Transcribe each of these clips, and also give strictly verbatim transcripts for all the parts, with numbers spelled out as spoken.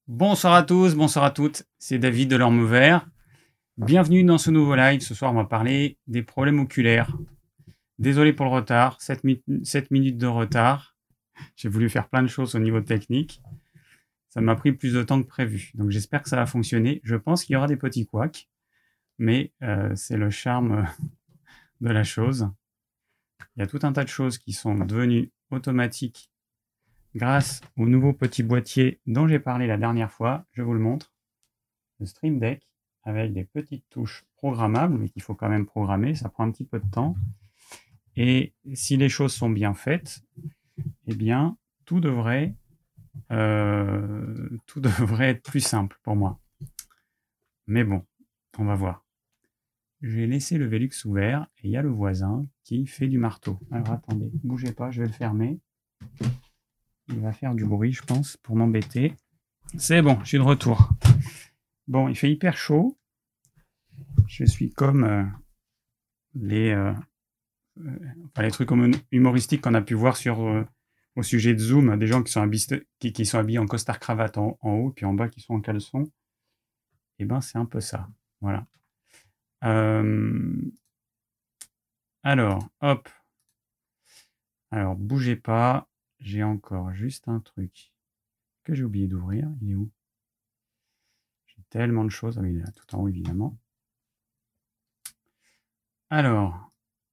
Bonsoir à tous, bonsoir à toutes, c'est David de l'Orme Vert. Bienvenue dans ce nouveau live. Ce soir, on va parler des problèmes oculaires. Désolé pour le retard, sept minutes de retard. J'ai voulu faire plein de choses au niveau technique. Ça m'a pris plus de temps que prévu. Donc j'espère que ça va fonctionner. Je pense qu'il y aura des petits couacs, mais euh, c'est le charme de la chose. Il y a tout un tas de choses qui sont devenues automatiques grâce au nouveau petit boîtier dont j'ai parlé la dernière fois. Je vous le montre. Le Stream Deck avec des petites touches programmables, mais qu'il faut quand même programmer. Ça prend un petit peu de temps. Et si les choses sont bien faites, eh bien, tout devrait, euh, tout devrait être plus simple pour moi. Mais bon, on va voir. J'ai laissé le Velux ouvert et il y a le voisin qui fait du marteau. Alors attendez, bougez pas, je vais le fermer. Il va faire du bruit, je pense, pour m'embêter. C'est bon, je suis de retour. Bon, il fait hyper chaud. Je suis comme euh, les, euh, euh, enfin, les trucs humoristiques qu'on a pu voir sur, euh, au sujet de Zoom, des gens qui sont habillés, qui, qui sont habillés en costard-cravate en, en haut, puis en bas qui sont en caleçon. Eh ben, c'est un peu ça. Voilà. Euh, alors, hop. Alors, bougez pas. J'ai encore juste un truc que j'ai oublié d'ouvrir. Il est où? J'ai tellement de choses. Ah oui, il est là, tout en haut, évidemment. Alors,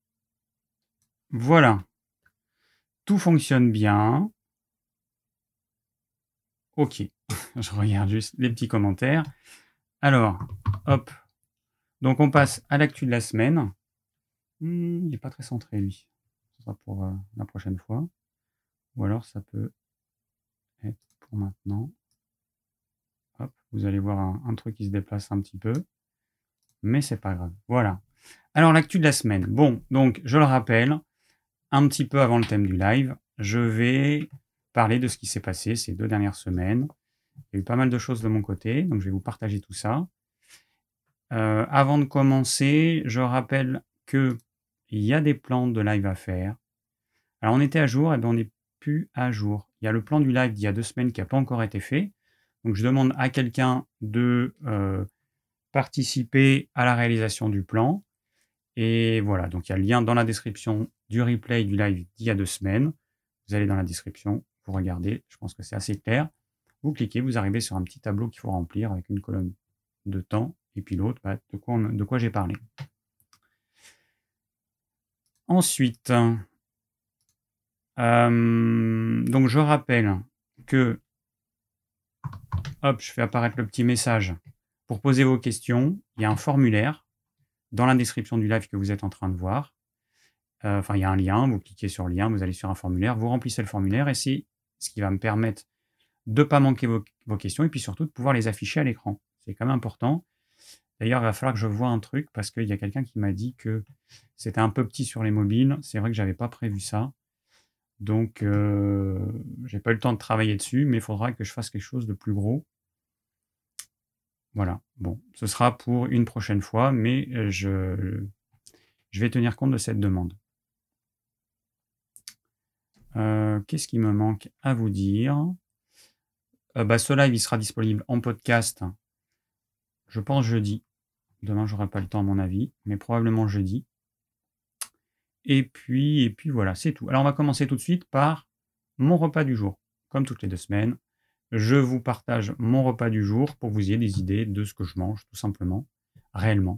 voilà. Tout fonctionne bien. Ok. Je regarde juste les petits commentaires. Alors, hop. Donc, on passe à l'actu de la semaine. Hmm, il n'est pas très centré, lui. Ce sera pour euh, la prochaine fois. Ou alors, ça peut être pour maintenant. Hop, vous allez voir un, un truc qui se déplace un petit peu. Mais c'est pas grave. Voilà. Alors, l'actu de la semaine. Bon, donc, je le rappelle, un petit peu avant le thème du live, je vais parler de ce qui s'est passé ces deux dernières semaines. Il y a eu pas mal de choses de mon côté, donc je vais vous partager tout ça. Euh, avant de commencer, je rappelle qu'il y a des plans de live à faire. Alors, on était à jour, et bien on n'est plus à jour. Il y a le plan du live d'il y a deux semaines qui n'a pas encore été fait. Donc, je demande à quelqu'un de euh, participer à la réalisation du plan. Et voilà, donc il y a le lien dans la description du replay du live d'il y a deux semaines. Vous allez dans la description, vous regardez, je pense que c'est assez clair. Vous cliquez, vous arrivez sur un petit tableau qu'il faut remplir avec une colonne de temps, et puis l'autre, bah, de quoi, on, de quoi j'ai parlé. Ensuite, euh, donc je rappelle que, hop, je fais apparaître le petit message. Pour poser vos questions, il y a un formulaire dans la description du live que vous êtes en train de voir. Euh, enfin, il y a un lien, vous cliquez sur le lien, vous allez sur un formulaire, vous remplissez le formulaire et c'est ce qui va me permettre de ne pas manquer vos, vos questions et puis surtout de pouvoir les afficher à l'écran. C'est quand même important. D'ailleurs, il va falloir que je voie un truc parce qu'il y a quelqu'un qui m'a dit que c'était un peu petit sur les mobiles. C'est vrai que je n'avais pas prévu ça. Donc, euh, j'ai pas eu le temps de travailler dessus, mais il faudra que je fasse quelque chose de plus gros. Voilà. Bon, ce sera pour une prochaine fois, mais je, je vais tenir compte de cette demande. Euh, qu'est-ce qui me manque à vous dire? euh, bah, Ce live, il sera disponible en podcast, je pense jeudi. Demain, j'aurai pas le temps à mon avis, mais probablement jeudi. Et puis, et puis voilà, c'est tout. Alors, on va commencer tout de suite par mon repas du jour. Comme toutes les deux semaines, je vous partage mon repas du jour pour que vous ayez des idées de ce que je mange, tout simplement, réellement.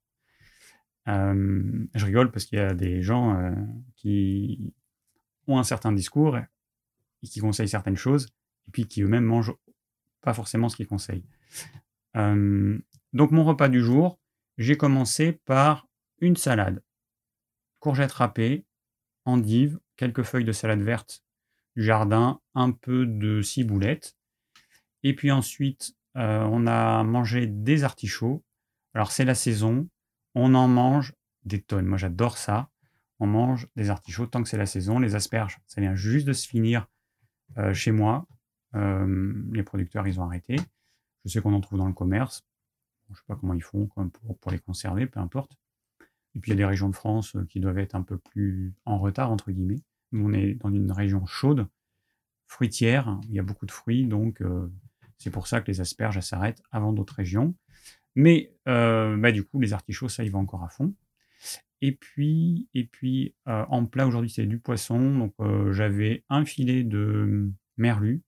Euh, je rigole parce qu'il y a des gens euh, qui ont un certain discours et qui conseillent certaines choses, et puis qui eux-mêmes mangent pas forcément ce qu'ils conseillent. Euh, donc mon repas du jour, j'ai commencé par une salade. Courgettes râpées, endives, quelques feuilles de salade verte du jardin, un peu de ciboulette. Et puis ensuite, euh, on a mangé des artichauts. Alors c'est la saison, on en mange des tonnes. Moi j'adore ça. On mange des artichauts tant que c'est la saison. Les asperges, ça vient juste de se finir euh, chez moi. Euh, les producteurs, ils ont arrêté. Je sais qu'on en trouve dans le commerce. Je ne sais pas comment ils font pour, pour les conserver, peu importe. Et puis il y a des régions de France qui doivent être un peu plus en retard, entre guillemets. Nous, on est dans une région chaude, fruitière. Il y a beaucoup de fruits, donc euh, C'est pour ça que les asperges, elles s'arrêtent avant d'autres régions. Mais euh, bah, du coup, les artichauts, ça, il va encore à fond. Et puis, et puis euh, en plat, aujourd'hui, c'est du poisson. Donc, euh, j'avais un filet de merlu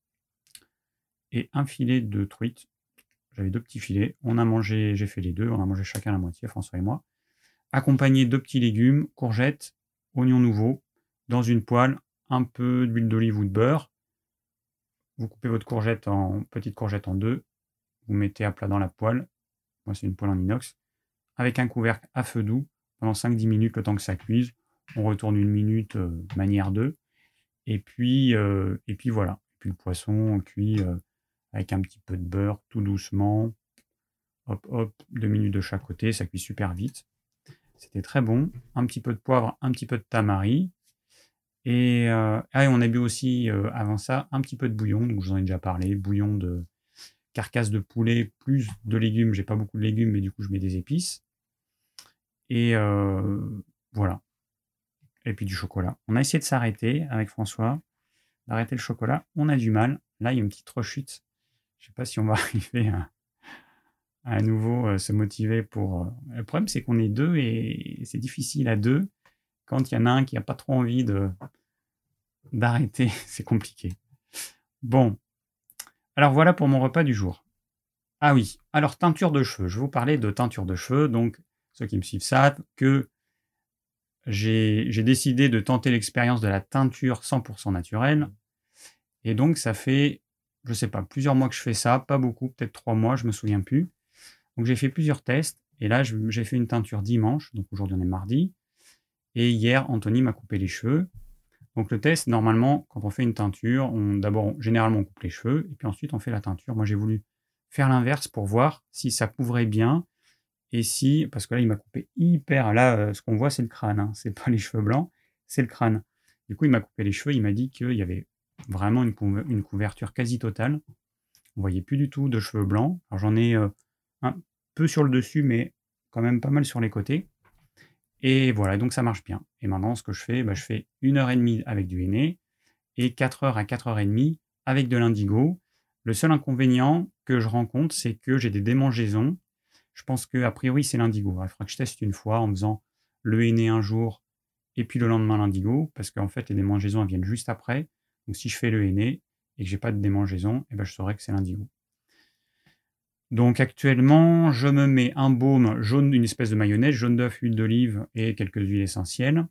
et un filet de truite. J'avais deux petits filets. On a mangé, j'ai fait les deux. On a mangé chacun la moitié, François et moi. Accompagné de petits légumes, courgettes, oignons nouveaux, dans une poêle, un peu d'huile d'olive ou de beurre. Vous coupez votre courgette en petites courgettes en deux. Vous mettez à plat dans la poêle. Moi, c'est une poêle en inox. Avec un couvercle à feu doux pendant cinq dix minutes, le temps que ça cuise. On retourne une minute, euh, manière deux. Et puis, euh, et puis voilà. Et puis le poisson, on cuit euh, avec un petit peu de beurre, tout doucement. Hop, hop, deux minutes de chaque côté. Ça cuit super vite. C'était très bon. Un petit peu de poivre, un petit peu de tamari. Et, euh, ah, et on a bu aussi, euh, avant ça, un petit peu de bouillon. Donc, je vous en ai déjà parlé. Bouillon de carcasse de poulet, plus de légumes. J'ai pas beaucoup de légumes, mais du coup, je mets des épices. Et euh, voilà. Et puis du chocolat. On a essayé de s'arrêter avec François, d'arrêter le chocolat. On a du mal. Là, il y a une petite rechute. Je sais pas si on va arriver à, à nouveau euh, se motiver pour... euh, Le problème, c'est qu'on est deux et c'est difficile à deux. Quand il y en a un qui n'a pas trop envie de d'arrêter, c'est compliqué. Bon. Alors voilà pour mon repas du jour. Ah oui. Alors, teinture de cheveux. Je vais vous parler de teinture de cheveux. Donc, ceux qui me suivent savent que j'ai j'ai décidé de tenter l'expérience de la teinture cent pour cent naturelle. Et donc, ça fait, je sais pas, plusieurs mois que je fais ça. Pas beaucoup, peut-être trois mois, je me souviens plus. Donc, j'ai fait plusieurs tests. Et là, je- j'ai fait une teinture dimanche. Donc, aujourd'hui, on est mardi. Et hier, Anthony m'a coupé les cheveux. Donc, le test, normalement, quand on fait une teinture, on, d'abord, on- généralement, on coupe les cheveux. Et puis ensuite, on fait la teinture. Moi, j'ai voulu faire l'inverse pour voir si ça couvrait bien. Et si, parce que là, il m'a coupé hyper. Là, euh, ce qu'on voit, c'est le crâne. Hein. C'est pas les cheveux blancs, c'est le crâne. Du coup, il m'a coupé les cheveux. Il m'a dit qu'il y avait vraiment une, couver- une couverture quasi totale. On voyait plus du tout de cheveux blancs. Alors, j'en ai euh, un peu sur le dessus, mais quand même pas mal sur les côtés. Et voilà, donc ça marche bien. Et maintenant, ce que je fais, bah, je fais une heure et demie avec du henné et quatre heures à quatre heures trente avec de l'indigo. Le seul inconvénient que je rencontre, c'est que j'ai des démangeaisons. Je pense qu'a priori, c'est l'indigo. Il faudra que je teste une fois en faisant le henné un jour et puis le lendemain l'indigo, parce qu'en fait, les démangeaisons elles viennent juste après. Donc, si je fais le henné et que j'ai pas de démangeaisons, eh ben, je saurai que c'est l'indigo. Donc, actuellement, je me mets un baume jaune, une espèce de mayonnaise, jaune d'œuf, huile d'olive et quelques huiles essentielles.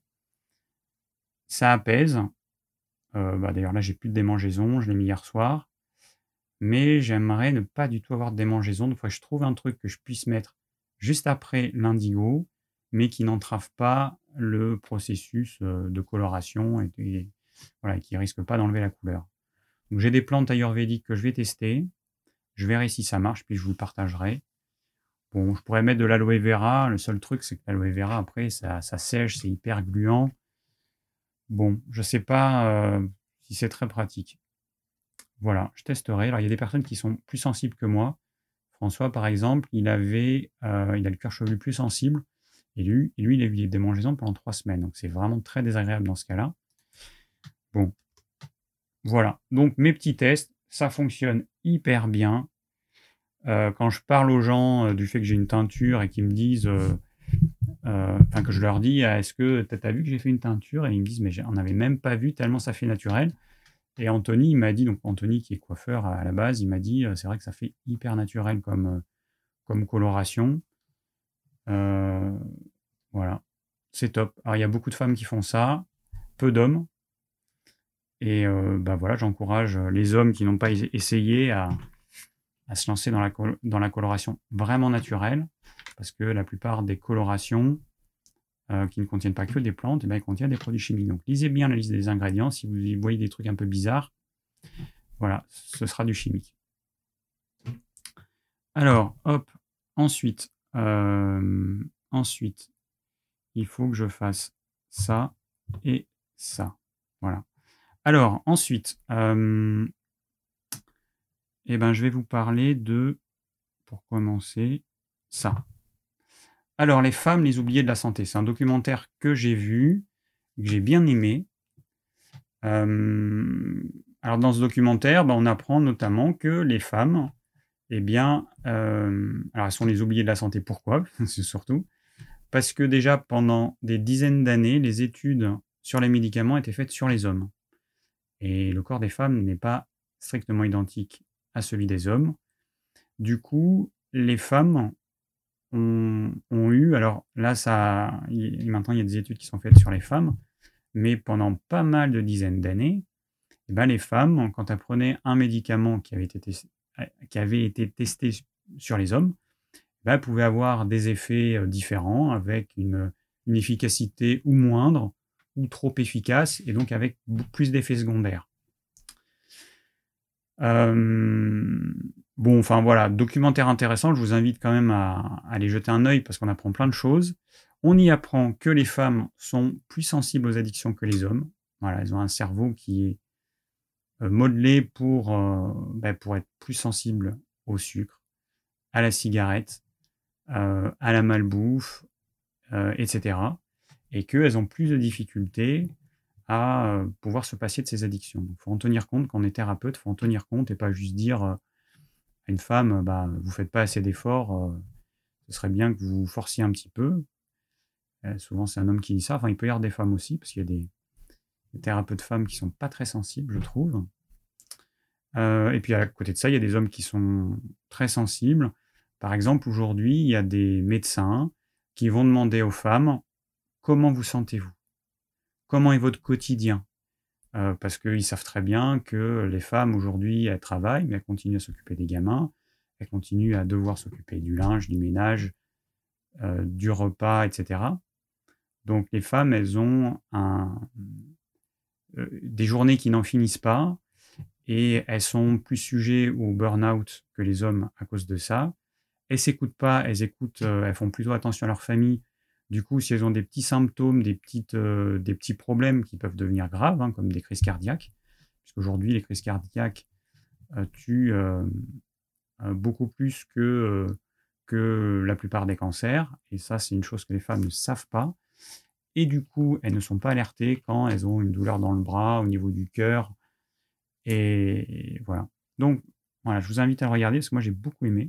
Ça apaise. Euh, bah, d'ailleurs, là, j'ai plus de démangeaisons. Je l'ai mis hier soir. Mais j'aimerais ne pas du tout avoir de démangeaisons. Donc, il faudrait que je trouve un truc que je puisse mettre juste après l'indigo, mais qui n'entrave pas le processus euh, de coloration et, et voilà, qui risque pas d'enlever la couleur. Donc, j'ai des plantes ayurvédiques que je vais tester. Je verrai si ça marche, puis je vous le partagerai. Bon, je pourrais mettre de l'aloe vera. Le seul truc, c'est que l'aloe vera, après, ça, ça sèche, c'est hyper gluant. Bon, je sais pas euh, si c'est très pratique. Voilà, je testerai. Alors, il y a des personnes qui sont plus sensibles que moi. François, par exemple, il avait, euh, il a le cuir chevelu plus sensible. Et lui, et lui, il a eu des démangeaisons pendant trois semaines. Donc, c'est vraiment très désagréable dans ce cas-là. Bon, voilà. Donc, mes petits tests, ça fonctionne hyper bien. Euh, quand je parle aux gens euh, du fait que j'ai une teinture et qu'ils me disent, euh, euh, enfin que je leur dis, ah, est-ce que tu as vu que j'ai fait une teinture? Et ils me disent, mais on n'avait même pas vu tellement ça fait naturel. Et Anthony, il m'a dit, donc Anthony qui est coiffeur à la base, il m'a dit, euh, c'est vrai que ça fait hyper naturel comme, euh, comme coloration. Euh, voilà, c'est top. Alors, il y a beaucoup de femmes qui font ça, peu d'hommes. Et euh, bah voilà, j'encourage les hommes qui n'ont pas es- essayé à, à se lancer dans la, col- dans la coloration vraiment naturelle, parce que la plupart des colorations euh, qui ne contiennent pas que des plantes, eh ben, elles contiennent des produits chimiques. Donc, lisez bien la liste des ingrédients. Si vous y voyez des trucs un peu bizarres, voilà, ce sera du chimique. Alors, hop, ensuite, euh, ensuite, il faut que je fasse ça et ça. Voilà. Alors, ensuite, euh, eh ben, je vais vous parler de, pour commencer, ça. Alors, les femmes, les oubliées de la santé. C'est un documentaire que j'ai vu, que j'ai bien aimé. Euh, alors dans ce documentaire, bah, on apprend notamment que les femmes, eh bien, euh, alors elles sont les oubliées de la santé. Pourquoi? C'est surtout parce que déjà pendant des dizaines d'années, les études sur les médicaments étaient faites sur les hommes. Et le corps des femmes n'est pas strictement identique à celui des hommes. Du coup, les femmes ont, ont eu, alors là, ça, y- maintenant il y a des études qui sont faites sur les femmes, mais pendant pas mal de dizaines d'années, eh ben, les femmes, quand elles prenaient un médicament qui avait été, tes- qui avait été testé sur les hommes, eh ben, elles pouvaient avoir des effets euh, différents, avec une, une efficacité ou moindre, ou trop efficace, et donc avec beaucoup plus d'effets secondaires. Euh, bon, enfin voilà, documentaire intéressant, je vous invite quand même à, à aller jeter un œil parce qu'on apprend plein de choses. On y apprend que les femmes sont plus sensibles aux addictions que les hommes. Voilà, elles ont un cerveau qui est euh, modelé pour, euh, ben, pour être plus sensible au sucre, à la cigarette, euh, à la malbouffe, euh, et cetera. Et qu'elles ont plus de difficultés à euh, pouvoir se passer de ces addictions. Il faut en tenir compte quand on est thérapeute, il faut en tenir compte et pas juste dire euh, à une femme, bah, vous faites pas assez d'efforts, euh, ce serait bien que vous vous forciez un petit peu. Euh, souvent, c'est un homme qui dit ça. Enfin, il peut y avoir des femmes aussi, parce qu'il y a des, des thérapeutes femmes qui sont pas très sensibles, je trouve. Euh, et puis à côté de ça, il y a des hommes qui sont très sensibles. Par exemple, aujourd'hui, il y a des médecins qui vont demander aux femmes comment vous sentez-vous? Comment est votre quotidien? Euh, parce qu'ils savent très bien que les femmes aujourd'hui, elles travaillent, mais elles continuent à s'occuper des gamins, elles continuent à devoir s'occuper du linge, du ménage, euh, du repas, et cetera. Donc les femmes, elles ont un, euh, des journées qui n'en finissent pas et elles sont plus sujets au burn-out que les hommes à cause de ça. Elles s'écoutent pas, elles écoutent, euh, elles font plutôt attention à leur famille. Du coup, si elles ont des petits symptômes, des, petites, euh, des petits problèmes qui peuvent devenir graves, hein, comme des crises cardiaques, puisqu'aujourd'hui, les crises cardiaques euh, tuent euh, euh, beaucoup plus que, euh, que la plupart des cancers. Et ça, c'est une chose que les femmes ne savent pas. Et du coup, elles ne sont pas alertées quand elles ont une douleur dans le bras, au niveau du cœur. Et voilà. Donc, voilà, je vous invite à le regarder parce que moi, j'ai beaucoup aimé.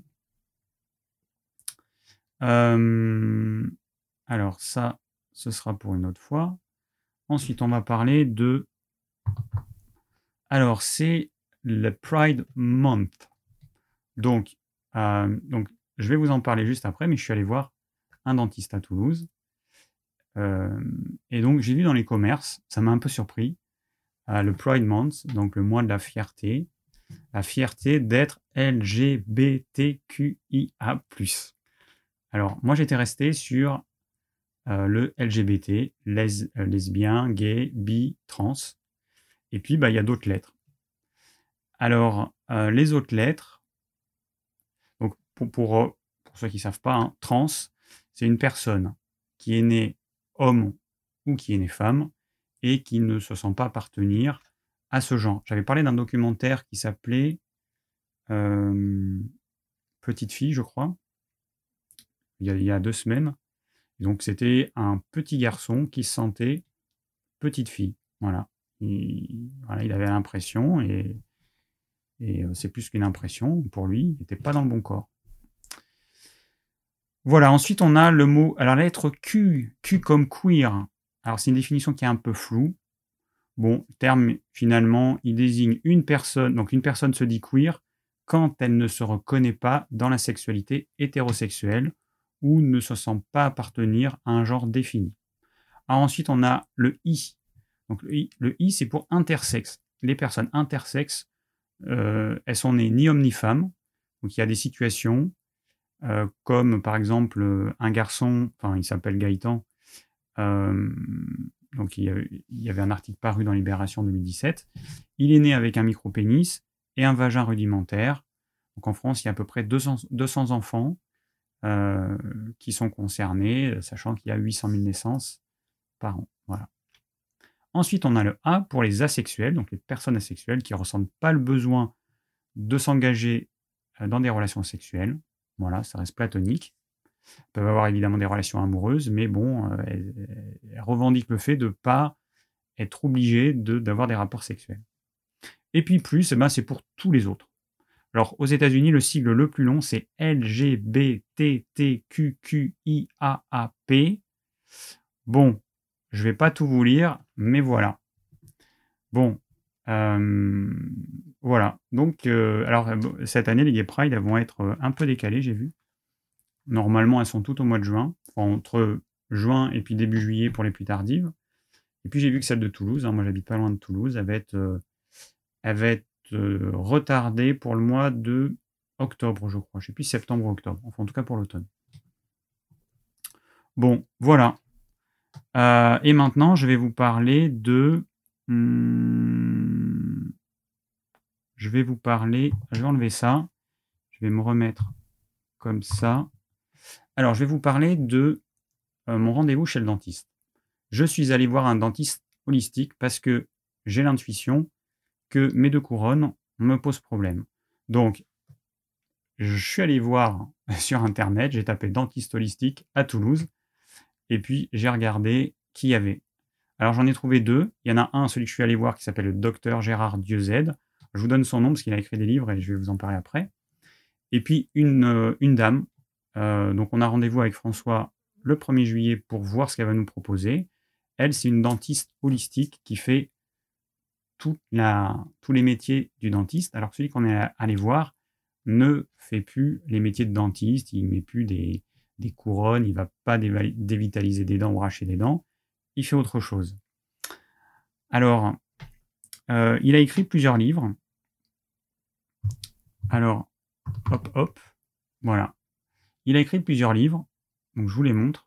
Euh, alors, ça, ce sera pour une autre fois. Ensuite, on va parler de... Alors, c'est le Pride Month. Donc, euh, donc, je vais vous en parler juste après, mais je suis allé voir un dentiste à Toulouse. Euh, et donc, j'ai vu dans les commerces, ça m'a un peu surpris, euh, le Pride Month, donc le mois de la fierté, la fierté d'être L G B T Q I A plus. Alors, moi, j'étais resté sur euh, le L G B T, les, euh, lesbien, gay, bi, trans. Et puis, bah, il y a d'autres lettres. Alors, euh, les autres lettres, donc pour, pour, euh, pour ceux qui ne savent pas, hein, trans, c'est une personne qui est née homme ou qui est née femme et qui ne se sent pas appartenir à ce genre. J'avais parlé d'un documentaire qui s'appelait euh, Petite fille, je crois, il y a, il y a deux semaines. Donc, c'était un petit garçon qui se sentait petite fille. Voilà. Il, voilà, il avait l'impression, et, et c'est plus qu'une impression, pour lui, il n'était pas dans le bon corps. Voilà, ensuite on a le mot, alors la lettre Q, Q comme queer. Alors c'est une définition qui est un peu floue. Bon, terme finalement, il désigne une personne, donc une personne se dit queer quand elle ne se reconnaît pas dans la sexualité hétérosexuelle ou ne se sent pas appartenir à un genre défini. Alors ensuite on a le I. Donc le I, le I c'est pour intersexe. Les personnes intersexes, euh, elles sont nées ni homme ni femme. Donc il y a des situations euh, comme par exemple euh, un garçon, enfin il s'appelle Gaëtan, euh, donc il y, a, il y avait un article paru dans Libération deux mille dix-sept, il est né avec un micro-pénis et un vagin rudimentaire. Donc en France, il y a à peu près deux cents, deux cents enfants euh, qui sont concernés, sachant qu'il y a huit cent mille naissances par an. Voilà. Ensuite, on a le A pour les asexuels, donc les personnes asexuelles qui ne ressentent pas le besoin de s'engager dans des relations sexuelles. Voilà, ça reste platonique. Elles peuvent avoir évidemment des relations amoureuses, mais bon, euh, elles, elles revendiquent le fait de ne pas être obligées de, d'avoir des rapports sexuels. Et puis plus, eh ben, c'est pour tous les autres. Alors, aux États-Unis, le sigle le plus long, c'est L G B T T Q Q I A A P. Bon, je ne vais pas tout vous lire, mais voilà. Bon, euh, voilà. Donc, euh, alors, cette année, les Gay Pride elles vont être un peu décalées, j'ai vu. Normalement, elles sont toutes au mois de juin, enfin, entre juin et puis début juillet pour les plus tardives. Et puis, j'ai vu que celle de Toulouse, hein, moi, j'habite pas loin de Toulouse, elle va être, euh, elle va être euh, retardée pour le mois de octobre, je crois. Je sais plus, septembre ou octobre. Enfin, en tout cas, pour l'automne. Bon, voilà. Euh, et maintenant, je vais vous parler de... Hmm, je vais vous parler... Je vais enlever ça. Je vais me remettre comme ça. Alors, je vais vous parler de euh, mon rendez-vous chez le dentiste. Je suis allé voir un dentiste holistique parce que j'ai l'intuition que mes deux couronnes me posent problème. Donc, je suis allé voir sur Internet, j'ai tapé dentiste holistique à Toulouse, et puis j'ai regardé qui y avait. Alors j'en ai trouvé deux. Il y en a un, celui que je suis allé voir, qui s'appelle le docteur Gérard Dieuzède. Je vous donne son nom parce qu'il a écrit des livres et je vais vous en parler après. Et puis une, euh, une dame. Euh, donc on a rendez-vous avec François le premier juillet pour voir ce qu'elle va nous proposer. Elle, c'est une dentiste holistique qui fait toute la, tous les métiers du dentiste. Alors celui qu'on est allé voir ne fait plus les métiers de dentiste, il ne met plus des, des couronnes, il ne va pas dévitaliser des dents ou arracher des dents, il fait autre chose. Alors, euh, il a écrit plusieurs livres. Alors, hop, hop, voilà. Il a écrit plusieurs livres, donc je vous les montre.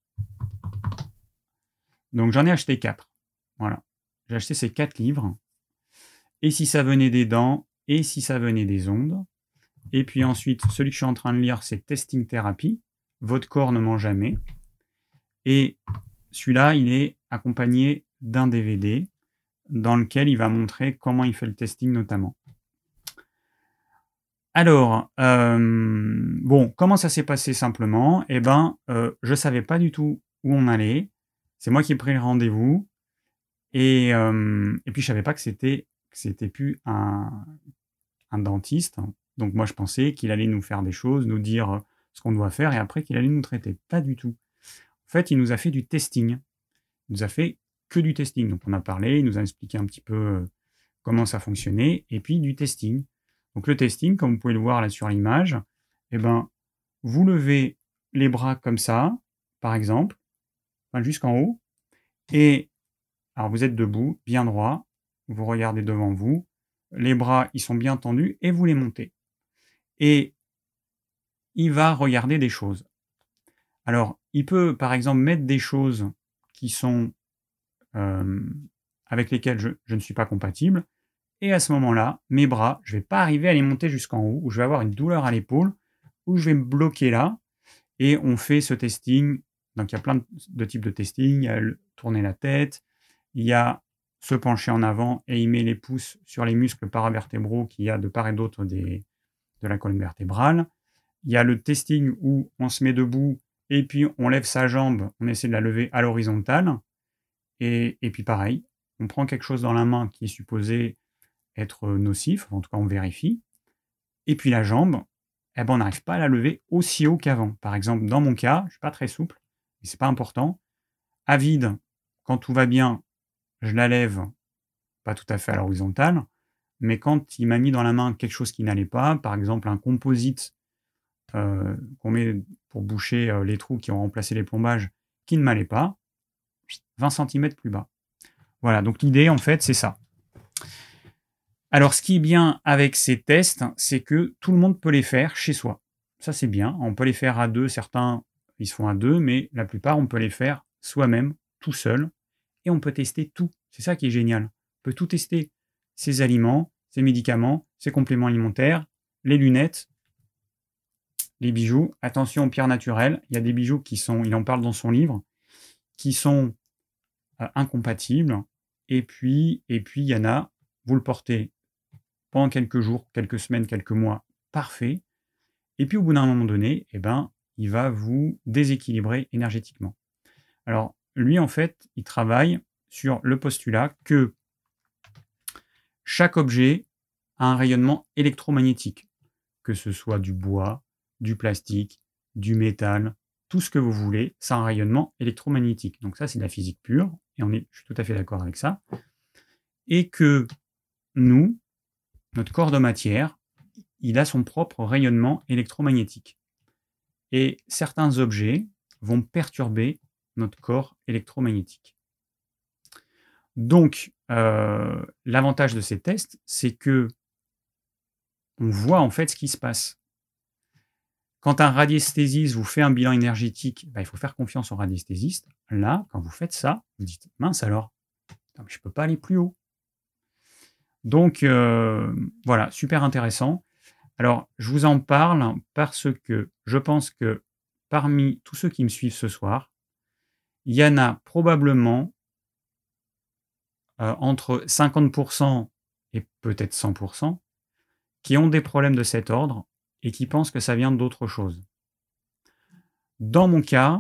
Donc j'en ai acheté quatre. Voilà. J'ai acheté ces quatre livres. Et si ça venait des dents, et si ça venait des ondes. Et puis ensuite, celui que je suis en train de lire, c'est Testing Therapy. Votre corps ne ment jamais. Et celui-là, il est accompagné d'un D V D dans lequel il va montrer comment il fait le testing notamment. Alors, euh, bon, comment ça s'est passé simplement? Eh ben, euh, je ne savais pas du tout où on allait. C'est moi qui ai pris le rendez-vous. Et, euh, et puis, je ne savais pas que c'était, que c'était plus un, un dentiste. Donc, moi, je pensais qu'il allait nous faire des choses, nous dire ce qu'on doit faire et après qu'il allait nous traiter. Pas du tout. En fait, il nous a fait du testing. Il nous a fait que du testing. Donc, on a parlé, il nous a expliqué un petit peu comment ça fonctionnait et puis du testing. Donc, le testing, comme vous pouvez le voir là sur l'image, eh ben, vous levez les bras comme ça, par exemple, enfin, jusqu'en haut. Et alors, vous êtes debout, bien droit. Vous regardez devant vous. Les bras, ils sont bien tendus et vous les montez. Et il va regarder des choses. Alors, il peut, par exemple, mettre des choses qui sont euh, avec lesquelles je, je ne suis pas compatible. Et à ce moment-là, mes bras, je ne vais pas arriver à les monter jusqu'en haut, ou je vais avoir une douleur à l'épaule, ou je vais me bloquer là. Et on fait ce testing. Donc, il y a plein de, de types de testing. Il y a le, tourner la tête, il y a se pencher en avant et il met les pouces sur les muscles paravertébraux qu'il y a de part et d'autre des, de la colonne vertébrale. Il y a le testing où on se met debout et puis on lève sa jambe, on essaie de la lever à l'horizontale. Et, et puis pareil, on prend quelque chose dans la main qui est supposé être nocif, en tout cas on vérifie. Et puis la jambe, eh ben on n'arrive pas à la lever aussi haut qu'avant. Par exemple, dans mon cas, je ne suis pas très souple, mais ce n'est pas important. À vide, quand tout va bien, je la lève, pas tout à fait à l'horizontale, mais quand il m'a mis dans la main quelque chose qui n'allait pas, par exemple un composite euh, qu'on met pour boucher euh, les trous qui ont remplacé les plombages, qui ne m'allait pas, vingt centimètres plus bas. Voilà, donc l'idée en fait c'est ça. Alors, ce qui est bien avec ces tests, c'est que tout le monde peut les faire chez soi. Ça, c'est bien. On peut les faire à deux. Certains, ils se font à deux, mais la plupart, on peut les faire soi-même, tout seul. Et on peut tester tout. C'est ça qui est génial. On peut tout tester. Ses aliments, ses médicaments, ses compléments alimentaires, les lunettes, les bijoux. Attention aux pierres naturelles. Il y a des bijoux qui sont, il en parle dans son livre, qui sont euh, incompatibles. Et puis, et puis, il y en a, vous le portez pendant quelques jours, quelques semaines, quelques mois, parfait. Et puis au bout d'un moment donné, eh ben, il va vous déséquilibrer énergétiquement. Alors lui, en fait, il travaille sur le postulat que chaque objet a un rayonnement électromagnétique, que ce soit du bois, du plastique, du métal, tout ce que vous voulez, ça a un rayonnement électromagnétique. Donc ça, c'est de la physique pure, et on est, je suis tout à fait d'accord avec ça. Et que nous, notre corps de matière, il a son propre rayonnement électromagnétique. Et certains objets vont perturber notre corps électromagnétique. Donc, euh, l'avantage de ces tests, c'est que on voit en fait ce qui se passe. Quand un radiesthésiste vous fait un bilan énergétique, bah, il faut faire confiance au radiesthésiste. Là, quand vous faites ça, vous dites « mince alors, je ne peux pas aller plus haut ». Donc, euh, voilà, super intéressant. Alors, je vous en parle parce que je pense que parmi tous ceux qui me suivent ce soir, il y en a probablement euh, entre cinquante pour cent et peut-être cent pour cent qui ont des problèmes de cet ordre et qui pensent que ça vient d'autre chose. Dans mon cas,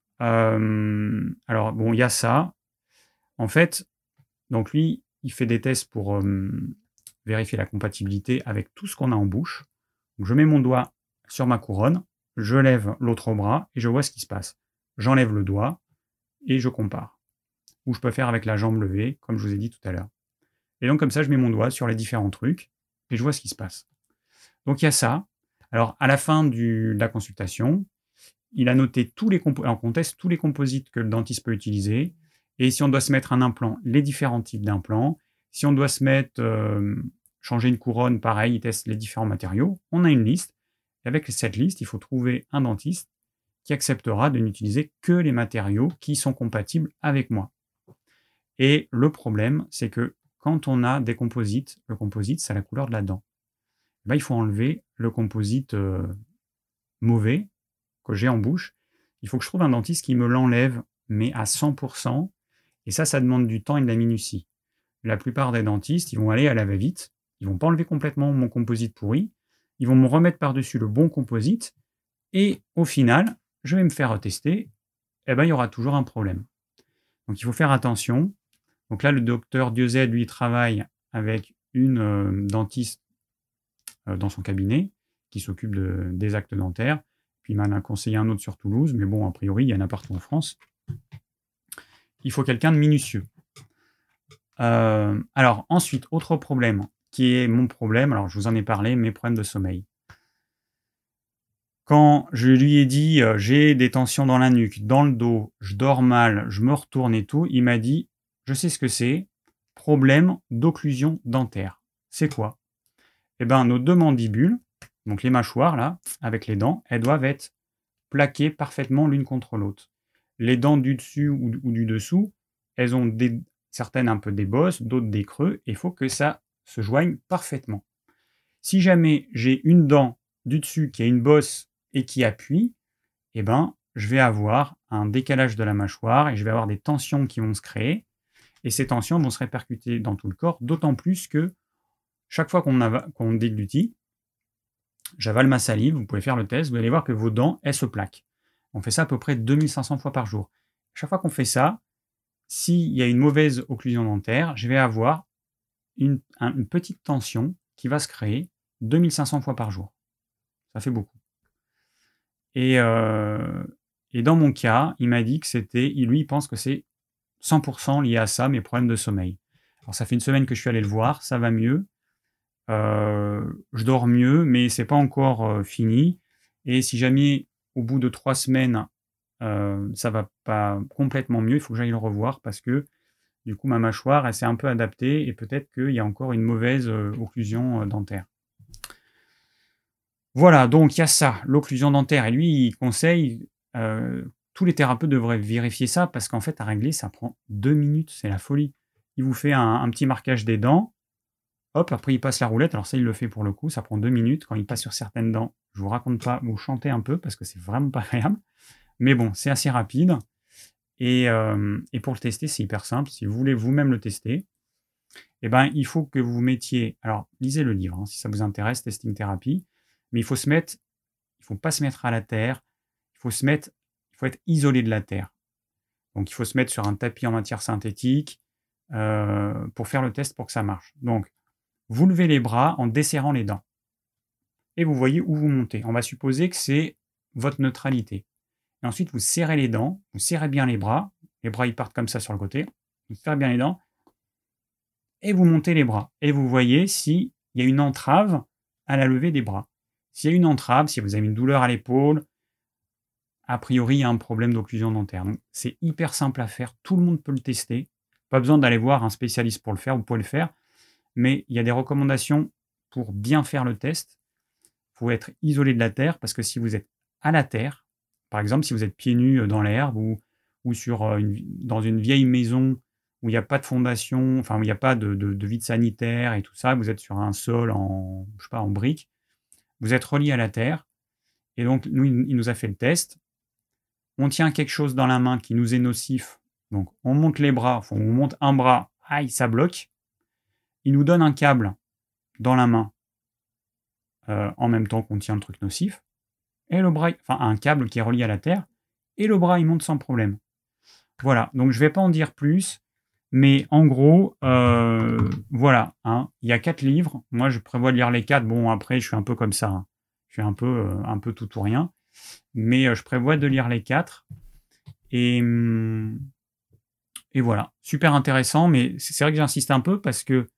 euh, alors bon, il y a ça. En fait, donc lui, il fait des tests pour euh, vérifier la compatibilité avec tout ce qu'on a en bouche. Donc, je mets mon doigt sur ma couronne, je lève l'autre bras et je vois ce qui se passe. J'enlève le doigt et je compare. Ou je peux faire avec la jambe levée, comme je vous ai dit tout à l'heure. Et donc comme ça, je mets mon doigt sur les différents trucs et je vois ce qui se passe. Donc il y a ça. Alors à la fin du, de la consultation, il a noté tous les composites, alors on teste tous les composites que le dentiste peut utiliser. Et si on doit se mettre un implant, les différents types d'implants. Si on doit se mettre, euh, changer une couronne, pareil, il teste les différents matériaux. On a une liste. Et avec cette liste, il faut trouver un dentiste qui acceptera de n'utiliser que les matériaux qui sont compatibles avec moi. Et le problème, c'est que quand on a des composites, le composite, c'est la couleur de la dent. Ben, il faut enlever le composite euh, mauvais que j'ai en bouche. Il faut que je trouve un dentiste qui me l'enlève, mais à cent pour cent. Et ça, ça demande du temps et de la minutie. La plupart des dentistes, ils vont aller à la va-vite. Ils vont pas enlever complètement mon composite pourri. Ils vont me remettre par-dessus le bon composite. Et au final, je vais me faire tester. Eh ben, il y aura toujours un problème. Donc, il faut faire attention. Donc là, le docteur Dieuze, lui, travaille avec une euh, dentiste euh, dans son cabinet qui s'occupe de, des actes dentaires. Puis il m'en a conseillé un autre sur Toulouse, mais bon, a priori, il y en a partout en France. Il faut quelqu'un de minutieux. Euh, alors, ensuite, autre problème, qui est mon problème, alors je vous en ai parlé, mes problèmes de sommeil. Quand je lui ai dit euh, j'ai des tensions dans la nuque, dans le dos, je dors mal, je me retourne et tout, il m'a dit je sais ce que c'est, problème d'occlusion dentaire. C'est quoi? Eh bien, nos deux mandibules, donc les mâchoires là, avec les dents, elles doivent être plaquées parfaitement l'une contre l'autre. Les dents du dessus ou, ou du dessous, elles ont des, certaines un peu des bosses, d'autres des creux, et il faut que ça se joigne parfaitement. Si jamais j'ai une dent du dessus qui a une bosse et qui appuie, eh ben, je vais avoir un décalage de la mâchoire et je vais avoir des tensions qui vont se créer. Et ces tensions vont se répercuter dans tout le corps, d'autant plus que chaque fois qu'on, ava- qu'on déglutit, j'avale ma salive, vous pouvez faire le test, vous allez voir que vos dents, elles se plaquent. On fait ça à peu près deux mille cinq cents fois par jour. Chaque fois qu'on fait ça, s'il y a une mauvaise occlusion dentaire, je vais avoir une, un- une petite tension qui va se créer deux mille cinq cents fois par jour. Ça fait beaucoup. Et, euh, et dans mon cas, il m'a dit que c'était, lui, il pense que c'est cent pour cent lié à ça, mes problèmes de sommeil. Alors ça fait une semaine que je suis allé le voir, ça va mieux. Euh, je dors mieux, mais c'est pas encore euh, fini. Et si jamais, au bout de trois semaines, euh, ça va pas complètement mieux, il faut que j'aille le revoir parce que du coup, ma mâchoire, elle s'est un peu adaptée et peut-être qu'il y a encore une mauvaise euh, occlusion euh, dentaire. Voilà, donc il y a ça, l'occlusion dentaire. Et lui, il conseille, euh, tous les thérapeutes devraient vérifier ça parce qu'en fait, à régler, ça prend deux minutes, c'est la folie. Il vous fait un, un petit marquage des dents, hop, après il passe la roulette. Alors ça, il le fait pour le coup, ça prend deux minutes. Quand il passe sur certaines dents, je vous raconte pas, vous chantez un peu parce que c'est vraiment pas agréable. Mais bon, c'est assez rapide. Et, euh, et pour le tester, c'est hyper simple. Si vous voulez vous-même le tester, eh ben, il faut que vous mettiez... Alors, lisez le livre, hein, si ça vous intéresse, Testing Therapy. Mais il faut se mettre... Il ne faut pas se mettre à la terre. Il faut se mettre... Il faut être isolé de la terre. Donc, il faut se mettre sur un tapis en matière synthétique euh, pour faire le test pour que ça marche. Donc, vous levez les bras en desserrant les dents. Et vous voyez où vous montez. On va supposer que c'est votre neutralité. Et ensuite, vous serrez les dents, vous serrez bien les bras. Les bras, ils partent comme ça sur le côté. Vous serrez bien les dents. Et vous montez les bras. Et vous voyez s'il y a une entrave à la levée des bras. S'il y a une entrave, si vous avez une douleur à l'épaule, a priori, il y a un problème d'occlusion dentaire. Donc, c'est hyper simple à faire. Tout le monde peut le tester. Pas besoin d'aller voir un spécialiste pour le faire. Vous pouvez le faire. Mais il y a des recommandations pour bien faire le test. Il faut être isolé de la terre parce que si vous êtes à la terre, par exemple, si vous êtes pieds nus dans l'herbe ou, ou sur une, dans une vieille maison où il n'y a pas de fondation, enfin où il n'y a pas de, de, de vide sanitaire et tout ça, vous êtes sur un sol en, je sais pas, en briques, vous êtes relié à la terre. Et donc, nous, il nous a fait le test. On tient quelque chose dans la main qui nous est nocif. Donc, on monte les bras, enfin, on monte un bras, aïe, ça bloque. Il nous donne un câble dans la main euh, en même temps qu'on tient le truc nocif. Et le bras, enfin, un câble qui est relié à la terre. Et le bras, il monte sans problème. Voilà. Donc, je ne vais pas en dire plus. Mais en gros, euh, voilà. Hein, il y a quatre livres. Moi, je prévois de lire les quatre. Bon, après, je suis un peu comme ça. Hein. Je suis un peu, euh, un peu tout ou rien. Mais euh, je prévois de lire les quatre. Et, et voilà. Super intéressant. Mais c'est vrai que j'insiste un peu parce que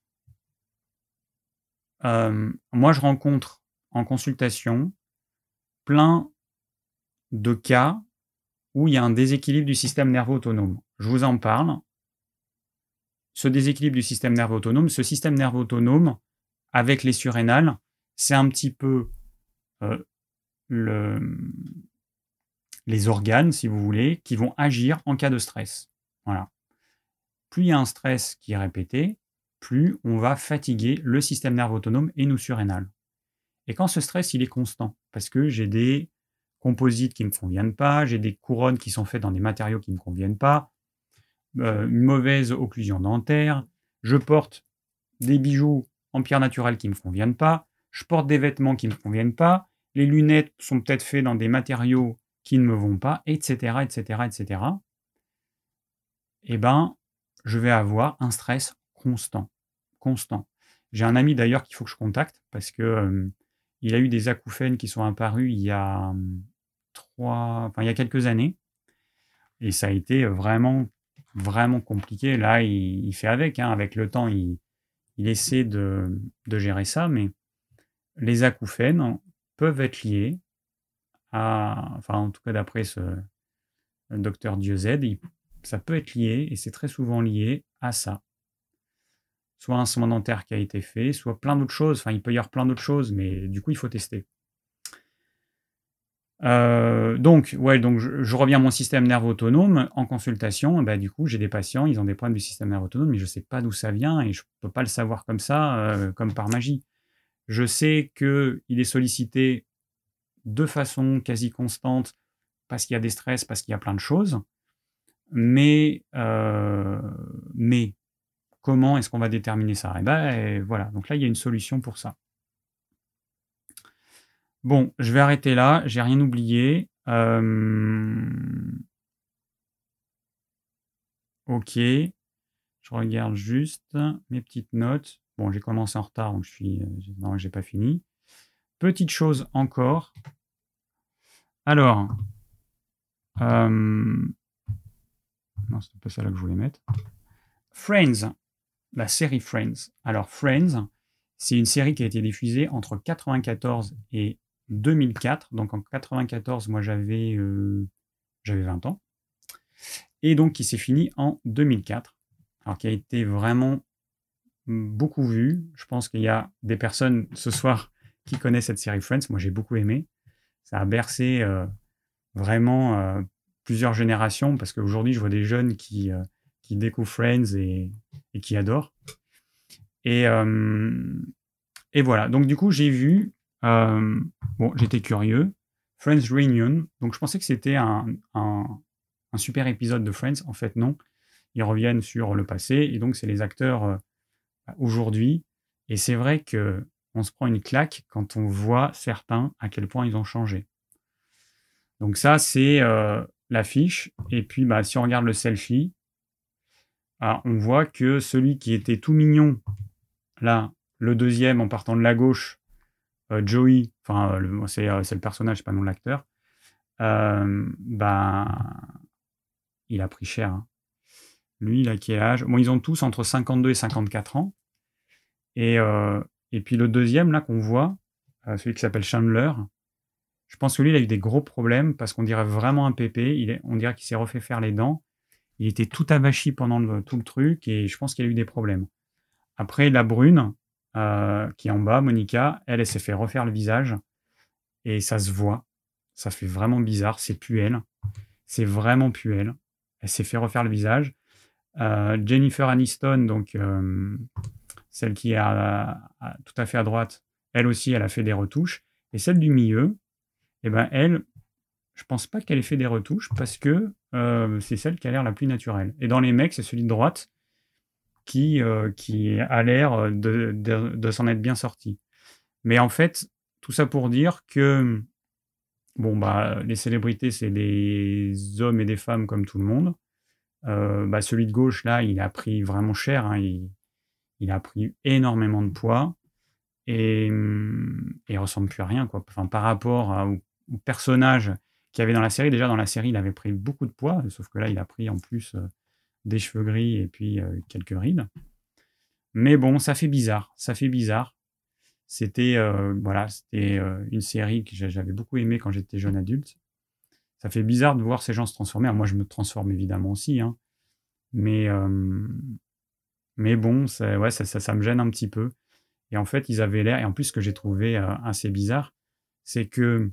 euh, moi, je rencontre en consultation plein de cas où il y a un déséquilibre du système nerveux autonome. Je vous en parle. Ce déséquilibre du système nerveux autonome, ce système nerveux autonome, avec les surrénales, c'est un petit peu euh, le, les organes, si vous voulez, qui vont agir en cas de stress. Voilà. Plus il y a un stress qui est répété, plus on va fatiguer le système nerveux autonome et nos surrénales. Et quand ce stress, il est constant, parce que j'ai des composites qui ne me conviennent pas, j'ai des couronnes qui sont faites dans des matériaux qui ne me conviennent pas, euh, une mauvaise occlusion dentaire, je porte des bijoux en pierre naturelle qui ne me conviennent pas, je porte des vêtements qui ne me conviennent pas, les lunettes sont peut-être faites dans des matériaux qui ne me vont pas, et cetera, et cetera, et cetera. Eh ben, je vais avoir un stress constant, constant. J'ai un ami d'ailleurs qu'il faut que je contacte parce que euh, il a eu des acouphènes qui sont apparus il y a trois, enfin il y a quelques années, et ça a été vraiment, vraiment compliqué. Là, il, il fait avec, hein, avec le temps, il, il essaie de, de gérer ça, mais les acouphènes peuvent être liés à, enfin en tout cas d'après ce docteur Dieuze, il, ça peut être lié, et c'est très souvent lié à ça. Soit un soin dentaire qui a été fait, soit plein d'autres choses. Enfin, il peut y avoir plein d'autres choses, mais du coup, il faut tester. Euh, donc, ouais, donc je, je reviens à mon système nerveux autonome. En consultation, bah, du coup, j'ai des patients, ils ont des problèmes du système nerveux autonome, mais je ne sais pas d'où ça vient et je ne peux pas le savoir comme ça, euh, comme par magie. Je sais qu'il est sollicité de façon quasi constante parce qu'il y a des stress, parce qu'il y a plein de choses. Mais, euh, mais comment est-ce qu'on va déterminer ça? Et ben et voilà, donc là, il y a une solution pour ça. Bon, je vais arrêter là, j'ai rien oublié. Euh... Ok, je regarde juste mes petites notes. Bon, j'ai commencé en retard, donc je suis... Non, j'ai pas fini. Petite chose encore. Alors... Euh... Non, c'était pas ça là que je voulais mettre. Friends, la série Friends. Alors, Friends, c'est une série qui a été diffusée entre quatre-vingt-quatorze et deux mille quatre. Donc, en quatre-vingt-quatorze, moi, j'avais, euh, j'avais vingt ans. Et donc, qui s'est fini en deux mille quatre. Alors, qui a été vraiment beaucoup vue. Je pense qu'il y a des personnes ce soir qui connaissent cette série Friends. Moi, j'ai beaucoup aimé. Ça a bercé euh, vraiment euh, plusieurs générations, parce qu'aujourd'hui, je vois des jeunes qui... Euh, qui découvrent Friends et, et qui adorent. Et, euh, et voilà. Donc, du coup, j'ai vu... Euh, bon, j'étais curieux. Friends Reunion. Donc, je pensais que c'était un, un, un super épisode de Friends. En fait, non. Ils reviennent sur le passé. Et donc, c'est les acteurs euh, aujourd'hui. Et c'est vrai qu'on se prend une claque quand on voit certains à quel point ils ont changé. Donc, ça, c'est euh, l'affiche. Et puis, bah, si on regarde le selfie, ah, on voit que celui qui était tout mignon, là, le deuxième, en partant de la gauche, euh, Joey, enfin, le- c'est, euh, c'est le personnage, c'est pas le nom de l'acteur, euh, ben, il a pris cher. Hein. Lui, il a quel âge? Bon, ils ont tous entre cinquante-deux et cinquante-quatre ans. Et, euh, et puis le deuxième, là, qu'on voit, euh, celui qui s'appelle Chandler, je pense que lui, il a eu des gros problèmes parce qu'on dirait vraiment un pépé. Il est, on dirait qu'il s'est refait faire les dents. Il était tout avachi pendant le- tout le truc et je pense qu'il a eu des problèmes. Après, la brune, euh, qui est en bas, Monica, elle, elle s'est fait refaire le visage et ça se voit. Ça fait vraiment bizarre. C'est plus elle. C'est vraiment plus elle. Elle s'est fait refaire le visage. Euh, Jennifer Aniston, donc euh, celle qui est à- à- tout à fait à droite, elle aussi, elle a fait des retouches. Et celle du milieu, eh ben, elle, je pense pas qu'elle ait fait des retouches parce que euh, c'est celle qui a l'air la plus naturelle. Et dans les mecs, c'est celui de droite qui, euh, qui a l'air de, de, de s'en être bien sorti. Mais en fait, tout ça pour dire que bon, bah, les célébrités, c'est des hommes et des femmes comme tout le monde. Euh, bah, celui de gauche, là, il a pris vraiment cher. Hein, il, il a pris énormément de poids et, hum, et il ressemble plus à rien, quoi. Enfin, par rapport à- au, au personnage qu'il y avait dans la série. Déjà, dans la série, il avait pris beaucoup de poids, sauf que là, il a pris en plus euh, des cheveux gris et puis euh, quelques rides. Mais bon, ça fait bizarre. Ça fait bizarre. C'était euh, voilà, c'était euh, une série que j'a- j'avais beaucoup aimée quand j'étais jeune adulte. Ça fait bizarre de voir ces gens se transformer. Alors moi, je me transforme évidemment aussi, hein. Mais, euh, mais bon, ça, ouais, ça, ça, ça me gêne un petit peu. Et en fait, ils avaient l'air. Et en plus, ce que j'ai trouvé euh, assez bizarre, c'est que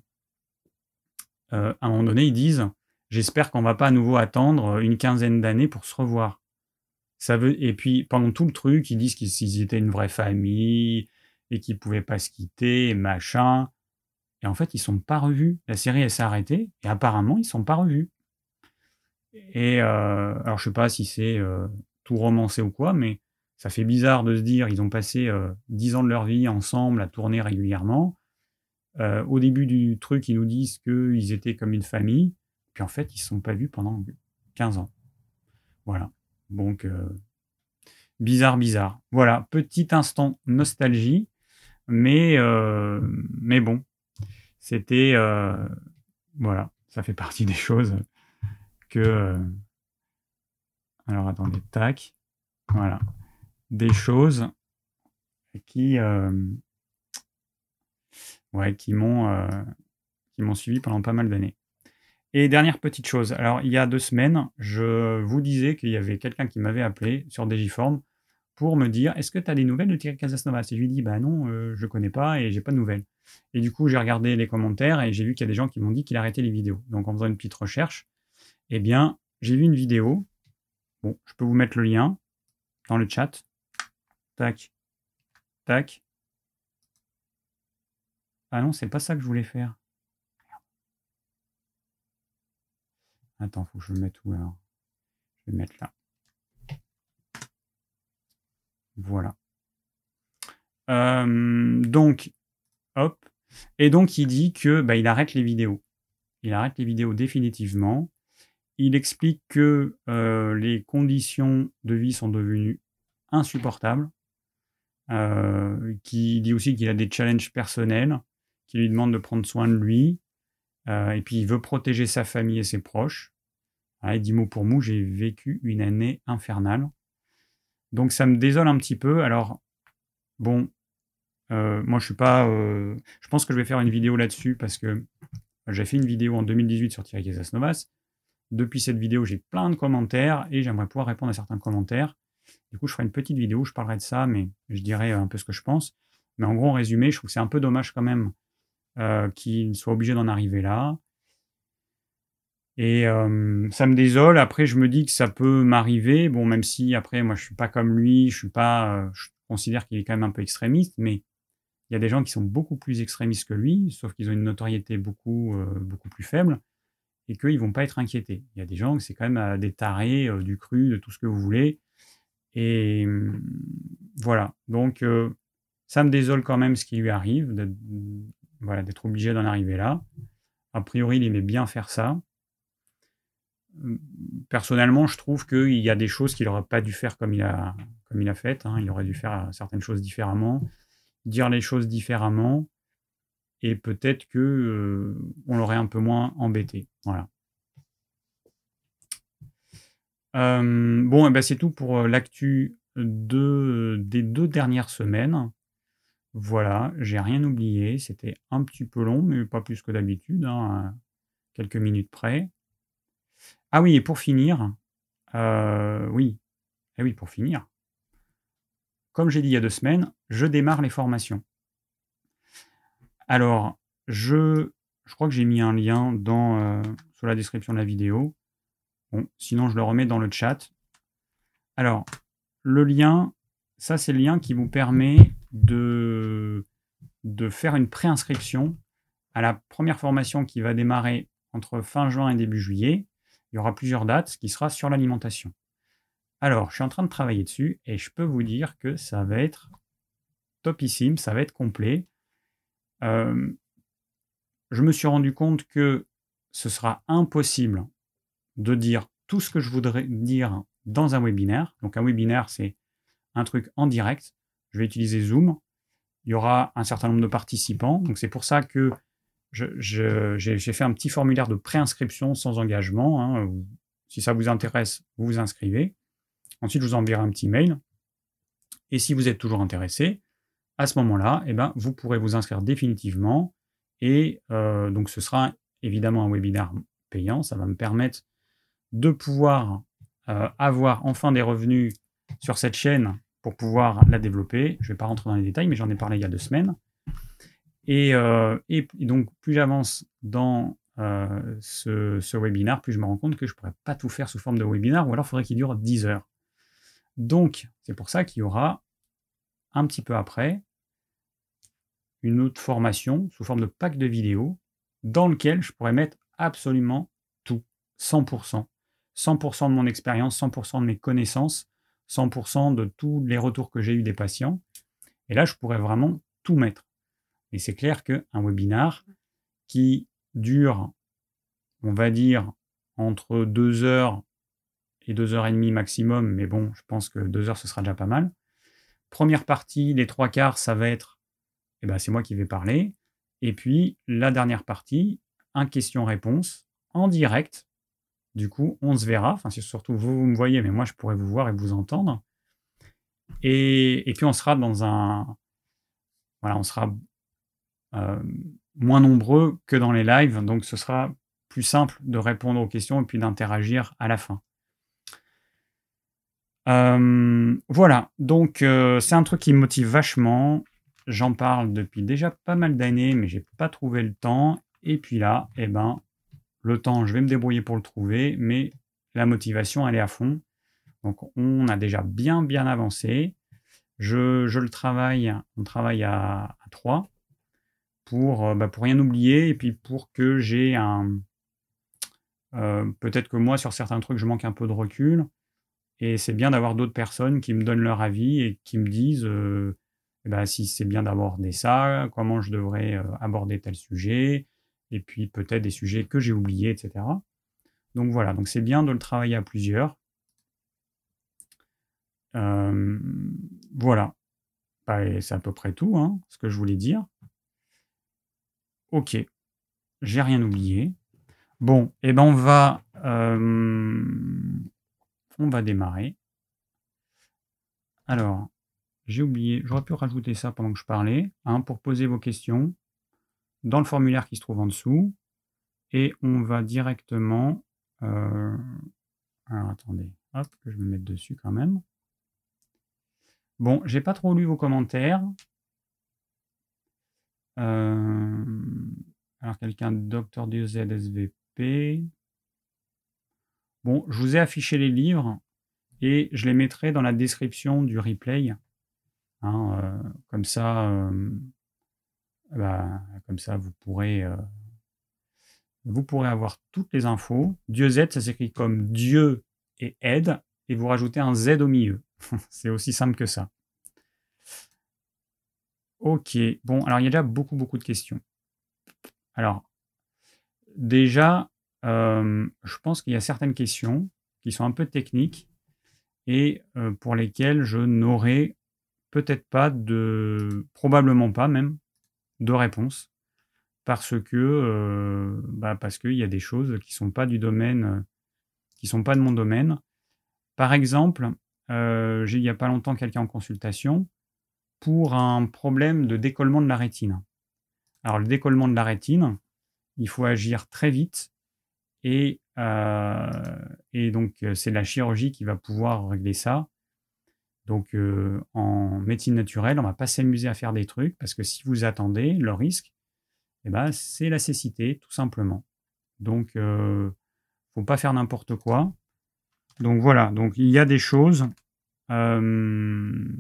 euh, à un moment donné, ils disent j'espère qu'on va pas à nouveau attendre une quinzaine d'années pour se revoir. Ça veut, et puis pendant tout le truc, ils disent qu'ils s'ils étaient une vraie famille et qu'ils pouvaient pas se quitter, et machin. Et en fait, ils sont pas revus. La série, elle s'est arrêtée et apparemment, ils sont pas revus. Et euh, alors, je sais pas si c'est euh, tout romancé ou quoi, mais ça fait bizarre de se dire ils ont passé euh, dix ans de leur vie ensemble à tourner régulièrement. Euh, au début du truc, ils nous disent qu'ils étaient comme une famille, puis en fait, ils se sont pas vus pendant quinze ans. Voilà. Donc, euh, bizarre, bizarre. Voilà, petit instant nostalgie, mais, euh, mais bon, c'était... euh, voilà, ça fait partie des choses que... euh, alors, attendez, tac. Voilà. Des choses qui, euh, ouais, qui m'ont euh, qui m'ont suivi pendant pas mal d'années. Et dernière petite chose, alors il y a deux semaines, je vous disais qu'il y avait quelqu'un qui m'avait appelé sur Digiform pour me dire est-ce que tu as des nouvelles de Thierry Casasnovas? Et je lui dis bah non, euh, je connais pas et j'ai pas de nouvelles. Et du coup, j'ai regardé les commentaires et j'ai vu qu'il y a des gens qui m'ont dit qu'il arrêtait les vidéos. Donc en faisant une petite recherche, eh bien, j'ai vu une vidéo. Bon, je peux vous mettre le lien dans le chat. Tac, tac. Ah non, c'est pas ça que je voulais faire. Attends, faut que je le mette où alors? Je vais le mettre là. Voilà. Euh, donc, hop. Et donc, il dit que bah, il arrête les vidéos. Il arrête les vidéos définitivement. Il explique que euh, les conditions de vie sont devenues insupportables. Euh, qui dit aussi qu'il a des challenges personnels, qui lui demandent de prendre soin de lui. Euh, et puis, il veut protéger sa famille et ses proches. Ah, il dit mot pour mot, j'ai vécu une année infernale. Donc, ça me désole un petit peu. Alors, bon, euh, moi, je suis pas. Euh, je pense que je vais faire une vidéo là-dessus parce que j'ai fait une vidéo en deux mille dix-huit sur Thierry Casasnovas. Depuis cette vidéo, j'ai plein de commentaires et j'aimerais pouvoir répondre à certains commentaires. Du coup, je ferai une petite vidéo où je parlerai de ça, mais je dirai un peu ce que je pense. Mais en gros, en résumé, je trouve que c'est un peu dommage quand même euh, qu'il soit obligé d'en arriver là. Et euh, ça me désole. Après, je me dis que ça peut m'arriver. Bon, même si après, moi, je suis pas comme lui, je suis pas. Euh, je considère qu'il est quand même un peu extrémiste, mais il y a des gens qui sont beaucoup plus extrémistes que lui, sauf qu'ils ont une notoriété beaucoup, euh, beaucoup plus faible et qu'ils vont pas être inquiétés. Il y a des gens, c'est quand même euh, des tarés, euh, du cru, de tout ce que vous voulez. Et euh, voilà. Donc, euh, ça me désole quand même ce qui lui arrive, d'être, voilà, d'être obligé d'en arriver là. A priori, il aimait bien faire ça. Personnellement, je trouve qu'il y a des choses qu'il n'aurait pas dû faire comme il a, comme il a fait. Hein. Il aurait dû faire certaines choses différemment. dire les choses différemment et peut-être que euh, on l'aurait un peu moins embêté. Voilà. Euh, bon, eh ben, c'est tout pour euh, l'actu de, des deux dernières semaines. Voilà, j'ai rien oublié. C'était un petit peu long, mais pas plus que d'habitude, hein, à quelques minutes près. Ah oui, et pour finir, euh, oui, eh oui, pour finir, comme j'ai dit il y a deux semaines, je démarre les formations. Alors, je, je crois que j'ai mis un lien dans, euh, sous la description de la vidéo. Bon, sinon, je le remets dans le chat. Alors, le lien, ça, c'est le lien qui vous permet de, de faire une préinscription à la première formation qui va démarrer entre fin juin et début juillet. Il y aura plusieurs dates, ce qui sera sur l'alimentation. Alors, je suis en train de travailler dessus et je peux vous dire que ça va être topissime, ça va être complet. Euh, je me suis rendu compte que ce sera impossible de dire tout ce que je voudrais dire dans un webinaire. Donc un webinaire, c'est un truc en direct. Je vais utiliser Zoom. Il y aura un certain nombre de participants. Donc c'est pour ça que je, je, j'ai, j'ai fait un petit formulaire de préinscription sans engagement. Hein. Si ça vous intéresse, vous vous inscrivez. Ensuite, je vous enverrai un petit mail. Et si vous êtes toujours intéressé, à ce moment-là, eh ben, vous pourrez vous inscrire définitivement. Et euh, donc, ce sera évidemment un webinaire payant. Ça va me permettre de pouvoir euh, avoir enfin des revenus sur cette chaîne pour pouvoir la développer. Je ne vais pas rentrer dans les détails, mais j'en ai parlé il y a deux semaines. Et, euh, et, et donc, plus j'avance dans euh, ce, ce webinaire, plus je me rends compte que je ne pourrais pas tout faire sous forme de webinaire, ou alors il faudrait qu'il dure dix heures. Donc, c'est pour ça qu'il y aura un petit peu après une autre formation sous forme de pack de vidéos dans lequel je pourrais mettre absolument tout, cent pour cent. cent pour cent de mon expérience, cent pour cent de mes connaissances, cent pour cent de tous les retours que j'ai eus des patients. Et là, je pourrais vraiment tout mettre. Et c'est clair qu'un webinar qui dure, on va dire, entre deux heures et deux heures et demie maximum, mais bon, je pense que deux heures, ce sera déjà pas mal. Première partie, les trois quarts, ça va être, eh ben, c'est moi qui vais parler. Et puis, la dernière partie, un question-réponse en direct. Du coup, on se verra. Enfin, c'est surtout vous, vous me voyez, mais moi, je pourrais vous voir et vous entendre. Et, et puis, on sera dans un... Voilà, on sera euh, moins nombreux que dans les lives. Donc, ce sera plus simple de répondre aux questions et puis d'interagir à la fin. Euh, voilà. Donc, euh, c'est un truc qui me motive vachement. J'en parle depuis déjà pas mal d'années, mais j'ai pas trouvé le temps. Et puis là, eh ben, le temps, je vais me débrouiller pour le trouver, mais la motivation, elle est à fond. Donc, on a déjà bien, bien avancé. Je, je le travaille, on travaille à, à trois pour, euh, bah, pour rien oublier et puis pour que j'ai un... Euh, peut-être que moi, sur certains trucs, je manque un peu de recul. Et c'est bien d'avoir d'autres personnes qui me donnent leur avis et qui me disent euh, eh ben, si c'est bien d'aborder ça, comment je devrais euh, aborder tel sujet, et puis peut-être des sujets que j'ai oubliés, et cetera. Donc voilà, donc c'est bien de le travailler à plusieurs. Euh, voilà, bah, c'est à peu près tout, hein, ce que je voulais dire. Ok, j'ai rien oublié. Bon, et eh ben on va, euh, on va démarrer. Alors, j'ai oublié, j'aurais pu rajouter ça pendant que je parlais, hein, pour poser vos questions dans le formulaire qui se trouve en dessous. Et on va directement... Euh, alors attendez, hop, que je me mette dessus quand même. Bon, j'ai pas trop lu vos commentaires. Euh, alors quelqu'un, Docteur Dieu S V P. Bon, je vous ai affiché les livres et je les mettrai dans la description du replay. Hein, euh, comme ça, euh, bah, comme ça, vous pourrez, euh, vous pourrez avoir toutes les infos. Dieu Z, ça s'écrit comme Dieu et aide, et vous rajoutez un Z au milieu. C'est aussi simple que ça. Ok, bon, alors il y a déjà beaucoup, beaucoup de questions. Alors, déjà, euh, je pense qu'il y a certaines questions qui sont un peu techniques et euh, pour lesquelles je n'aurai peut-être pas de probablement pas même, de réponse. Parce que, heu, bah, parce qu'il y a des choses qui sont pas du domaine, heu, qui sont pas de mon domaine. Par exemple, heu, j'ai eu il y a pas longtemps quelqu'un en consultation pour un problème de décollement de la rétine. Alors le décollement de la rétine, il faut agir très vite et heu et donc heu, c'est la chirurgie qui va pouvoir régler ça. Donc heu, en médecine naturelle, on va pas s'amuser à faire des trucs parce que si vous attendez, le risque, et ben, c'est la cécité tout simplement. Donc heu, faut pas faire n'importe quoi. Donc voilà, donc il y a des choses, hem,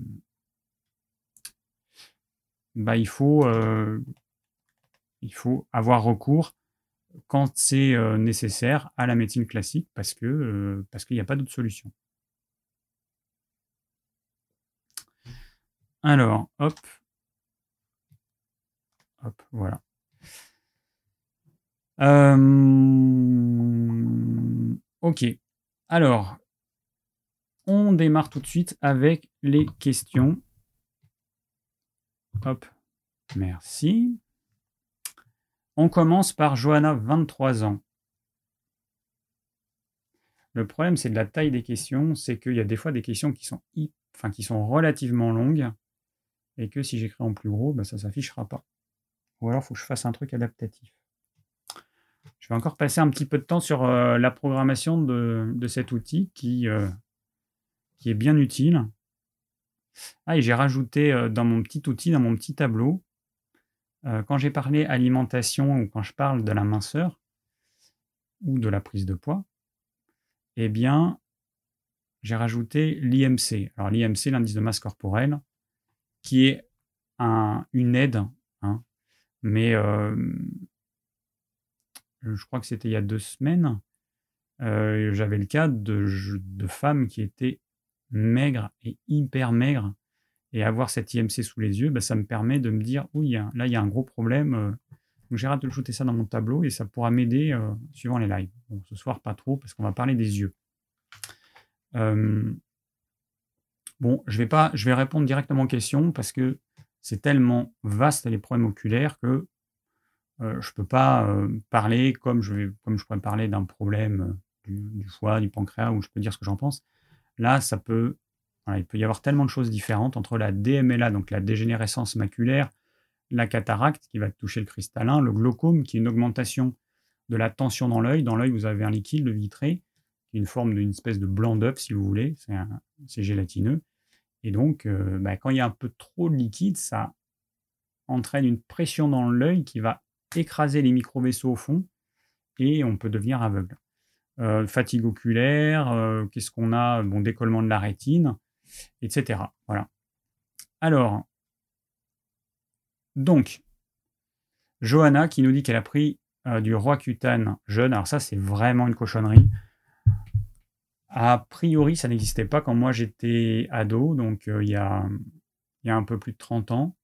bah, il faut, heu, il faut avoir recours quand c'est, heu, nécessaire à la médecine classique parce que, heu, parce qu'il y a pas d'autre solution. Alors, hop, hop, voilà. Hem, OK. Alors, on démarre tout de suite avec les questions. Hop, merci. On commence par Johanna, vingt-trois ans. Le problème, c'est de la taille des questions, c'est qu'il y a des fois des questions qui sont hy enfin, qui sont relativement longues et que si j'écris en plus gros, bah, ça s'affichera pas. Ou alors, il faut que je fasse un truc adaptatif. Je vais encore passer un petit peu de temps sur, heu, la programmation de de cet outil qui, heu, qui est bien utile. Ah et j'ai rajouté, heu, dans mon petit outil, dans mon petit tableau, heu, quand j'ai parlé alimentation ou quand je parle de la minceur ou de la prise de poids, eh bien, j'ai rajouté l'I M C. Alors l'I M C, l'indice de masse corporelle, qui est un une aide, hein, mais hem, je crois que c'était il y a deux semaines, heu, j'avais le cas de je de femmes qui étaient maigres et hyper maigres et avoir cet I M C sous les yeux, bah, ça me permet de me dire: «Oui, il y a là, il y a un gros problème», heu, donc j'ai hâte de shooter ça dans mon tableau et ça pourra m'aider, heu, suivant les lives. Bon, ce soir, pas trop parce qu'on va parler des yeux. Hem, bon, je vais pas je vais répondre directement aux questions parce que c'est tellement vaste les problèmes oculaires que, heu, je peux pas, heu, parler comme je vais comme je pourrais parler d'un problème, heu, du du foie, du pancréas où je peux dire ce que j'en pense. Là, ça peut voilà, il peut y avoir tellement de choses différentes entre la D M L A, donc la dégénérescence maculaire, la cataracte qui va toucher le cristallin, le glaucome qui est une augmentation de la tension dans l'œil. Dans l'œil, vous avez un liquide, le vitré, qui est une forme d'une espèce de blanc d'œuf, si vous voulez. C'est un c'est gélatineux et donc heu, bah, quand il y a un peu trop de liquide, ça entraîne une pression dans l'œil qui va écraser les micro-vaisseaux au fond et on peut devenir aveugle. Heu, fatigue oculaire, heu, qu'est-ce qu'on a? Bon, décollement de la rétine et cetera. Voilà. Alors, donc, Johanna qui nous dit qu'elle a pris, heu, du Roaccutane jeune. Alors ça, c'est vraiment une cochonnerie. A priori, ça n'existait pas quand moi j'étais ado, donc heu, il y a il y a un peu plus de trente ans.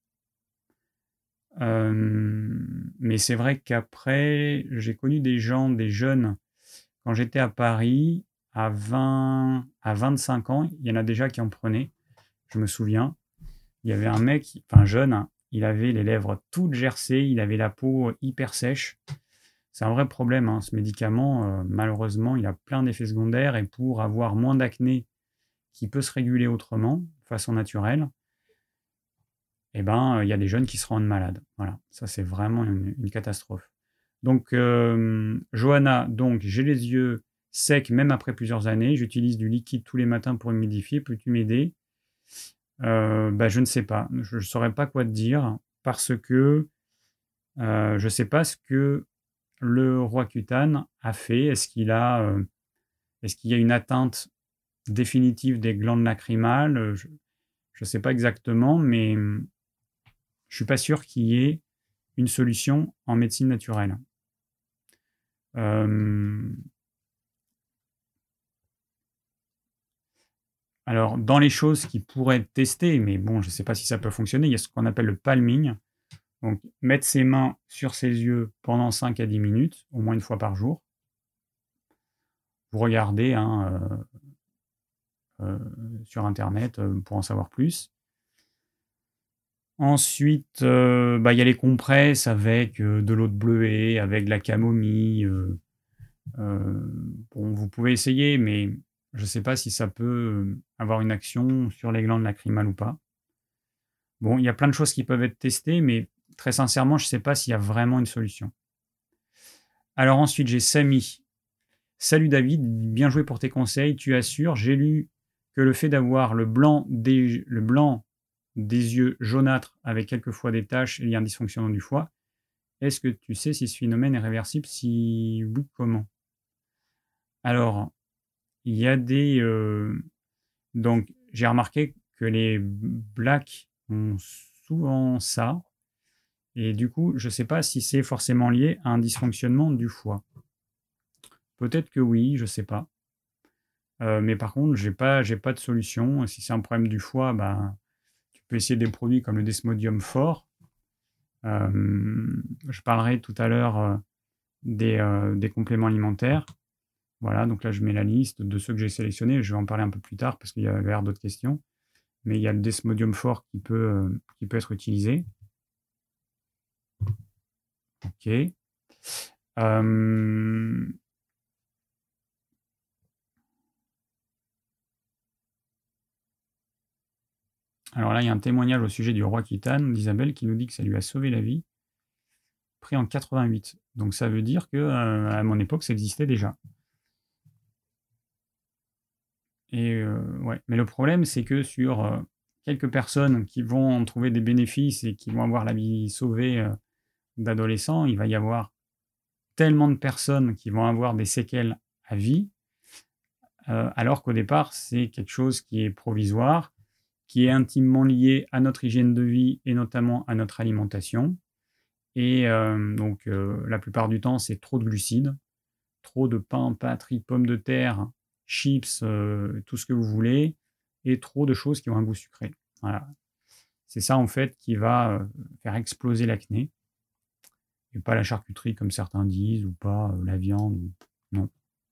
Hem, mais c'est vrai qu'après, j'ai connu des gens, des jeunes, quand j'étais à Paris, à vingt à vingt-cinq ans, il y en a déjà qui en prenaient, je me souviens. Il y avait un mec, enfin jeune, hein, il avait les lèvres toutes gercées, il avait la peau hyper sèche. C'est un vrai problème, hein, ce médicament, heu, malheureusement, il a plein d'effets secondaires et pour avoir moins d'acné qui peut se réguler autrement, de façon naturelle, et ben, heu, il y a des jeunes qui se rendent malades. Voilà, ça c'est vraiment une une catastrophe. Donc, hem, Johanna, donc j'ai les yeux secs même après plusieurs années, j'utilise du liquide tous les matins pour humidifier, peux-tu m'aider? Heu, bah, je ne sais pas, je ne saurais pas quoi te dire parce que, heu, je ne sais pas ce que le Roaccutane a fait. Est-ce qu'il a, heu, est-ce qu'il y a une atteinte définitive des glandes lacrymales? Heu, je ne sais pas exactement, mais, mmh, je suis pas sûr qu'il y ait une solution en médecine naturelle. Hem, alors dans les choses qui pourraient être testées, mais bon, je ne sais pas si ça peut fonctionner, il y a ce qu'on appelle le palming. Donc mettre ses mains sur ses yeux pendant cinq à dix minutes, au moins une fois par jour. Vous regardez, hein, heu heu, sur internet, heu, pour en savoir plus. Ensuite, euh, bah, il y a les compresses avec euh, de l'eau de bleuet, avec de la camomille. euh, euh, bon, vous pouvez essayer, mais je ne sais pas si ça peut euh, avoir une action sur les glandes lacrymales ou pas. Bon, il y a plein de choses qui peuvent être testées, mais très sincèrement, je ne sais pas s'il y a vraiment une solution. Alors ensuite, j'ai Samy. Salut David, bien joué pour tes conseils. Tu assures, j'ai lu que le fait d'avoir le blanc des, le blanc des yeux jaunâtres avec quelquefois des taches est lié à un dysfonctionnement du foie. Est-ce que tu sais si ce phénomène est réversible? Si oui, comment? Alors, il y a des... euh, donc, j'ai remarqué que les blacks ont souvent ça. Et du coup, je ne sais pas si c'est forcément lié à un dysfonctionnement du foie. Peut-être que oui, je ne sais pas. Euh, mais par contre, j'ai pas, j'ai pas de solution. Si c'est un problème du foie, bah, tu peux essayer des produits comme le Desmodium fort. Euh, je parlerai tout à l'heure euh, des, euh, des compléments alimentaires. Voilà, donc là, je mets la liste de ceux que j'ai sélectionnés. Je vais en parler un peu plus tard parce qu'il y a l'air d'autres questions. Mais il y a le Desmodium fort qui peut, euh, qui peut être utilisé. OK. Euh, alors là, il y a un témoignage au sujet du roi Kitane d'Isabelle qui nous dit que ça lui a sauvé la vie, pris en quatre-vingt-huit. Donc ça veut dire que euh, à mon époque, ça existait déjà. Et euh, ouais. Mais le problème, c'est que sur euh, quelques personnes qui vont en trouver des bénéfices et qui vont avoir la vie sauvée euh, d'adolescents, il va y avoir tellement de personnes qui vont avoir des séquelles à vie, euh, alors qu'au départ, c'est quelque chose qui est provisoire, qui est intimement lié à notre hygiène de vie et notamment à notre alimentation. Et euh, donc, euh, la plupart du temps, c'est trop de glucides, trop de pain, pâtes, riz, pommes de terre, chips, euh, tout ce que vous voulez, et trop de choses qui ont un goût sucré. Voilà. C'est ça, en fait, qui va euh, faire exploser l'acné. Et pas la charcuterie, comme certains disent, ou pas euh, la viande. Ou... Non.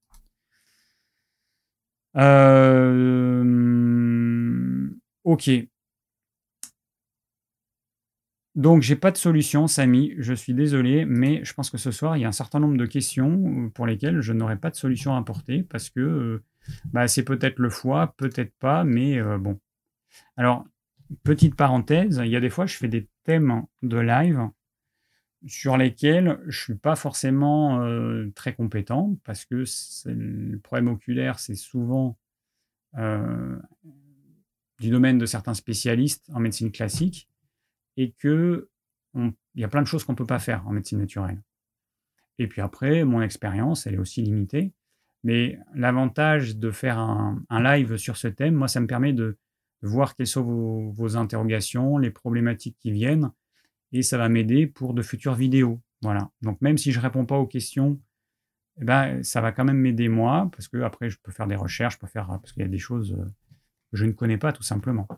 Euh... Ok. Donc, j'ai pas de solution, Samy. Je suis désolé, mais je pense que ce soir, il y a un certain nombre de questions euh, pour lesquelles je n'aurai pas de solution à apporter parce que euh, bah, c'est peut-être le foie, peut-être pas, mais euh, bon. Alors, petite parenthèse, il y a des fois, je fais des thèmes de live sur lesquels je suis pas forcément euh, très compétent parce que le problème oculaire, c'est souvent euh, du domaine de certains spécialistes en médecine classique et que on, il y a plein de choses qu'on ne peut pas faire en médecine naturelle. Et puis après, mon expérience, elle est aussi limitée. Mais l'avantage de faire un, un live sur ce thème, moi, ça me permet de, de voir quelles sont vos, vos interrogations, les problématiques qui viennent, et ça va m'aider pour de futures vidéos. Voilà. Donc même si je ne réponds pas aux questions, eh ben, ça va quand même m'aider moi, parce que après, je peux faire des recherches, je peux faire, parce qu'il y a des choses que je ne connais pas, tout simplement.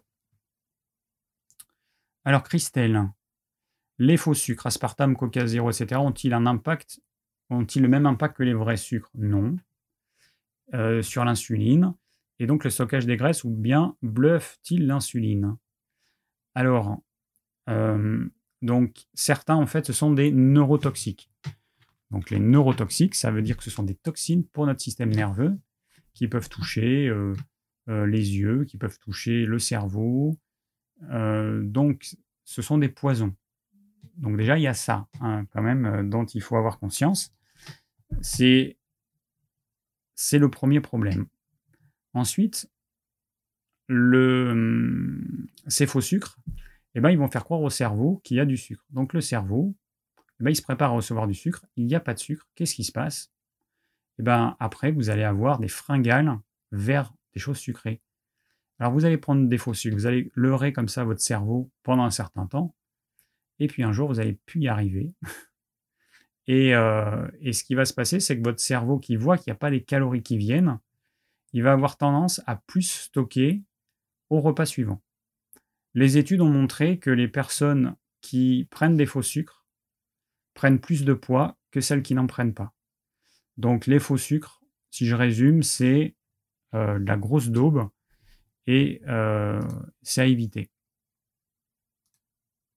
Alors, Christelle, les faux sucres, aspartame, coca zéro, et cetera, ont-ils un impact, ont-ils le même impact que les vrais sucres? Non. Euh, sur l'insuline. Et donc, le stockage des graisses, ou bien bluffe-t-il l'insuline? Alors, euh, donc, certains, en fait, ce sont des neurotoxiques. Donc, les neurotoxiques, ça veut dire que ce sont des toxines pour notre système nerveux qui peuvent toucher euh, euh, les yeux, qui peuvent toucher le cerveau. Euh, donc, ce sont des poisons. Donc déjà, il y a ça, hein, quand même, euh, dont il faut avoir conscience. C'est, c'est le premier problème. Ensuite, le, ces faux sucres, eh ben, ils vont faire croire au cerveau qu'il y a du sucre. Donc le cerveau, eh ben, il se prépare à recevoir du sucre. Il n'y a pas de sucre. Qu'est-ce qui se passe? Eh ben, après, vous allez avoir des fringales vers des choses sucrées. Alors vous allez prendre des faux sucres, vous allez leurrer comme ça votre cerveau pendant un certain temps, et puis un jour, vous n'allez plus y arriver. Et, euh, et ce qui va se passer, c'est que votre cerveau qui voit qu'il n'y a pas les calories qui viennent, il va avoir tendance à plus stocker au repas suivant. Les études ont montré que les personnes qui prennent des faux sucres prennent plus de poids que celles qui n'en prennent pas. Donc les faux sucres, si je résume, c'est euh, de la grosse daube et euh, c'est à éviter.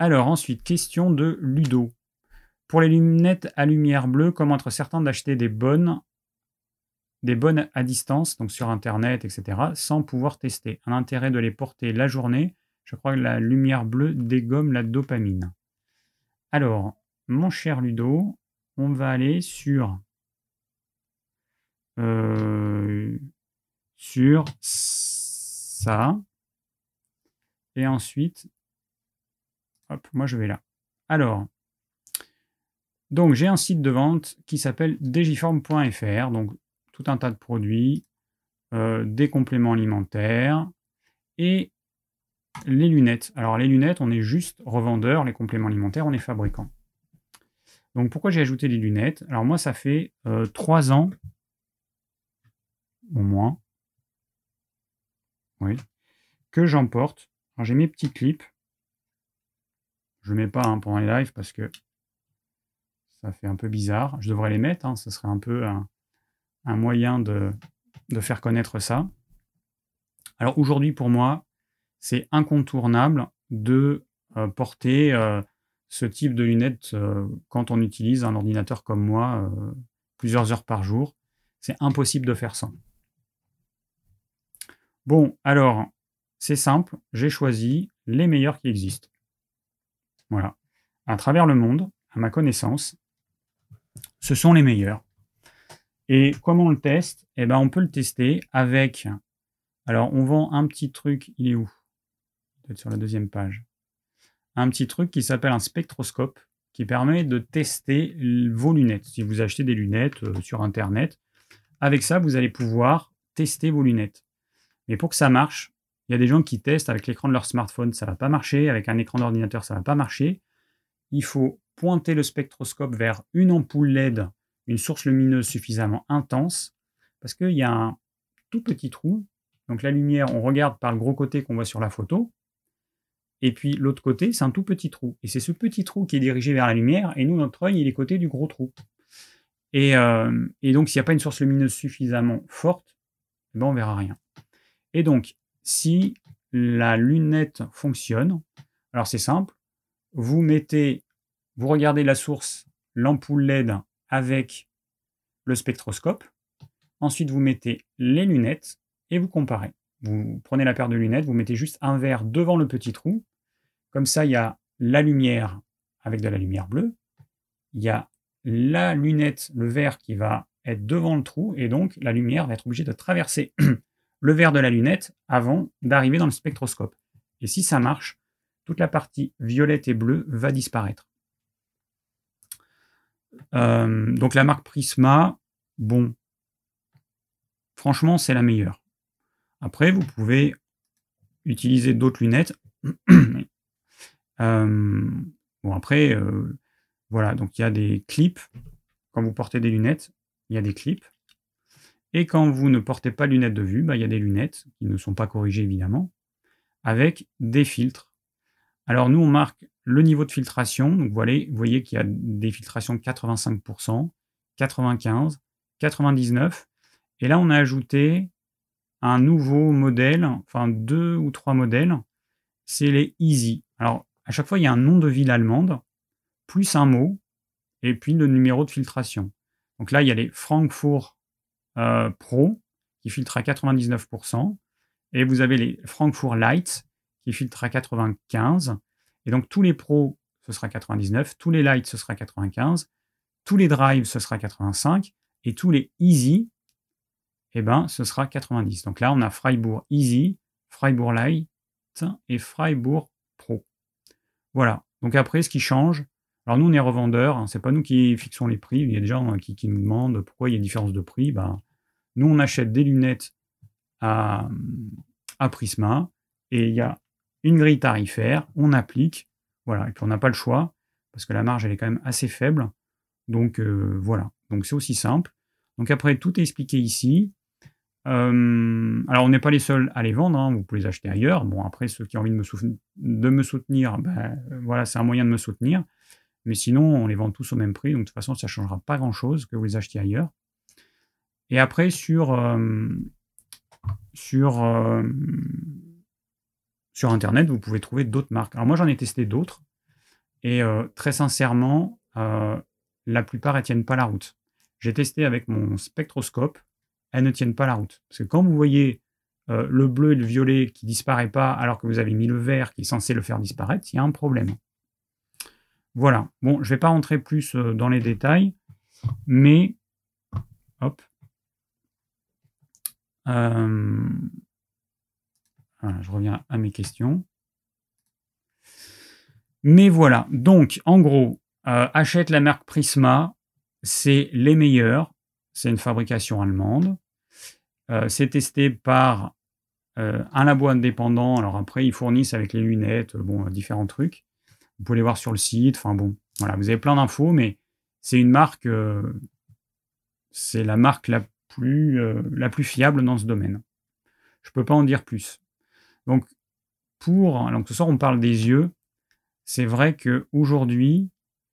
Alors ensuite, question de Ludo. Pour les lunettes à lumière bleue, comment être certain d'acheter des bonnes, des bonnes à distance, donc sur Internet, et cetera, sans pouvoir tester? Un intérêt de les porter la journée. Je crois que la lumière bleue dégomme la dopamine. Alors, mon cher Ludo, on va aller sur, euh, sur ça. Et ensuite, hop, moi je vais là. Alors, donc j'ai un site de vente qui s'appelle digiform point f r, donc tout un tas de produits, euh, des compléments alimentaires et les lunettes. Alors les lunettes, on est juste revendeur, les compléments alimentaires, on est fabricant. Donc pourquoi j'ai ajouté les lunettes? Alors moi, ça fait euh, trois ans, au moins, oui, que j'en porte. Alors j'ai mes petits clips. Je ne mets pas hein, pendant les lives parce que ça fait un peu bizarre. Je devrais les mettre, hein, ce serait un peu un, un moyen de, de faire connaître ça. Alors aujourd'hui, pour moi, c'est incontournable de euh, porter euh, ce type de lunettes euh, quand on utilise un ordinateur comme moi euh, plusieurs heures par jour. C'est impossible de faire sans. Bon, alors, c'est simple, j'ai choisi les meilleurs qui existent. Voilà. À travers le monde, à ma connaissance, ce sont les meilleurs. Et comment on le teste? Eh ben, on peut le tester avec... Alors, on vend un petit truc, il est où? Peut-être sur la deuxième page. Un petit truc qui s'appelle un spectroscope qui permet de tester vos lunettes. Si vous achetez des lunettes euh, sur Internet, avec ça, vous allez pouvoir tester vos lunettes. Mais pour que ça marche, il y a des gens qui testent avec l'écran de leur smartphone, ça ne va pas marcher. Avec un écran d'ordinateur, ça ne va pas marcher. Il faut pointer le spectroscope vers une ampoule L E D, une source lumineuse suffisamment intense, parce qu'il y a un tout petit trou. Donc la lumière, on regarde par le gros côté qu'on voit sur la photo. Et puis l'autre côté, c'est un tout petit trou. Et c'est ce petit trou qui est dirigé vers la lumière. Et nous, notre œil, il est côté du gros trou. Et, euh, et donc, s'il n'y a pas une source lumineuse suffisamment forte, ben, on ne verra rien. Et donc, si la lunette fonctionne, alors c'est simple, vous mettez, vous regardez la source, l'ampoule L E D avec le spectroscope. Ensuite, vous mettez les lunettes et vous comparez. Vous prenez la paire de lunettes, vous mettez juste un verre devant le petit trou. Comme ça, il y a la lumière avec de la lumière bleue. Il y a la lunette, le verre qui va être devant le trou. Et donc, la lumière va être obligée de traverser le verre de la lunette avant d'arriver dans le spectroscope. Et si ça marche, toute la partie violette et bleue va disparaître. Euh, donc la marque Prisma, bon, franchement, c'est la meilleure. Après, vous pouvez utiliser d'autres lunettes. euh, bon, après, euh, voilà, donc il y a des clips. Quand vous portez des lunettes, il y a des clips. Et quand vous ne portez pas de lunettes de vue, bah, il y a des lunettes qui ne sont pas corrigées évidemment, avec des filtres. Alors nous, on marque le niveau de filtration. Donc voilà, vous voyez qu'il y a des filtrations de quatre-vingt-cinq pour cent, quatre-vingt-quinze, quatre-vingt-dix-neuf. Et là, on a ajouté un nouveau modèle, enfin deux ou trois modèles. C'est les Easy. Alors, à chaque fois, il y a un nom de ville allemande, plus un mot, et puis le numéro de filtration. Donc là, il y a les Frankfurt euh, Pro, qui filtrent à quatre-vingt-dix-neuf pour cent. Et vous avez les Frankfurt Light, qui filtrent à quatre-vingt-quinze. Et donc, tous les Pro, ce sera quatre-vingt-dix-neuf. Tous les Light, ce sera quatre-vingt-quinze. Tous les Drive, ce sera quatre-vingt-cinq. Et tous les Easy, eh ben, ce sera quatre-vingt-dix. Donc là, on a Freiburg Easy, Freiburg Light et Freiburg Pro. Voilà. Donc après, ce qui change, alors nous, on est revendeurs, hein, c'est pas nous qui fixons les prix. Il y a des gens qui, qui nous demandent pourquoi il y a une différence de prix. Ben, nous, on achète des lunettes à, à Prisma et il y a une grille tarifaire, on applique, voilà, et puis on n'a pas le choix parce que la marge, elle est quand même assez faible. Donc euh, voilà, donc c'est aussi simple. Donc après, tout est expliqué ici. Euh, alors, on n'est pas les seuls à les vendre, hein, vous pouvez les acheter ailleurs. Bon, après, ceux qui ont envie de me, soutenir, de me soutenir, ben, voilà, c'est un moyen de me soutenir. Mais sinon, on les vend tous au même prix. Donc, de toute façon, ça ne changera pas grand-chose que vous les achetiez ailleurs. Et après, sur, euh, sur, euh, sur Internet, vous pouvez trouver d'autres marques. Alors, moi, j'en ai testé d'autres. Et euh, très sincèrement, euh, la plupart, elles ne tiennent pas la route. J'ai testé avec mon spectroscope, elles ne tiennent pas la route. Parce que quand vous voyez euh, le bleu et le violet qui ne disparaît pas alors que vous avez mis le vert qui est censé le faire disparaître, il y a un problème. Voilà. Bon, je ne vais pas rentrer plus euh, dans les détails, mais hop. Euh, voilà, je reviens à mes questions. Mais voilà. Donc, en gros, euh, achète la marque Prisma. C'est les meilleurs. C'est une fabrication allemande. Euh, c'est testé par euh, un labo indépendant. Alors après, ils fournissent avec les lunettes, bon, différents trucs. Vous pouvez les voir sur le site. Enfin bon, voilà, vous avez plein d'infos, mais c'est une marque, euh, c'est la marque la plus, euh, la plus fiable dans ce domaine. Je ne peux pas en dire plus. Donc, pour, donc ce soir, on parle des yeux. C'est vrai qu'aujourd'hui,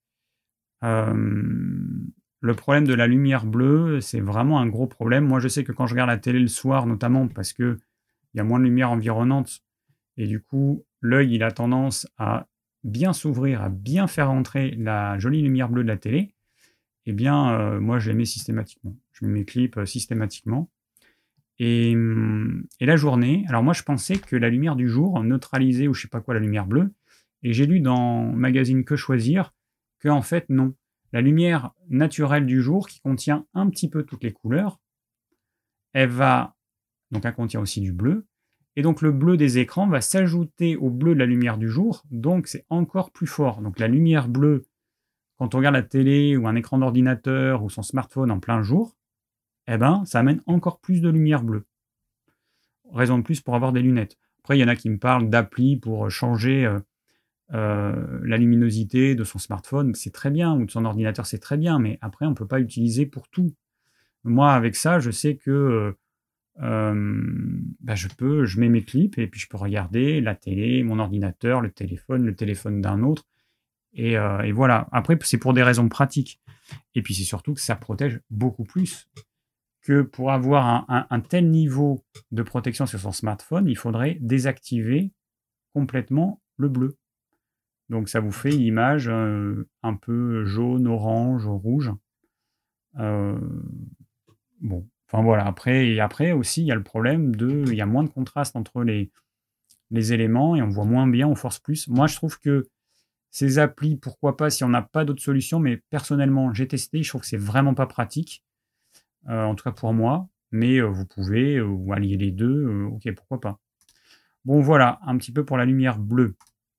euh, le problème de la lumière bleue, c'est vraiment un gros problème. Moi, je sais que quand je regarde la télé le soir, notamment parce qu'il y a moins de lumière environnante, et du coup, l'œil, il a tendance à bien s'ouvrir, à bien faire entrer la jolie lumière bleue de la télé, eh bien, euh, moi, je les mets systématiquement. Je mets mes clips euh, systématiquement. Et, et la journée, alors moi, je pensais que la lumière du jour neutralisait, ou je sais pas quoi, la lumière bleue, et j'ai lu dans le magazine Que Choisir que, en fait, non. La lumière naturelle du jour, qui contient un petit peu toutes les couleurs, elle va, donc elle contient aussi du bleu, et donc le bleu des écrans va s'ajouter au bleu de la lumière du jour, donc c'est encore plus fort. Donc la lumière bleue, quand on regarde la télé ou un écran d'ordinateur ou son smartphone en plein jour, eh ben, ça amène encore plus de lumière bleue. Raison de plus pour avoir des lunettes. Après, il y en a qui me parlent d'appli pour changer euh, euh, la luminosité de son smartphone. C'est très bien, ou de son ordinateur, c'est très bien, mais après, on ne peut pas utiliser pour tout. Moi, avec ça, je sais que euh, bah, je peux, je mets mes clips et puis je peux regarder la télé, mon ordinateur, le téléphone, le téléphone d'un autre. Et, euh, et voilà. Après, c'est pour des raisons pratiques. Et puis, c'est surtout que ça protège beaucoup plus que pour avoir un, un, un tel niveau de protection sur son smartphone, il faudrait désactiver complètement le bleu. Donc, ça vous fait une image euh, un peu jaune, orange, rouge. Euh, bon, enfin voilà. Après, et après aussi, il y a le problème de, il y a moins de contraste entre les, les éléments et on voit moins bien, on force plus. Moi, je trouve que ces applis, pourquoi pas, si on n'a pas d'autres solutions, mais personnellement, j'ai testé, je trouve que c'est vraiment pas pratique, euh, en tout cas pour moi, mais euh, vous pouvez euh, ou allier les deux, euh, ok, pourquoi pas. Bon, voilà, un petit peu pour la lumière bleue.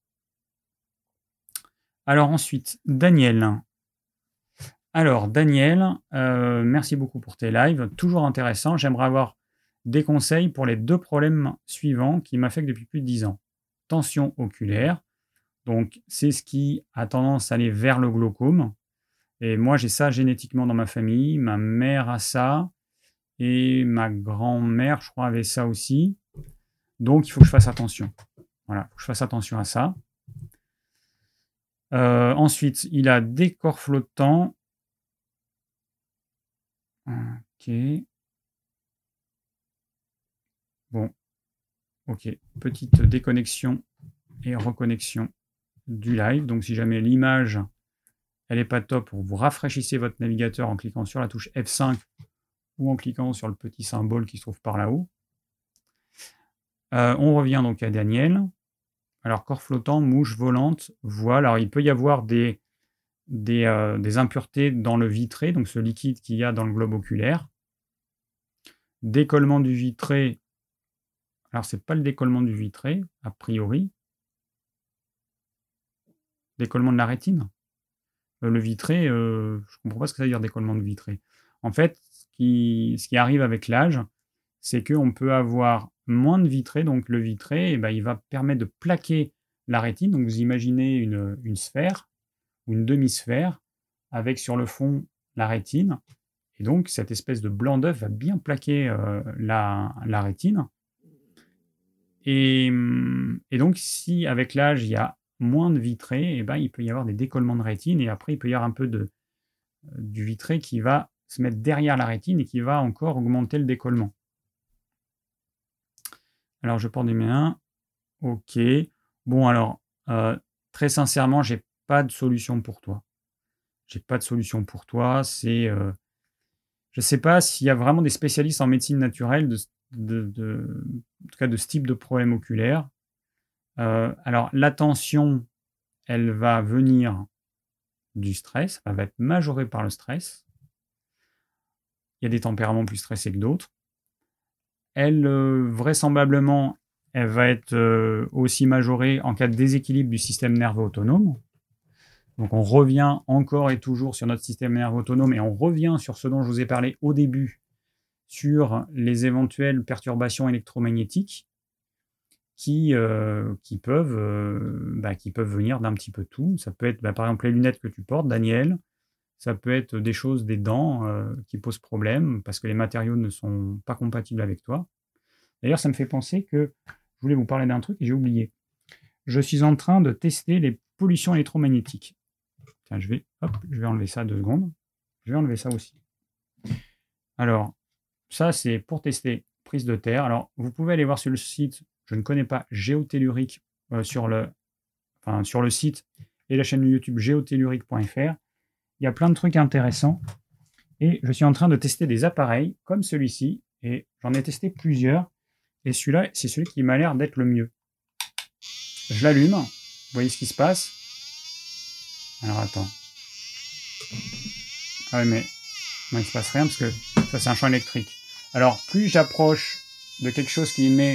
Alors ensuite, Daniel. Alors, Daniel, euh, merci beaucoup pour tes lives, toujours intéressant. J'aimerais avoir des conseils pour les deux problèmes suivants qui m'affectent depuis plus de dix ans. Tension oculaire, donc c'est ce qui a tendance à aller vers le glaucome. Et moi, j'ai ça génétiquement dans ma famille. Ma mère a ça. Et ma grand-mère, je crois, avait ça aussi. Donc, il faut que je fasse attention. Voilà, il faut que je fasse attention à ça. Euh, ensuite, il a des corps flottants. Ok. Bon. Ok. Petite déconnexion et reconnexion du live. Donc, si jamais l'image, elle n'est pas top, vous rafraîchissez votre navigateur en cliquant sur la touche F cinq ou en cliquant sur le petit symbole qui se trouve par là-haut. Euh, on revient donc à Daniel. Alors, corps flottant, mouche volante, voile. Alors, il peut y avoir des, des, euh, des impuretés dans le vitré, donc ce liquide qu'il y a dans le globe oculaire. Décollement du vitré. Alors, c'est pas le décollement du vitré, a priori. Décollement de la rétine. Euh, le vitré, euh, je ne comprends pas ce que ça veut dire décollement de vitré. En fait, ce qui, ce qui arrive avec l'âge, c'est qu'on peut avoir moins de vitré. Donc, le vitré, eh ben, il va permettre de plaquer la rétine. Donc, vous imaginez une, une sphère ou une demi-sphère avec sur le fond la rétine. Et donc, cette espèce de blanc d'œuf va bien plaquer euh, la, la rétine. Et, et donc, si avec l'âge, il y a moins de vitré, eh ben, il peut y avoir des décollements de rétine. Et après, il peut y avoir un peu de, euh, du vitré qui va se mettre derrière la rétine et qui va encore augmenter le décollement. Alors, je porte des mains. Ok. Bon, alors, euh, très sincèrement, j'ai pas de solution pour toi. J'ai pas de solution pour toi. C'est, euh, je sais pas s'il y a vraiment des spécialistes en médecine naturelle de, de, de- en tout cas de ce type de problème oculaire. Euh, alors, la tension, elle va venir du stress, elle va être majorée par le stress. Il y a des tempéraments plus stressés que d'autres. Elle, euh, vraisemblablement, elle va être euh, aussi majorée en cas de déséquilibre du système nerveux autonome. Donc, on revient encore et toujours sur notre système nerveux autonome et on revient sur ce dont je vous ai parlé au début, sur les éventuelles perturbations électromagnétiques qui, euh, qui, peuvent, euh, bah, qui peuvent venir d'un petit peu tout. Ça peut être, bah, par exemple, les lunettes que tu portes, Daniel. Ça peut être des choses, des dents euh, qui posent problème parce que les matériaux ne sont pas compatibles avec toi. D'ailleurs, ça me fait penser que je voulais vous parler d'un truc et j'ai oublié. Je suis en train de tester les pollutions électromagnétiques. Tiens, je vais, hop, je vais enlever ça deux secondes. Je vais enlever ça aussi. Alors, ça, c'est pour tester prise de terre. Alors, vous pouvez aller voir sur le site, je ne connais pas, Géotellurique, euh, sur, le, enfin, sur le site et la chaîne YouTube géotellurique point f r. Il y a plein de trucs intéressants. Et je suis en train de tester des appareils comme celui-ci. Et j'en ai testé plusieurs. Et celui-là, c'est celui qui m'a l'air d'être le mieux. Je l'allume. Vous voyez ce qui se passe. Alors, attends. Ah oui, mais non, il ne se passe rien parce que ça, c'est un champ électrique. Alors, plus j'approche de quelque chose qui émet...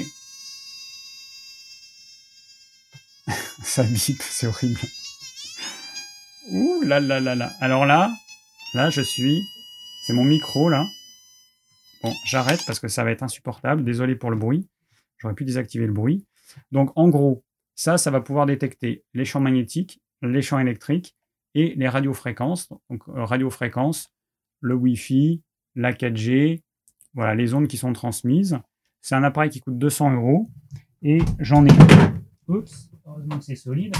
ça bip, c'est horrible. Ouh là là là là. Alors là, là, je suis... C'est mon micro, là. Bon, j'arrête parce que ça va être insupportable. Désolé pour le bruit. J'aurais pu désactiver le bruit. Donc, en gros, ça, ça va pouvoir détecter les champs magnétiques, les champs électriques et les radiofréquences. Donc, euh, radiofréquences, le Wi-Fi, la quatre G, voilà, les ondes qui sont transmises. C'est un appareil qui coûte deux cents euros et j'en ai... Oups, heureusement que c'est solide.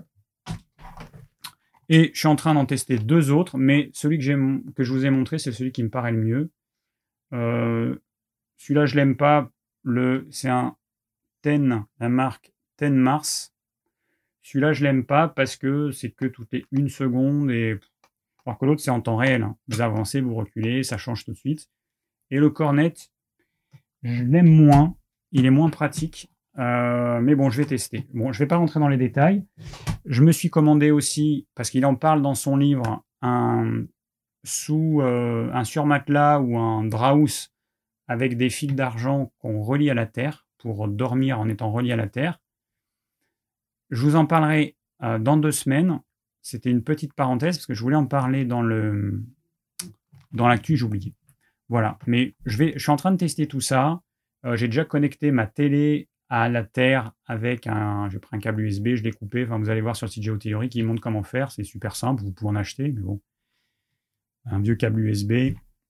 Et je suis en train d'en tester deux autres, mais celui que, j'ai, que je vous ai montré, c'est celui qui me paraît le mieux. Euh, celui-là, je l'aime pas. Le, c'est un Ten, la marque Ten Mars. Celui-là, je l'aime pas parce que c'est que toutes les une seconde et alors que l'autre, c'est en temps réel. Hein. Vous avancez, vous reculez, ça change tout de suite. Et le Cornet, je l'aime moins. Il est moins pratique. Euh, mais bon, je vais tester. Bon, je vais pas rentrer dans les détails. Je me suis commandé aussi, parce qu'il en parle dans son livre, un sous euh, un surmatelas ou un draus avec des fils d'argent qu'on relie à la terre pour dormir en étant relié à la terre. Je vous en parlerai euh, dans deux semaines. C'était une petite parenthèse parce que je voulais en parler dans le dans l'actu, j'ai oublié. Voilà, mais je vais, je suis en train de tester tout ça. Euh, j'ai déjà connecté ma télé à la terre avec un, j'ai pris un câble U S B, je l'ai coupé. Enfin, vous allez voir sur le site Géotellurique, il montre comment faire. C'est super simple, vous pouvez en acheter, mais bon, un vieux câble U S B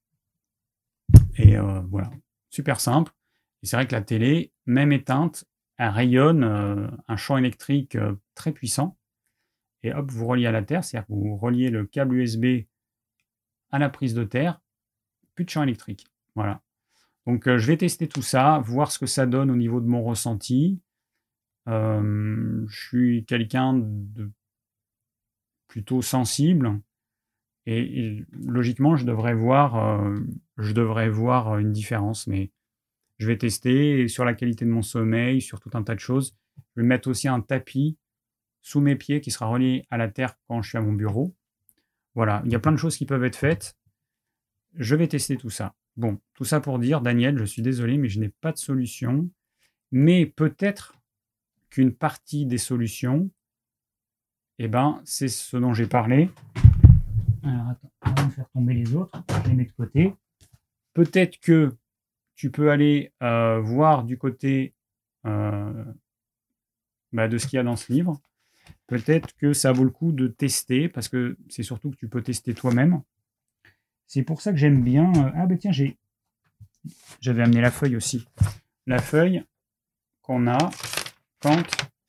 et euh, voilà, super simple. Et c'est vrai que la télé, même éteinte, elle rayonne euh, un champ électrique euh, très puissant. Et hop, vous reliez à la terre, c'est-à-dire que vous reliez le câble U S B à la prise de terre, plus de champ électrique. Voilà. Donc, euh, je vais tester tout ça, voir ce que ça donne au niveau de mon ressenti. Euh, je suis quelqu'un de plutôt sensible et, et logiquement, je devrais voir, euh, je devrais voir une différence. Mais je vais tester sur la qualité de mon sommeil, sur tout un tas de choses. Je vais mettre aussi un tapis sous mes pieds qui sera relié à la terre quand je suis à mon bureau. Voilà, il y a plein de choses qui peuvent être faites. Je vais tester tout ça. Bon, tout ça pour dire, Daniel, je suis désolé, mais je n'ai pas de solution. Mais peut-être qu'une partie des solutions, eh ben, c'est ce dont j'ai parlé. Alors attends, on va me faire tomber les autres. Je les mets de côté. Peut-être que tu peux aller euh, voir du côté euh, bah, de ce qu'il y a dans ce livre. Peut-être que ça vaut le coup de tester, parce que c'est surtout que tu peux tester toi-même. C'est pour ça que j'aime bien... Euh, ah ben tiens, j'ai... j'avais amené la feuille aussi. La feuille qu'on a quand,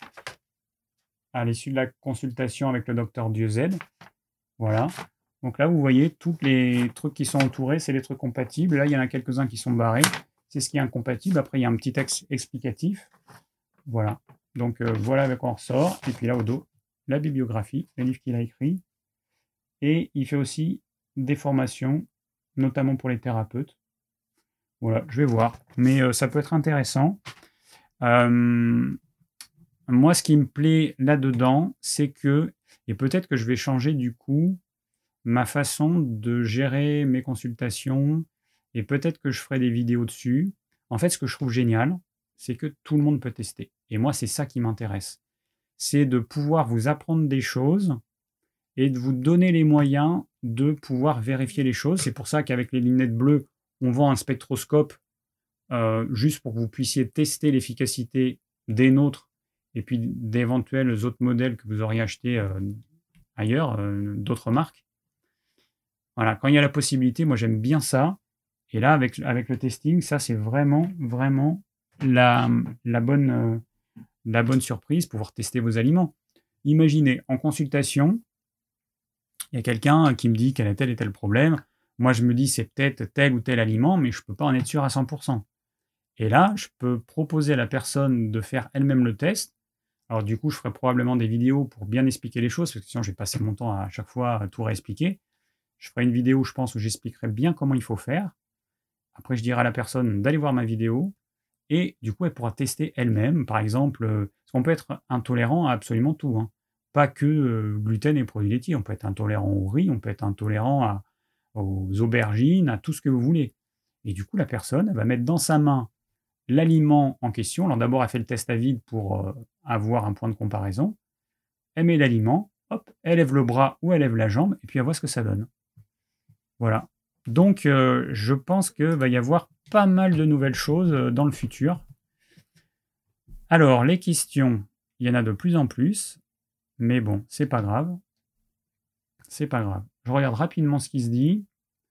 à l'issue de la consultation avec le docteur Dieuze. Voilà. Donc là, vous voyez, tous les trucs qui sont entourés, c'est les trucs compatibles. Là, il y en a quelques-uns qui sont barrés. C'est ce qui est incompatible. Après, il y a un petit texte explicatif. Voilà. Donc, euh, voilà avec quoi on ressort. Et puis là, au dos, la bibliographie, les livres qu'il a écrits. Et il fait aussi des formations, notamment pour les thérapeutes. Voilà, je vais voir. Mais euh, ça peut être intéressant. Euh, moi, ce qui me plaît là-dedans, c'est que, et peut-être que je vais changer du coup ma façon de gérer mes consultations, et peut-être que je ferai des vidéos dessus. En fait, ce que je trouve génial, c'est que tout le monde peut tester. Et moi, c'est ça qui m'intéresse. C'est de pouvoir vous apprendre des choses et de vous donner les moyens de pouvoir vérifier les choses. C'est pour ça qu'avec les lunettes bleues, on vend un spectroscope euh, juste pour que vous puissiez tester l'efficacité des nôtres et puis d'éventuels autres modèles que vous auriez achetés euh, ailleurs, euh, d'autres marques. Voilà, quand il y a la possibilité, moi j'aime bien ça. Et là, avec, avec le testing, ça c'est vraiment, vraiment la, la, bonne, euh, la bonne surprise, pouvoir tester vos aliments. Imaginez, en consultation, il y a quelqu'un qui me dit qu'elle a tel et tel problème. Moi, je me dis c'est peut-être tel ou tel aliment, mais je ne peux pas en être sûr à cent pour cent. Et là, je peux proposer à la personne de faire elle-même le test. Alors du coup, je ferai probablement des vidéos pour bien expliquer les choses, parce que sinon, je vais passer mon temps à chaque fois à tout réexpliquer. Je ferai une vidéo, je pense, où j'expliquerai bien comment il faut faire. Après, je dirai à la personne d'aller voir ma vidéo. Et du coup, elle pourra tester elle-même. Par exemple, euh, parce qu'on peut être intolérant à absolument tout. Hein. Pas que euh, gluten et produits laitiers. On peut être intolérant au riz, on peut être intolérant à, aux aubergines, à tout ce que vous voulez. Et du coup, la personne elle va mettre dans sa main l'aliment en question. Alors d'abord, elle fait le test à vide pour euh, avoir un point de comparaison. Elle met l'aliment, hop, elle lève le bras ou elle lève la jambe, et puis elle voit ce que ça donne. Voilà. Donc, euh, je pense qu'il va y avoir pas mal de nouvelles choses euh, dans le futur. Alors, les questions, il y en a de plus en plus, mais bon, c'est pas grave. C'est pas grave. Je regarde rapidement ce qui se dit.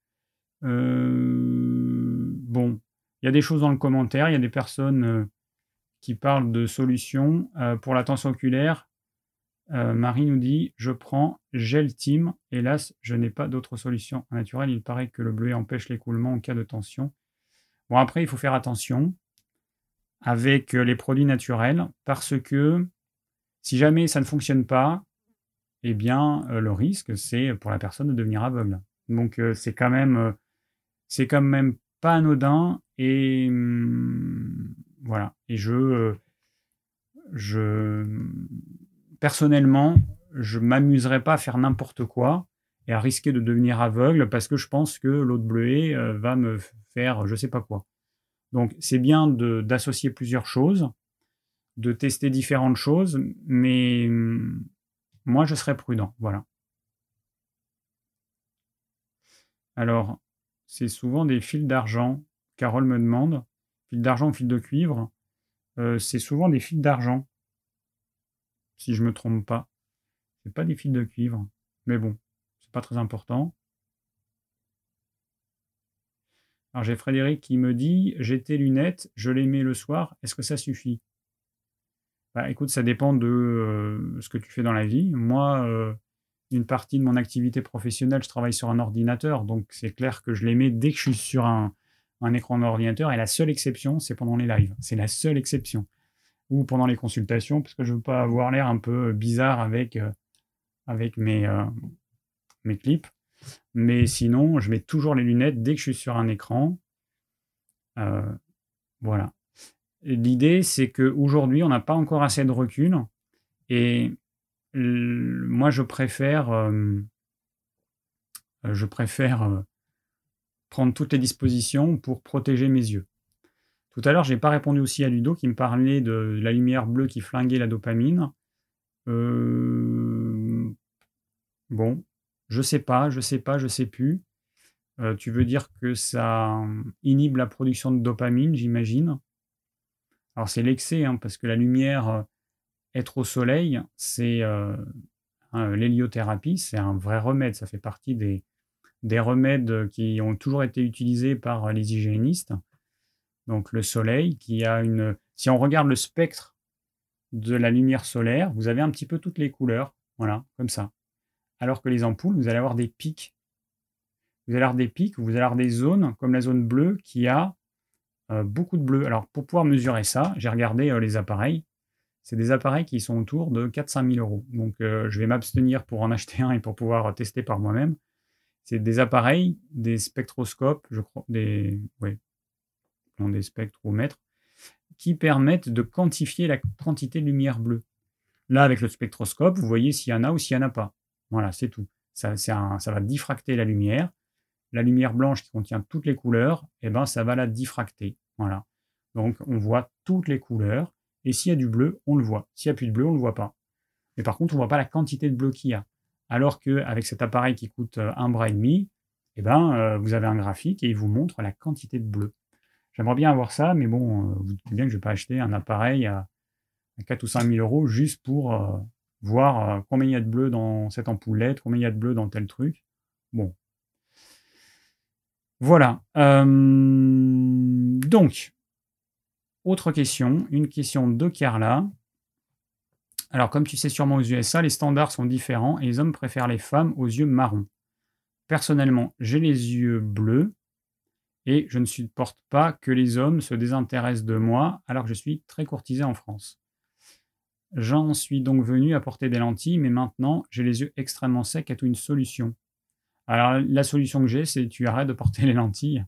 Euh, bon, il y a des choses dans le commentaire, il y a des personnes euh, qui parlent de solutions. Euh, pour la tension oculaire, euh, Marie nous dit « Je prends Geltim. Hélas, je n'ai pas d'autre solution naturelle. Il paraît que le bleuet empêche l'écoulement en cas de tension. » Bon, après, il faut faire attention avec les produits naturels parce que si jamais ça ne fonctionne pas, eh bien, euh, le risque, c'est pour la personne de devenir aveugle. Donc, euh, c'est quand même, euh, c'est quand même pas anodin. Et hum, voilà. Et je, euh, je, personnellement, je m'amuserais pas à faire n'importe quoi et à risquer de devenir aveugle parce que je pense que l'eau de bleuet euh, va me faire je sais pas quoi. Donc, c'est bien de, d'associer plusieurs choses, de tester différentes choses, mais hum, moi, je serais prudent. Voilà. Alors, c'est souvent des fils d'argent. Carole me demande, fils d'argent ou fils de cuivre. Euh, c'est souvent des fils d'argent, si je ne me trompe pas. C'est pas des fils de cuivre, mais bon, c'est pas très important. Alors, j'ai Frédéric qui me dit, j'ai tes lunettes, je les mets le soir, est-ce que ça suffit? Bah, écoute, ça dépend de euh, ce que tu fais dans la vie. Moi, euh, une partie de mon activité professionnelle, je travaille sur un ordinateur, donc c'est clair que je les mets dès que je suis sur un, un écran d'ordinateur, et la seule exception, c'est pendant les lives. C'est la seule exception. Ou pendant les consultations, parce que je ne veux pas avoir l'air un peu bizarre avec, euh, avec mes, euh, mes clips. Mais sinon, je mets toujours les lunettes dès que je suis sur un écran. Euh, voilà. L'idée, c'est qu'aujourd'hui, on n'a pas encore assez de recul. Et euh, moi, je préfère, euh, je préfère euh, prendre toutes les dispositions pour protéger mes yeux. Tout à l'heure, je n'ai pas répondu aussi à Ludo qui me parlait de la lumière bleue qui flinguait la dopamine. Euh, bon, je sais pas, je sais pas, je sais plus. Euh, tu veux dire que ça inhibe la production de dopamine, j'imagine. Alors c'est l'excès, hein, parce que la lumière, euh, être au soleil, c'est euh, hein, l'héliothérapie, c'est un vrai remède. Ça fait partie des, des remèdes qui ont toujours été utilisés par les hygiénistes. Donc le soleil, qui a une... Si on regarde le spectre de la lumière solaire, vous avez un petit peu toutes les couleurs, voilà, comme ça. Alors que les ampoules, vous allez avoir des pics. Vous allez avoir des pics, vous allez avoir des zones, comme la zone bleue, qui a euh, beaucoup de bleu. Alors pour pouvoir mesurer ça, j'ai regardé euh, les appareils. c'est des appareils qui sont autour de quatre à cinq mille euros. Donc, euh, je vais m'abstenir pour en acheter un et pour pouvoir tester par moi-même. C'est des appareils, des spectroscopes, je crois, des, ouais, non, des spectromètres, qui permettent de quantifier la quantité de lumière bleue. Là, avec le spectroscope, vous voyez s'il y en a ou s'il n'y en a pas. Voilà, c'est tout. Ça, c'est un- ça va diffracter la lumière. La lumière blanche qui contient toutes les couleurs, eh ben, ça va la diffracter. Voilà. Donc, on voit toutes les couleurs. Et s'il y a du bleu, on le voit. S'il n'y a plus de bleu, on ne le voit pas. Mais par contre, on ne voit pas la quantité de bleu qu'il y a. Alors qu'avec cet appareil qui coûte euh, un bras et demi, eh ben, euh, vous avez un graphique et il vous montre la quantité de bleu. J'aimerais bien avoir ça, mais bon, euh, vous doutez bien que je ne vais pas acheter un appareil à, à quatre ou cinq mille euros juste pour euh, voir euh, combien il y a de bleu dans cette ampoule L E D, combien il y a de bleu dans tel truc. Bon. Voilà. Euh, donc, autre question, une question de Carla. Alors, comme tu sais sûrement aux U S A, les standards sont différents et les hommes préfèrent les femmes aux yeux marrons. Personnellement, j'ai les yeux bleus et je ne supporte pas que les hommes se désintéressent de moi alors que je suis très courtisé en France. J'en suis donc venu à porter des lentilles, mais maintenant j'ai les yeux extrêmement secs. As-tu une solution? Alors, la solution que j'ai, c'est tu arrêtes de porter les lentilles.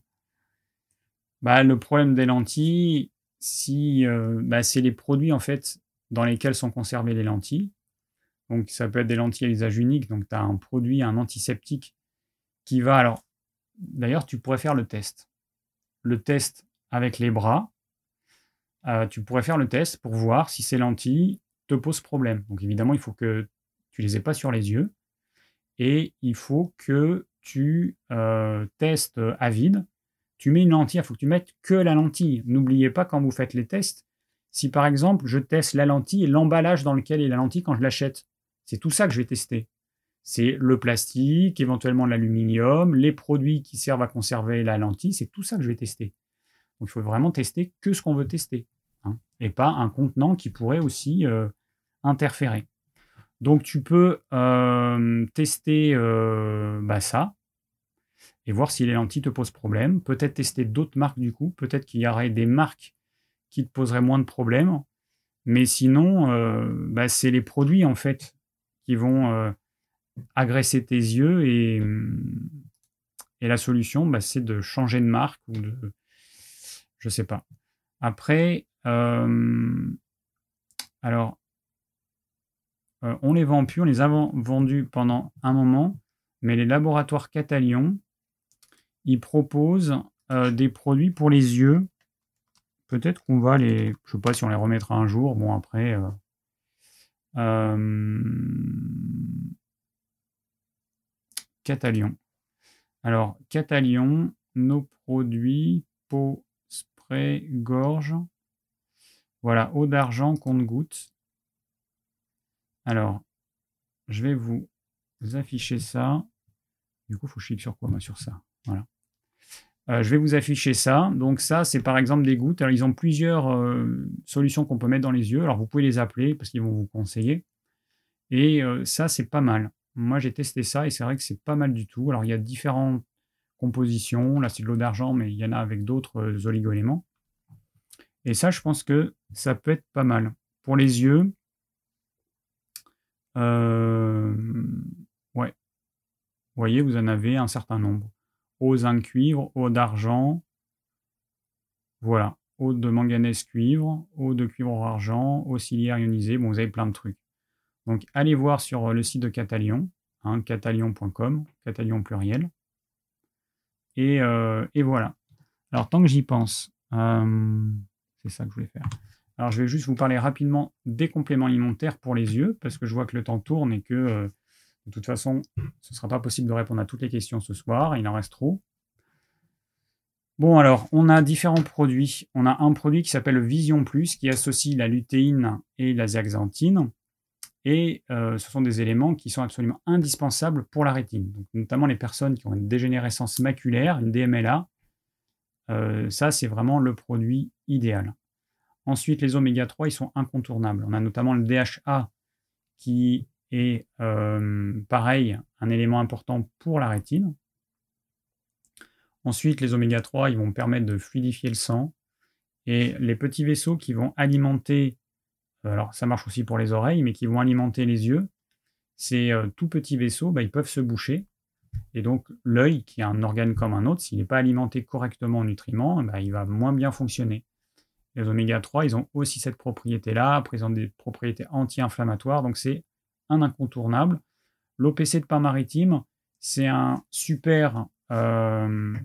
Bah, le problème des lentilles, si, euh, bah, c'est les produits en fait dans lesquels sont conservées les lentilles. Donc, ça peut être des lentilles à usage unique. Donc, tu as un produit, un antiseptique qui va. Alors, d'ailleurs, tu pourrais faire le test. Le test avec les bras. Euh, tu pourrais faire le test pour voir si ces lentilles te posent problème. Donc, évidemment, il faut que tu les aies pas sur les yeux et il faut que tu euh, testes à vide. Tu mets une lentille, il faut que tu mettes que la lentille. N'oubliez pas quand vous faites les tests, si par exemple je teste la lentille et l'emballage dans lequel est la lentille quand je l'achète, c'est tout ça que je vais tester. C'est le plastique, éventuellement l'aluminium, les produits qui servent à conserver la lentille, c'est tout ça que je vais tester. Donc il faut vraiment tester que ce qu'on veut tester, hein, et pas un contenant qui pourrait aussi euh, interférer. Donc tu peux euh, tester euh, bah, ça et voir si les lentilles te posent problème. Peut-être tester d'autres marques du coup. Peut-être qu'il y aurait des marques qui te poseraient moins de problèmes. Mais sinon, euh, bah, c'est les produits en fait qui vont euh, agresser tes yeux et, et la solution, bah, c'est de changer de marque ou de, je sais pas. Après, euh, alors, euh, on les vend plus, on les a vendus pendant un moment, mais les laboratoires Catalion, ils proposent euh, des produits pour les yeux. Peut-être qu'on va les, je sais pas si on les remettra un jour. Bon après, euh, euh, Catalion. Alors Catalion, nos produits peau, spray, gorge. Voilà, eau d'argent compte-gouttes. Alors, je vais vous afficher ça. Du coup, il faut que je clique sur quoi, moi, sur ça. Voilà. Euh, je vais vous afficher ça. Donc ça, c'est par exemple des gouttes. Alors, ils ont plusieurs euh, solutions qu'on peut mettre dans les yeux. Alors, vous pouvez les appeler parce qu'ils vont vous conseiller. Et euh, ça, c'est pas mal. Moi, j'ai testé ça et c'est vrai que c'est pas mal du tout. Alors, il y a différentes compositions. Là, c'est de l'eau d'argent, mais il y en a avec d'autres euh, oligo-éléments. Et ça, je pense que ça peut être pas mal. Pour les yeux, euh, ouais. Vous voyez, vous en avez un certain nombre. Eau zinc cuivre, eau d'argent, voilà. Eau de manganèse cuivre, eau de cuivre argent, eau ciliaire ionisée. Bon, vous avez plein de trucs. Donc, allez voir sur le site de Catalion, hein, catalion point com, Catalion pluriel. Et, euh, et voilà. Alors, tant que j'y pense, euh, c'est ça que je voulais faire. Alors, je vais juste vous parler rapidement des compléments alimentaires pour les yeux, parce que je vois que le temps tourne et que, euh, de toute façon, ce ne sera pas possible de répondre à toutes les questions ce soir. Il en reste trop. Bon, alors, on a différents produits. On a un produit qui s'appelle le Vision Plus, qui associe la lutéine et la zeaxanthine. Et euh, ce sont des éléments qui sont absolument indispensables pour la rétine. Donc, notamment les personnes qui ont une dégénérescence maculaire, une D M L A. Euh, ça, c'est vraiment le produit idéal. Ensuite, les oméga trois, ils sont incontournables. On a notamment le D H A, qui est, euh, pareil, un élément important pour la rétine. Ensuite, les oméga trois, ils vont permettre de fluidifier le sang. Et les petits vaisseaux qui vont alimenter alors ça marche aussi pour les oreilles, mais qui vont alimenter les yeux. Ces euh, tout petits vaisseaux, bah, ils peuvent se boucher. Et donc l'œil, qui est un organe comme un autre, s'il n'est pas alimenté correctement en nutriments, bah, il va moins bien fonctionner. Les oméga trois, ils ont aussi cette propriété-là. Après, ils ont des propriétés anti-inflammatoires, donc c'est un incontournable. L'O P C de pain maritime, c'est un super... Euh,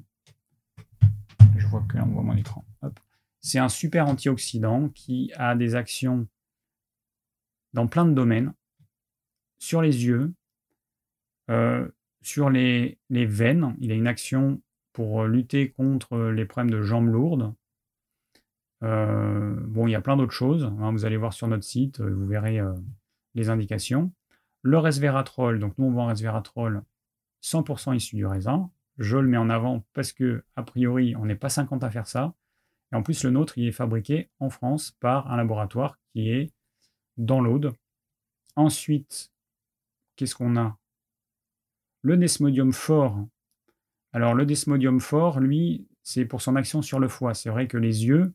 je vois que là, on voit mon écran. Hop. C'est un super antioxydant qui a des actions dans plein de domaines, sur les yeux, euh, sur les, les veines. Il a une action pour lutter contre les problèmes de jambes lourdes. Euh, bon, il y a plein d'autres choses. Hein, vous allez voir sur notre site, vous verrez euh, les indications. Le resveratrol, donc nous on vend un resveratrol cent pour cent issu du raisin. Je le mets en avant parce que, a priori, on n'est pas cinquante à faire ça. Et en plus, le nôtre, il est fabriqué en France par un laboratoire qui est dans l'Aude. Ensuite, qu'est-ce qu'on a? Le Desmodium fort. Alors, le Desmodium fort, lui, c'est pour son action sur le foie. C'est vrai que les yeux,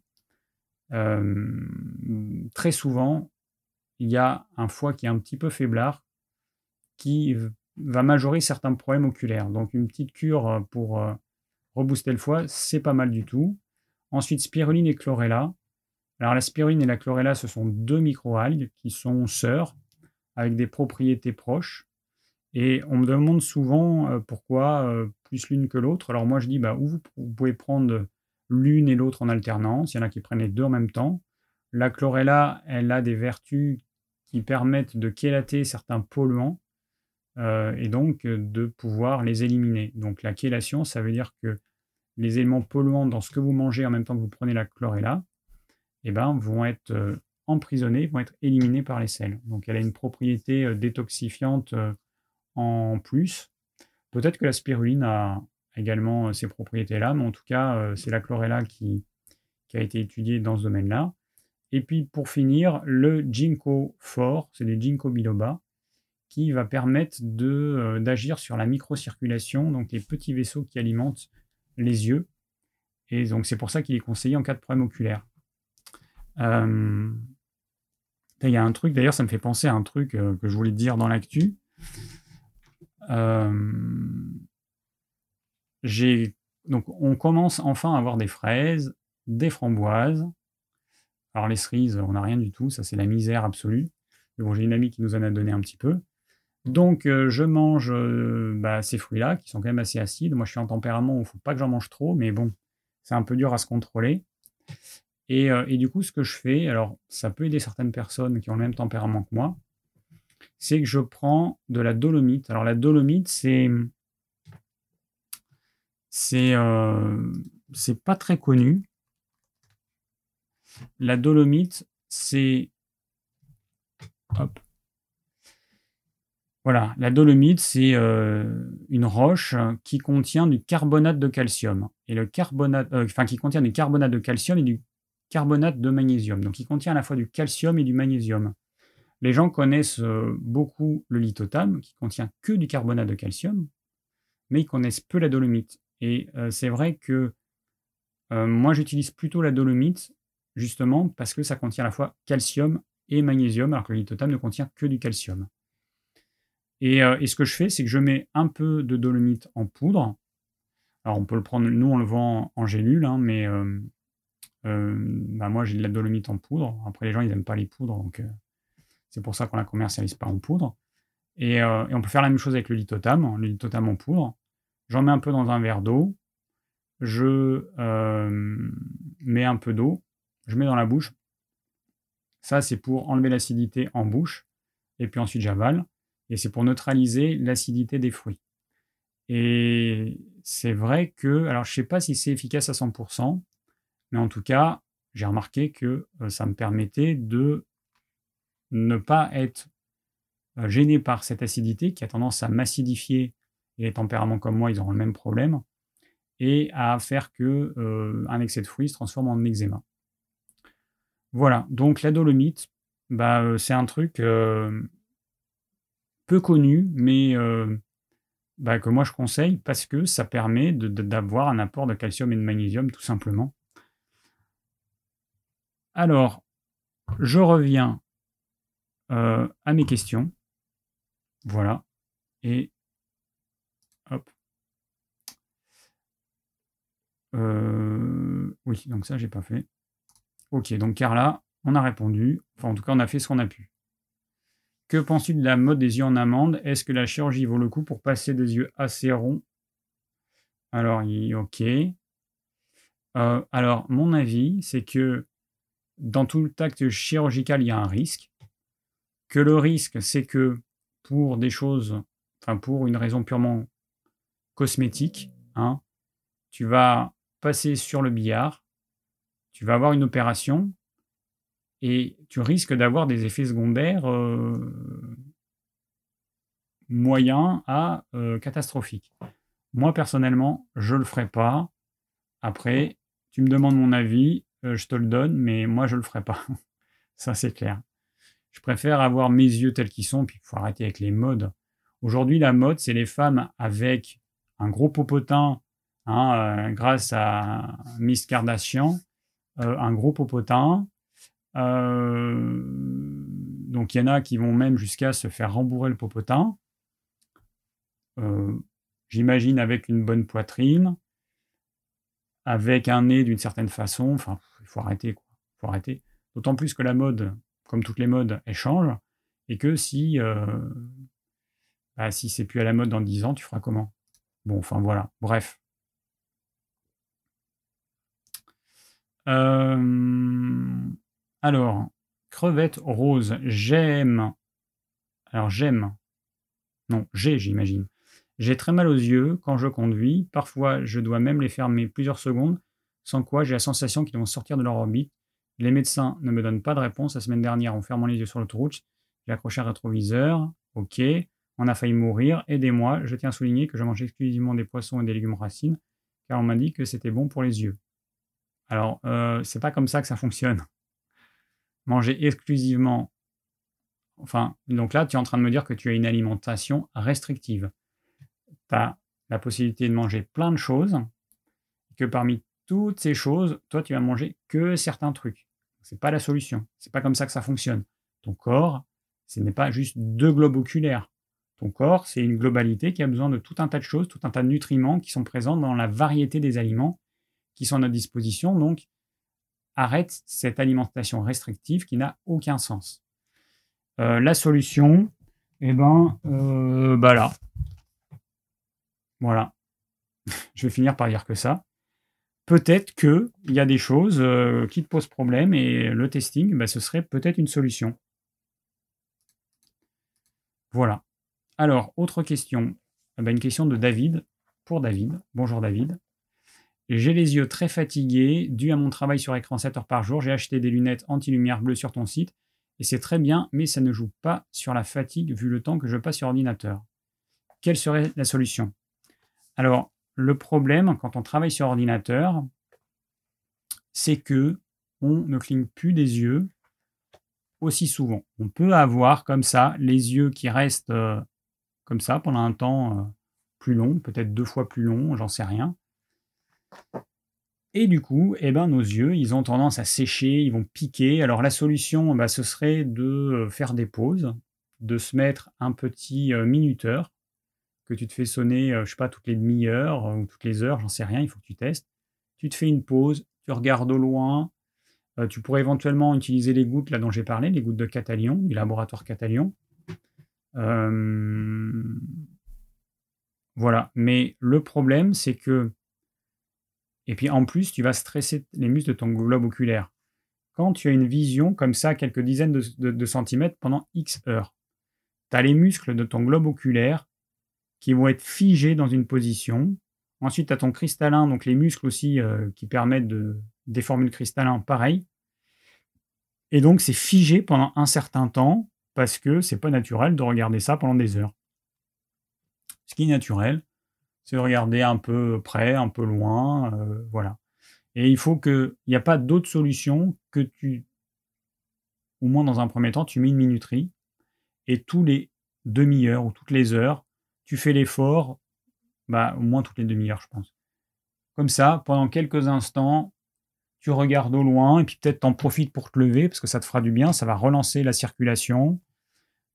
euh, très souvent, il y a un foie qui est un petit peu faiblard, qui va majorer certains problèmes oculaires. Donc, une petite cure pour euh, rebooster le foie, c'est pas mal du tout. Ensuite, spiruline et chlorella. Alors, la spiruline et la chlorella, ce sont deux microalgues qui sont sœurs, avec des propriétés proches. Et on me demande souvent euh, pourquoi euh, plus l'une que l'autre. Alors moi, je dis, bah, ou vous, vous pouvez prendre l'une et l'autre en alternance. Il y en a qui prennent les deux en même temps. La chlorella, elle a des vertus qui permettent de chélater certains polluants euh, et donc euh, de pouvoir les éliminer. Donc la chélation, ça veut dire que les éléments polluants dans ce que vous mangez en même temps que vous prenez la chlorella, eh ben, vont être euh, emprisonnés, vont être éliminés par les selles. Donc elle a une propriété euh, détoxifiante euh, en plus. Peut-être que la spiruline a également euh, ces propriétés-là, mais en tout cas, euh, c'est la chlorella qui, qui a été étudiée dans ce domaine-là. Et puis, pour finir, le ginkgo fort, c'est des ginkgo biloba, qui va permettre de, euh, d'agir sur la microcirculation, donc les petits vaisseaux qui alimentent les yeux. Et donc, c'est pour ça qu'il est conseillé en cas de problème oculaire. Euh, il y a un truc, d'ailleurs, ça me fait penser à un truc euh, que je voulais te dire dans l'actu. Euh, j'ai, donc, on commence enfin à avoir des fraises, des framboises. Alors, les cerises, on n'a rien du tout, ça c'est la misère absolue. Mais bon, j'ai une amie qui nous en a donné un petit peu. Donc, euh, je mange euh, bah, ces fruits-là qui sont quand même assez acides. Moi, je suis en tempérament où il ne faut pas que j'en mange trop, mais bon, c'est un peu dur à se contrôler. Et, euh, et du coup, ce que je fais, alors ça peut aider certaines personnes qui ont le même tempérament que moi, c'est que je prends de la dolomite. Alors la dolomite, c'est c'est euh, c'est pas très connu. La dolomite, c'est hop. Voilà, la dolomite, c'est euh, une roche qui contient du carbonate de calcium. Et le carbonate, euh, enfin qui contient du carbonate de calcium et du carbonate de magnésium. Donc il contient à la fois du calcium et du magnésium. Les gens connaissent euh, beaucoup le lithotame, qui contient que du carbonate de calcium, mais ils connaissent peu la dolomite. Et euh, c'est vrai que euh, moi j'utilise plutôt la dolomite, justement parce que ça contient à la fois calcium et magnésium, alors que le lithotame ne contient que du calcium. Et, euh, et ce que je fais, c'est que je mets un peu de dolomite en poudre. Alors on peut le prendre, nous on le vend en gélule, hein, mais euh, euh, bah moi j'ai de la dolomite en poudre. Après les gens ils n'aiment pas les poudres, donc euh, c'est pour ça qu'on la commercialise pas en poudre. Et, euh, et on peut faire la même chose avec le lithotame, le lithotame en poudre. J'en mets un peu dans un verre d'eau. Je euh, mets un peu d'eau. Je mets dans la bouche. Ça, c'est pour enlever l'acidité en bouche. Et puis ensuite, j'avale. Et c'est pour neutraliser l'acidité des fruits. Et c'est vrai que, alors je ne sais pas si c'est efficace à cent pour cent, mais en tout cas, j'ai remarqué que euh, ça me permettait de ne pas être gêné par cette acidité qui a tendance à m'acidifier, et les tempéraments comme moi, ils auront le même problème, et à faire que euh, un excès de fruits se transforme en eczéma. Voilà, donc la dolomite, bah, euh, c'est un truc euh, peu connu, mais euh, bah, que moi je conseille parce que ça permet de, de, d'avoir un apport de calcium et de magnésium, tout simplement. Alors, je reviens euh, à mes questions. Voilà. Et hop. Euh, oui, donc ça, j'ai pas fait. Ok, donc Carla, on a répondu. Enfin, en tout cas, on a fait ce qu'on a pu. Que penses-tu de la mode des yeux en amande? Est-ce que la chirurgie vaut le coup pour passer des yeux assez ronds? Alors, il- ok. Euh, alors, mon avis, c'est que dans tout acte chirurgical, il y a un risque. Que le risque, c'est que pour des choses, enfin pour une raison purement cosmétique, hein, tu vas passer sur le billard, tu vas avoir une opération et tu risques d'avoir des effets secondaires euh, moyens à euh, catastrophiques. Moi, personnellement, je ne le ferai pas. Après, tu me demandes mon avis, euh, je te le donne, mais moi, je ne le ferai pas. Ça, c'est clair. Je préfère avoir mes yeux tels qu'ils sont, puis il faut arrêter avec les modes. Aujourd'hui, la mode, c'est les femmes avec un gros popotin, hein, euh, grâce à Miss Kardashian, euh, un gros popotin. Euh, donc, il y en a qui vont même jusqu'à se faire rembourrer le popotin. Euh, J'imagine avec une bonne poitrine, avec un nez d'une certaine façon. Enfin, il faut arrêter, quoi. Il faut arrêter. D'autant plus que la mode, comme toutes les modes, elle change. Et que si, euh, bah, si c'est plus à la mode dans dix ans, tu feras comment? Bon, enfin voilà. Bref. Euh, alors, crevette rose, j'aime. Alors, j'aime. Non, j'ai, j'imagine. J'ai très mal aux yeux quand je conduis. Parfois, je dois même les fermer plusieurs secondes, sans quoi j'ai la sensation qu'ils vont sortir de leur orbite. Les médecins ne me donnent pas de réponse. La semaine dernière, en fermant les yeux sur l'autoroute, j'ai accroché un rétroviseur. Ok, on a failli mourir. Aidez-moi. Je tiens à souligner que je mange exclusivement des poissons et des légumes racines, car on m'a dit que c'était bon pour les yeux. Alors, euh, c'est pas comme ça que ça fonctionne. Manger exclusivement. Enfin, donc là, tu es en train de me dire que tu as une alimentation restrictive. Tu as la possibilité de manger plein de choses, que parmi toutes ces choses, toi, tu vas manger que certains trucs. C'est pas la solution. C'est pas comme ça que ça fonctionne. Ton corps, ce n'est pas juste deux globes oculaires. Ton corps, c'est une globalité qui a besoin de tout un tas de choses, tout un tas de nutriments qui sont présents dans la variété des aliments qui sont à notre disposition. Donc, arrête cette alimentation restrictive qui n'a aucun sens. Euh, la solution, eh ben, euh, bah là. Voilà. Je vais finir par dire que ça. Peut-être qu'il y a des choses euh, qui te posent problème et le testing, bah, ce serait peut-être une solution. Voilà. Alors, autre question. Eh ben, une question de David, pour David. Bonjour David. J'ai les yeux très fatigués, dû à mon travail sur écran sept heures par jour. J'ai acheté des lunettes anti-lumière bleue sur ton site et c'est très bien, mais ça ne joue pas sur la fatigue vu le temps que je passe sur ordinateur. Quelle serait la solution? Alors, le problème quand on travaille sur ordinateur, c'est que on ne cligne plus des yeux aussi souvent. On peut avoir comme ça les yeux qui restent euh, comme ça pendant un temps euh, plus long, peut-être deux fois plus long, j'en sais rien. Et du coup, eh ben, nos yeux, ils ont tendance à sécher, ils vont piquer. Alors la solution, bah, ce serait de faire des pauses, de se mettre un petit euh, minuteur que tu te fais sonner, euh, je sais pas, toutes les demi-heures euh, ou toutes les heures, j'en sais rien, il faut que tu testes. Tu te fais une pause, tu regardes au loin. Euh, tu pourrais éventuellement utiliser les gouttes là dont j'ai parlé, les gouttes de Catalion, du laboratoire Catalion. Euh, voilà. Mais le problème, c'est que et puis en plus, tu vas stresser les muscles de ton globe oculaire. Quand tu as une vision comme ça, quelques dizaines de, de, de centimètres pendant X heures, tu as les muscles de ton globe oculaire qui vont être figés dans une position. Ensuite, tu as ton cristallin, donc les muscles aussi euh, qui permettent de déformer le cristallin, pareil. Et donc, c'est figé pendant un certain temps parce que c'est pas naturel de regarder ça pendant des heures. Ce qui est naturel, c'est de regarder un peu près, un peu loin, euh, voilà. Et il faut que, il n'y a pas d'autre solution que tu, au moins dans un premier temps, tu mets une minuterie et tous les demi-heures ou toutes les heures, tu fais l'effort, bah, au moins toutes les demi-heures, je pense. Comme ça, pendant quelques instants, tu regardes au loin et puis peut-être t'en profites pour te lever parce que ça te fera du bien, ça va relancer la circulation.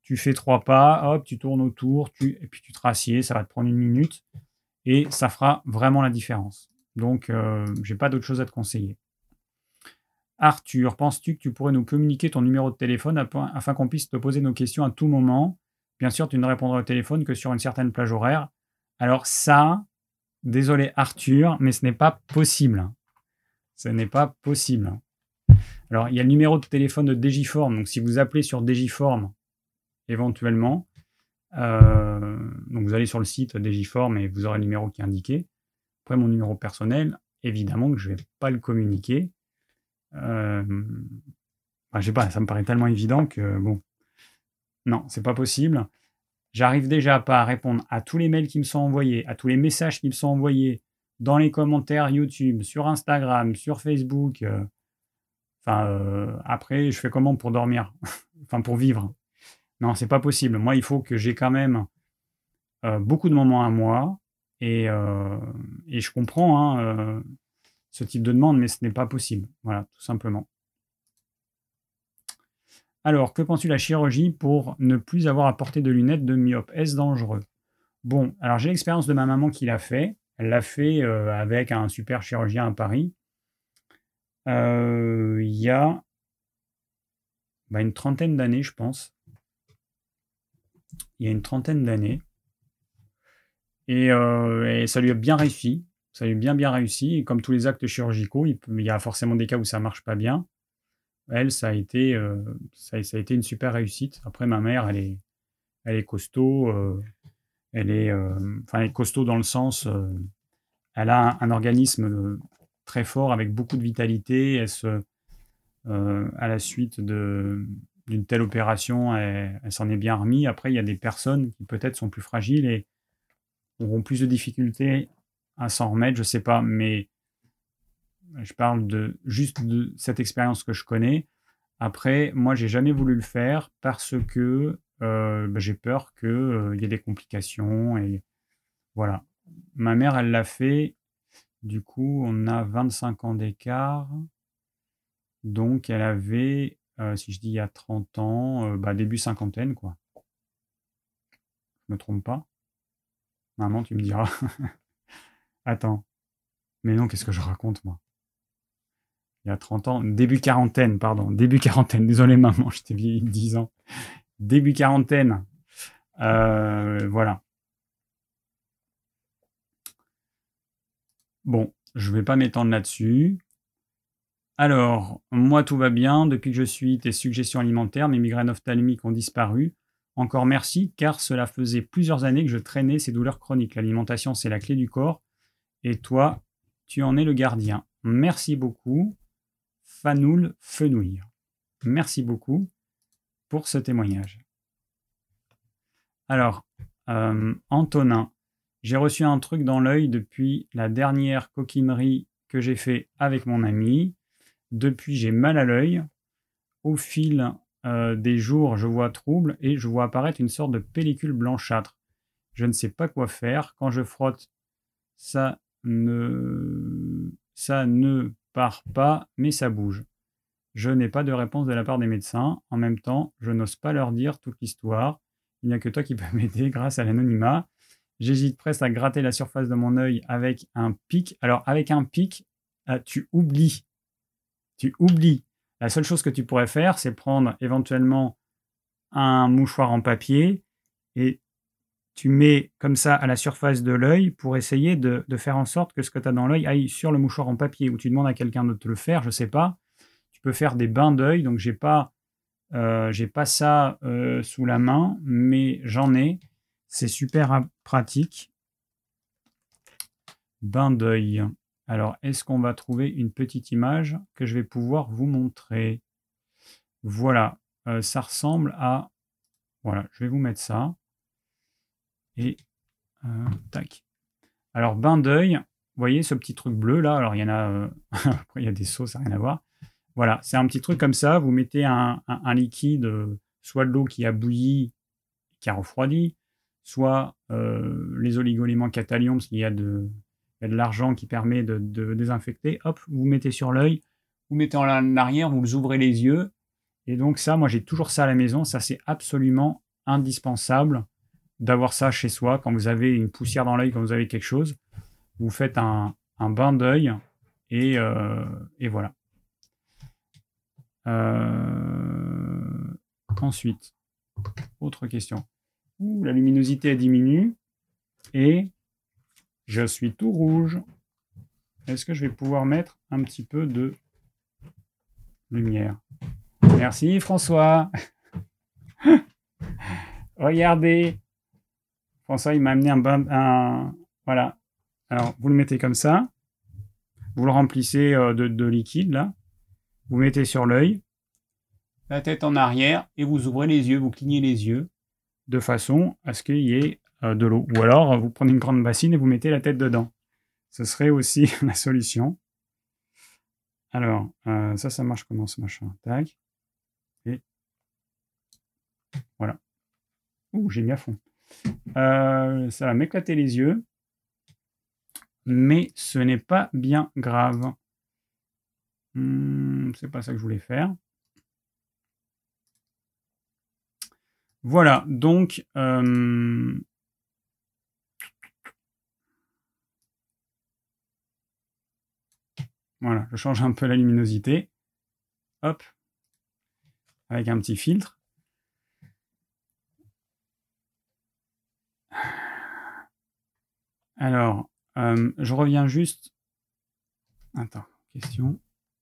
tu fais trois pas, hop, tu tournes autour, tu... et puis tu te rassieds, ça va te prendre une minute, et ça fera vraiment la différence. Donc, euh, j'ai pas d'autre chose à te conseiller. Arthur, penses-tu que tu pourrais nous communiquer ton numéro de téléphone afin qu'on puisse te poser nos questions à tout moment? Bien sûr, tu ne répondras au téléphone que sur une certaine plage horaire. Alors ça, désolé Arthur, mais ce n'est pas possible. Ce n'est pas possible. Alors, il y a le numéro de téléphone de Digiform. Donc, si vous appelez sur Digiform, éventuellement, euh, donc vous allez sur le site Digiform et vous aurez le numéro qui est indiqué. Après, mon numéro personnel, évidemment que je ne vais pas le communiquer. Euh, enfin, je sais pas, ça me paraît tellement évident que bon, non, c'est pas possible. J'arrive déjà pas à répondre à tous les mails qui me sont envoyés, à tous les messages qui me sont envoyés dans les commentaires YouTube, sur Instagram, sur Facebook. Euh, enfin, euh, après, je fais comment pour dormir, enfin pour vivre. Non, c'est pas possible. Moi, il faut que j'ai quand même euh, beaucoup de moments à moi, et, euh, et je comprends. Hein, euh, ce type de demande, mais ce n'est pas possible. Voilà, tout simplement. Alors, que penses-tu de la chirurgie pour ne plus avoir à porter de lunettes de myope? Est-ce dangereux? Bon, alors j'ai l'expérience de ma maman qui l'a fait. Elle l'a fait euh, avec un super chirurgien à Paris. Euh, il y a bah, une trentaine d'années, je pense. Il y a une trentaine d'années. Et, euh, et ça lui a bien réussi. Ça lui a bien bien réussi. Et comme tous les actes chirurgicaux, il, peut, il y a forcément des cas où ça ne marche pas bien. Elle, ça a été, euh, ça, ça a été une super réussite. Après, ma mère, elle est, elle est costaud. Euh, elle est, euh, enfin, elle est costaud dans le sens, euh, elle a un, un organisme euh, très fort avec beaucoup de vitalité. Elle se, euh, à la suite de, d'une telle opération, elle, elle s'en est bien remise. Après, il y a des personnes qui peut-être sont plus fragiles et auront plus de difficultés à s'en remettre. Je sais pas, mais je parle de juste de cette expérience que je connais. Après, moi, j'ai jamais voulu le faire parce que euh, bah, j'ai peur qu'il euh, y ait des complications. Et voilà. Ma mère, elle l'a fait. Du coup, on a vingt-cinq ans d'écart. Donc, elle avait, euh, si je dis il y a trente ans, euh, bah, début cinquantaine, quoi. Je me trompe pas? Maman, tu me diras. Attends. Mais non, qu'est-ce que je raconte, moi? Il y a trente ans, début quarantaine, pardon, début quarantaine, désolé maman, je t'ai vieilli de dix ans. Début quarantaine, euh, voilà. Bon, je vais pas m'étendre là-dessus. Alors, moi tout va bien, depuis que je suis tes suggestions alimentaires, mes migraines ophtalmiques ont disparu. Encore merci, car cela faisait plusieurs années que je traînais ces douleurs chroniques. L'alimentation, c'est la clé du corps, et toi, tu en es le gardien. Merci beaucoup, Fanoul Fenouille. Merci beaucoup pour ce témoignage. Alors, euh, Antonin, j'ai reçu un truc dans l'œil depuis la dernière coquinerie que j'ai fait avec mon ami. Depuis, j'ai mal à l'œil. Au fil euh, des jours, je vois trouble et je vois apparaître une sorte de pellicule blanchâtre. Je ne sais pas quoi faire. Quand je frotte, ça ne, ça ne part pas, mais ça bouge. Je n'ai pas de réponse de la part des médecins. En même temps, je n'ose pas leur dire toute l'histoire. Il n'y a que toi qui peux m'aider grâce à l'anonymat. J'hésite presque à gratter la surface de mon œil avec un pic. Alors, avec un pic, euh, tu oublies. Tu oublies. La seule chose que tu pourrais faire, c'est prendre éventuellement un mouchoir en papier et tu mets comme ça à la surface de l'œil pour essayer de, de faire en sorte que ce que tu as dans l'œil aille sur le mouchoir en papier, ou tu demandes à quelqu'un de te le faire, je ne sais pas. Tu peux faire des bains d'œil, donc j'ai pas, euh, j'ai pas ça euh, sous la main, mais j'en ai. C'est super pratique. Bain d'œil. Alors, est-ce qu'on va trouver une petite image que je vais pouvoir vous montrer? Voilà, euh, ça ressemble à... Voilà, je vais vous mettre ça. Et... Euh, tac. Alors, bain d'œil, vous voyez ce petit truc bleu là? Alors, il y en a... Euh... Après, il y a des sauts, ça n'a rien à voir. Voilà, c'est un petit truc comme ça. Vous mettez un, un, un liquide, euh, soit de l'eau qui a bouilli, qui a refroidi, soit euh, les oligoéléments Catalion, parce qu'il y a de, il y a de l'argent qui permet de, de désinfecter. Hop, vous mettez sur l'œil, vous mettez en arrière, vous ouvrez les yeux. Et donc ça, moi j'ai toujours ça à la maison. Ça, c'est absolument indispensable d'avoir ça chez soi. Quand vous avez une poussière dans l'œil, quand vous avez quelque chose, vous faites un, un bain d'œil et, euh, et voilà. Euh... Ensuite, autre question. Ouh, la luminosité diminue et je suis tout rouge. Est-ce que je vais pouvoir mettre un petit peu de lumière? Merci François. Regardez. François, il m'a amené un bain. Un... Voilà. Alors, vous le mettez comme ça. Vous le remplissez de, de liquide, là. Vous mettez sur l'œil. La tête en arrière. Et vous ouvrez les yeux. Vous clignez les yeux. De façon à ce qu'il y ait euh, de l'eau. Ou alors, vous prenez une grande bassine et vous mettez la tête dedans. Ce serait aussi la solution. Alors, euh, ça, ça marche comment ce machin? Tac. Et voilà. Ouh, j'ai mis à fond. Euh, ça va m'éclater les yeux. Mais ce n'est pas bien grave. Hum, c'est pas ça que je voulais faire. Voilà, donc... Euh, Voilà, je change un peu la luminosité. Hop. Avec un petit filtre. Alors, euh, je reviens juste... Attends, question.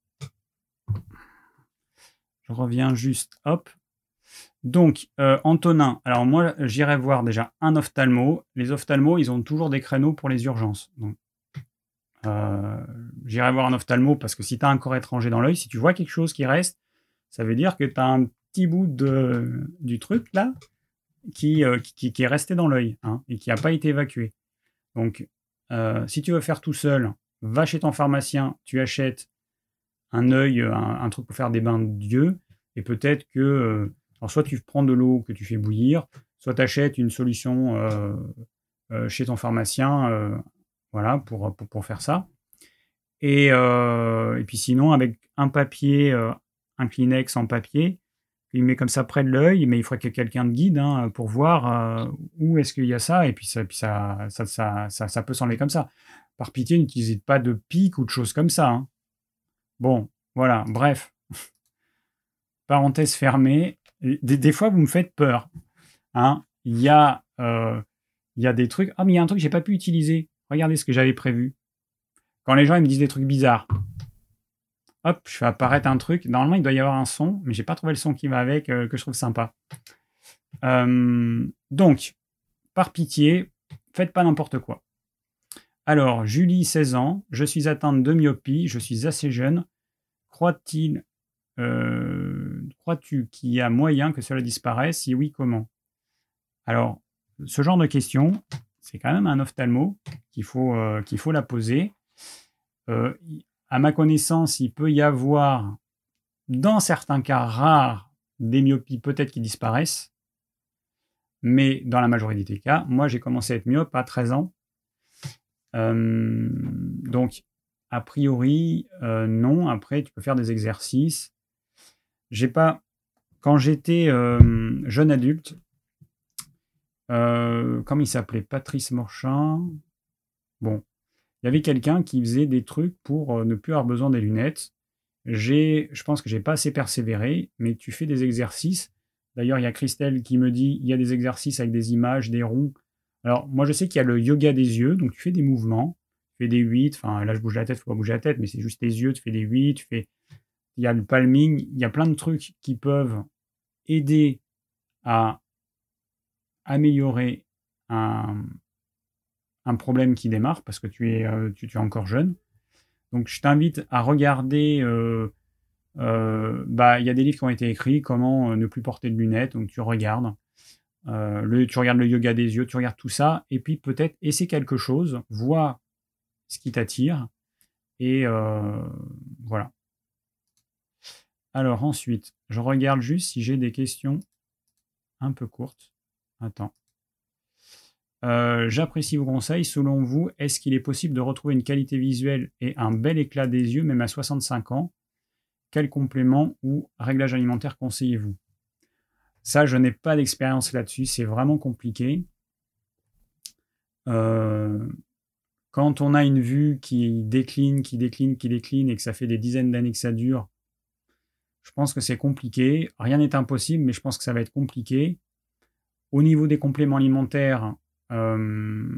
Je reviens juste, hop. Donc, euh, Antonin, alors moi, j'irai voir déjà un ophtalmo. Les ophtalmos, ils ont toujours des créneaux pour les urgences. Donc, euh, j'irai voir un ophtalmo parce que si tu as un corps étranger dans l'œil, si tu vois quelque chose qui reste, ça veut dire que tu as un petit bout de, du truc là qui, euh, qui, qui est resté dans l'œil hein, et qui n'a pas été évacué. Donc, euh, si tu veux faire tout seul, va chez ton pharmacien, tu achètes un œil, un, un truc pour faire des bains d'yeux, et peut-être que, euh, alors soit tu prends de l'eau que tu fais bouillir, soit tu achètes une solution euh, euh, chez ton pharmacien, euh, voilà, pour, pour, pour faire ça. Et, euh, et puis sinon, avec un papier, euh, un Kleenex en papier, il met comme ça près de l'œil, mais il faudrait que quelqu'un te guide hein, pour voir euh, où est-ce qu'il y a ça, et puis ça, puis ça, ça, ça, ça, ça peut s'enlever comme ça. Par pitié, n'utilisez pas de pique ou de choses comme ça. Hein. Bon, voilà, bref. Parenthèse fermée. Des, des fois, vous me faites peur. Hein. Il y a, euh, il y a des trucs... Ah, mais il y a un truc que j'ai pas pu utiliser. Regardez ce que j'avais prévu. Quand les gens ils me disent des trucs bizarres, hop, je fais apparaître un truc. Normalement, il doit y avoir un son, mais j'ai pas trouvé le son qui va avec, euh, que je trouve sympa. Euh, donc, par pitié, faites pas n'importe quoi. Alors, Julie, seize ans, je suis atteinte de myopie, je suis assez jeune. Croit-il, euh, crois-tu qu'il y a moyen que cela disparaisse? Si oui, comment? Alors, ce genre de question, c'est quand même un ophtalmo qu'il faut, euh, qu'il faut la poser. Euh, à ma connaissance, il peut y avoir, dans certains cas rares, des myopies peut-être qui disparaissent, mais dans la majorité des cas, moi j'ai commencé à être myope à treize ans. Euh, donc, a priori, euh, non. Après, tu peux faire des exercices. J'ai pas... Quand j'étais euh, jeune adulte, euh, comme il s'appelait Patrice Morchin, bon, il y avait quelqu'un qui faisait des trucs pour euh, ne plus avoir besoin des lunettes. J'ai, je pense que j'ai pas assez persévéré, mais tu fais des exercices. D'ailleurs, il y a Christelle qui me dit il y a des exercices avec des images, des ronds. Alors, moi, je sais qu'il y a le yoga des yeux, donc tu fais des mouvements, tu fais des huit, enfin, là, je bouge la tête, il faut pas bouger la tête, mais c'est juste tes yeux, tu fais des huit, tu fais... Il y a le palming, il y a plein de trucs qui peuvent aider à améliorer un, un problème qui démarre, parce que tu es, euh, tu, tu es encore jeune. Donc, je t'invite à regarder... Euh, euh, bah, il y a des livres qui ont été écrits, comment euh, ne plus porter de lunettes, donc tu regardes. Euh, le, tu regardes le yoga des yeux, tu regardes tout ça, et puis peut-être essaie quelque chose, vois ce qui t'attire, et euh, voilà. Alors ensuite, je regarde juste si j'ai des questions un peu courtes. Attends. Euh, J'apprécie vos conseils. Selon vous, est-ce qu'il est possible de retrouver une qualité visuelle et un bel éclat des yeux, même à soixante-cinq ans? Quel complément ou réglage alimentaire conseillez-vous? Ça, je n'ai pas d'expérience là-dessus. C'est vraiment compliqué. Euh, quand on a une vue qui décline, qui décline, qui décline et que ça fait des dizaines d'années que ça dure, je pense que c'est compliqué. Rien n'est impossible, mais je pense que ça va être compliqué. Au niveau des compléments alimentaires, euh,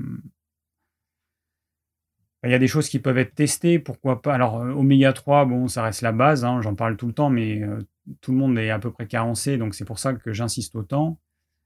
il y a des choses qui peuvent être testées, pourquoi pas. Alors, euh, oméga trois, bon, ça reste la base, hein, j'en parle tout le temps, mais euh, tout le monde est à peu près carencé, donc c'est pour ça que j'insiste autant.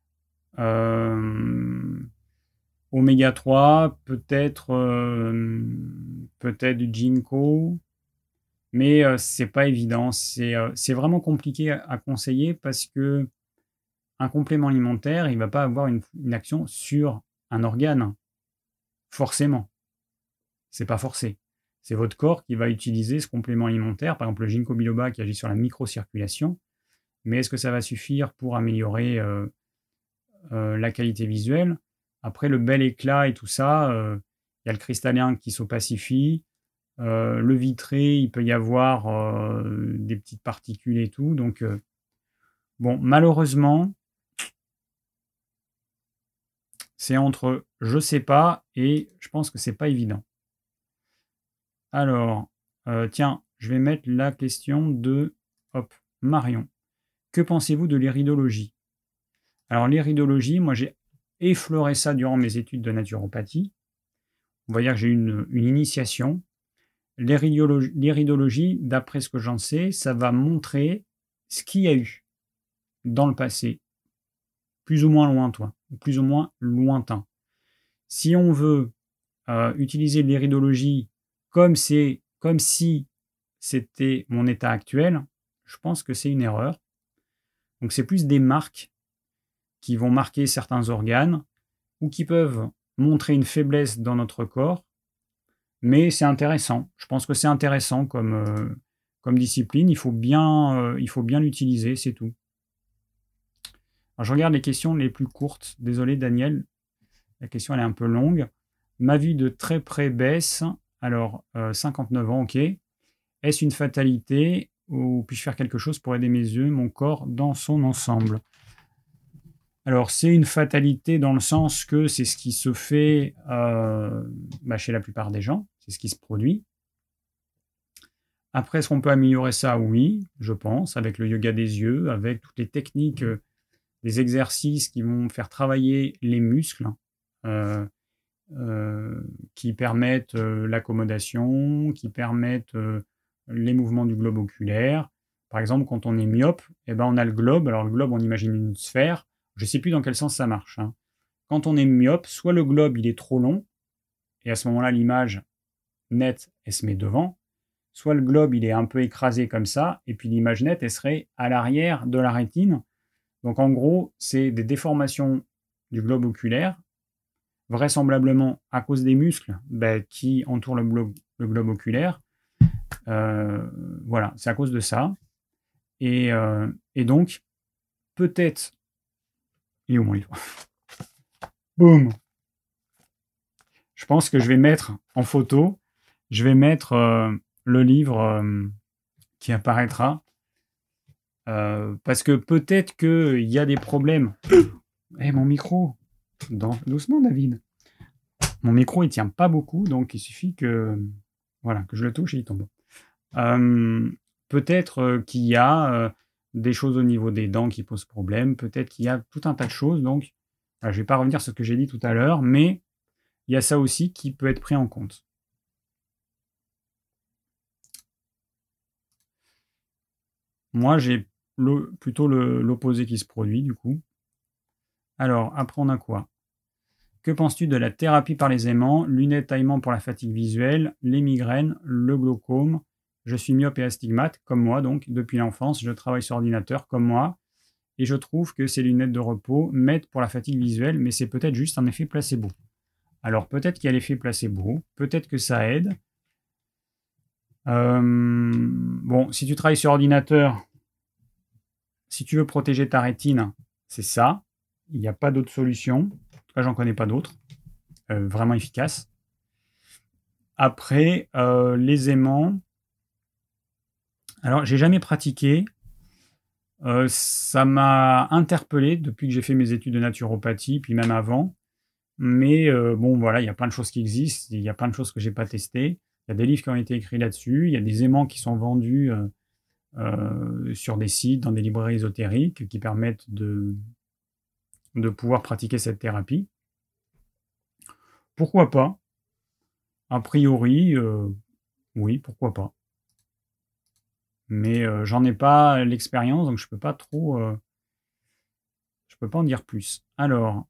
Euh, oméga trois, peut-être euh, peut-être du ginkgo, mais euh, c'est pas évident. C'est euh, c'est vraiment compliqué à, à conseiller parce que un complément alimentaire, il va pas avoir une, une action sur un organe, forcément. C'est pas forcé. C'est votre corps qui va utiliser ce complément alimentaire, par exemple le ginkgo biloba qui agit sur la microcirculation. Mais est-ce que ça va suffire pour améliorer euh, euh, la qualité visuelle? Après, le bel éclat et tout ça, il euh, y a le cristallin qui s'opacifie. Euh, le vitré, il peut y avoir euh, des petites particules et tout. Donc, euh, bon, malheureusement, c'est entre je sais pas et je pense que c'est pas évident. Alors, euh, tiens, je vais mettre la question de hop, Marion. Que pensez-vous de l'iridologie? Alors, l'iridologie, moi j'ai effleuré ça durant mes études de naturopathie. On va dire que j'ai eu une, une initiation. L'iridologie, l'iridologie, d'après ce que j'en sais, ça va montrer ce qu'il y a eu dans le passé, plus ou moins lointain, plus ou moins lointain. Si on veut euh, utiliser l'iridologie comme, c'est, comme si c'était mon état actuel, je pense que c'est une erreur. Donc c'est plus des marques qui vont marquer certains organes ou qui peuvent montrer une faiblesse dans notre corps, mais c'est intéressant. Je pense que c'est intéressant comme, euh, comme discipline. Il faut bien, euh, il faut bien l'utiliser, c'est tout. Alors, je regarde les questions les plus courtes. Désolé, Daniel. La question, elle est un peu longue. Ma vue de très près baisse. Alors, euh, cinquante-neuf ans, ok. Est-ce une fatalité ou puis-je faire quelque chose pour aider mes yeux, mon corps dans son ensemble? Alors, c'est une fatalité dans le sens que c'est ce qui se fait euh, bah, chez la plupart des gens. C'est ce qui se produit. Après, est-ce qu'on peut améliorer ça? Oui, je pense, avec le yoga des yeux, avec toutes les techniques, euh, des exercices qui vont faire travailler les muscles, euh, euh, qui permettent euh, l'accommodation, qui permettent euh, les mouvements du globe oculaire. Par exemple, quand on est myope, eh ben, on a le globe. Alors, le globe, on imagine une sphère. Je ne sais plus dans quel sens ça marche, hein. Quand on est myope, soit le globe, il est trop long, et à ce moment-là, l'image nette, elle se met devant, soit le globe, il est un peu écrasé comme ça, et puis l'image nette, elle serait à l'arrière de la rétine. Donc en gros, c'est des déformations du globe oculaire, vraisemblablement à cause des muscles ben, qui entourent le globe, le globe oculaire. Euh, voilà, c'est à cause de ça. Et, euh, et donc, peut-être... Il est où mon livre? Boum! Je pense que je vais mettre en photo, je vais mettre euh, le livre euh, qui apparaîtra. Euh, parce que peut-être qu'il y a des problèmes. Eh, hey, mon micro! Dans... Doucement, David. Mon micro, il tient pas beaucoup, donc il suffit que, voilà, que je le touche et il tombe. Euh, peut-être euh, qu'il y a euh, des choses au niveau des dents qui posent problème. Peut-être qu'il y a tout un tas de choses. Donc, voilà, je ne vais pas revenir sur ce que j'ai dit tout à l'heure, mais il y a ça aussi qui peut être pris en compte. Moi, j'ai le, plutôt le, l'opposé qui se produit, du coup. Alors, après, on a quoi? Que penses-tu de la thérapie par les aimants, lunettes taillement pour la fatigue visuelle, les migraines, le glaucome? Je suis myope et astigmate, comme moi, donc, depuis l'enfance. Je travaille sur ordinateur, comme moi. Et je trouve que ces lunettes de repos m'aident pour la fatigue visuelle, mais c'est peut-être juste un effet placebo. Alors, peut-être qu'il y a l'effet placebo, peut-être que ça aide. Euh, bon, si tu travailles sur ordinateur, si tu veux protéger ta rétine, c'est ça. Il n'y a pas d'autre solution. En tout cas, j'en connais pas d'autres. Euh, vraiment efficaces. Après, euh, les aimants. Alors, j'ai jamais pratiqué. Heu, ça m'a interpellé depuis que j'ai fait mes études de naturopathie, puis même avant. Mais heu, bon, voilà, il y a plein de choses qui existent, il y a plein de choses que j'ai pas testées. Il y a des livres qui ont été écrits là-dessus, il y a des aimants qui sont vendus, heu heu, sur des sites, dans des librairies ésotériques qui permettent de de pouvoir pratiquer cette thérapie. Pourquoi pas? A priori, heu, oui, pourquoi pas? Mais heu, j'en ai pas l'expérience, donc je peux pas trop, heu, je peux pas en dire plus. Alors,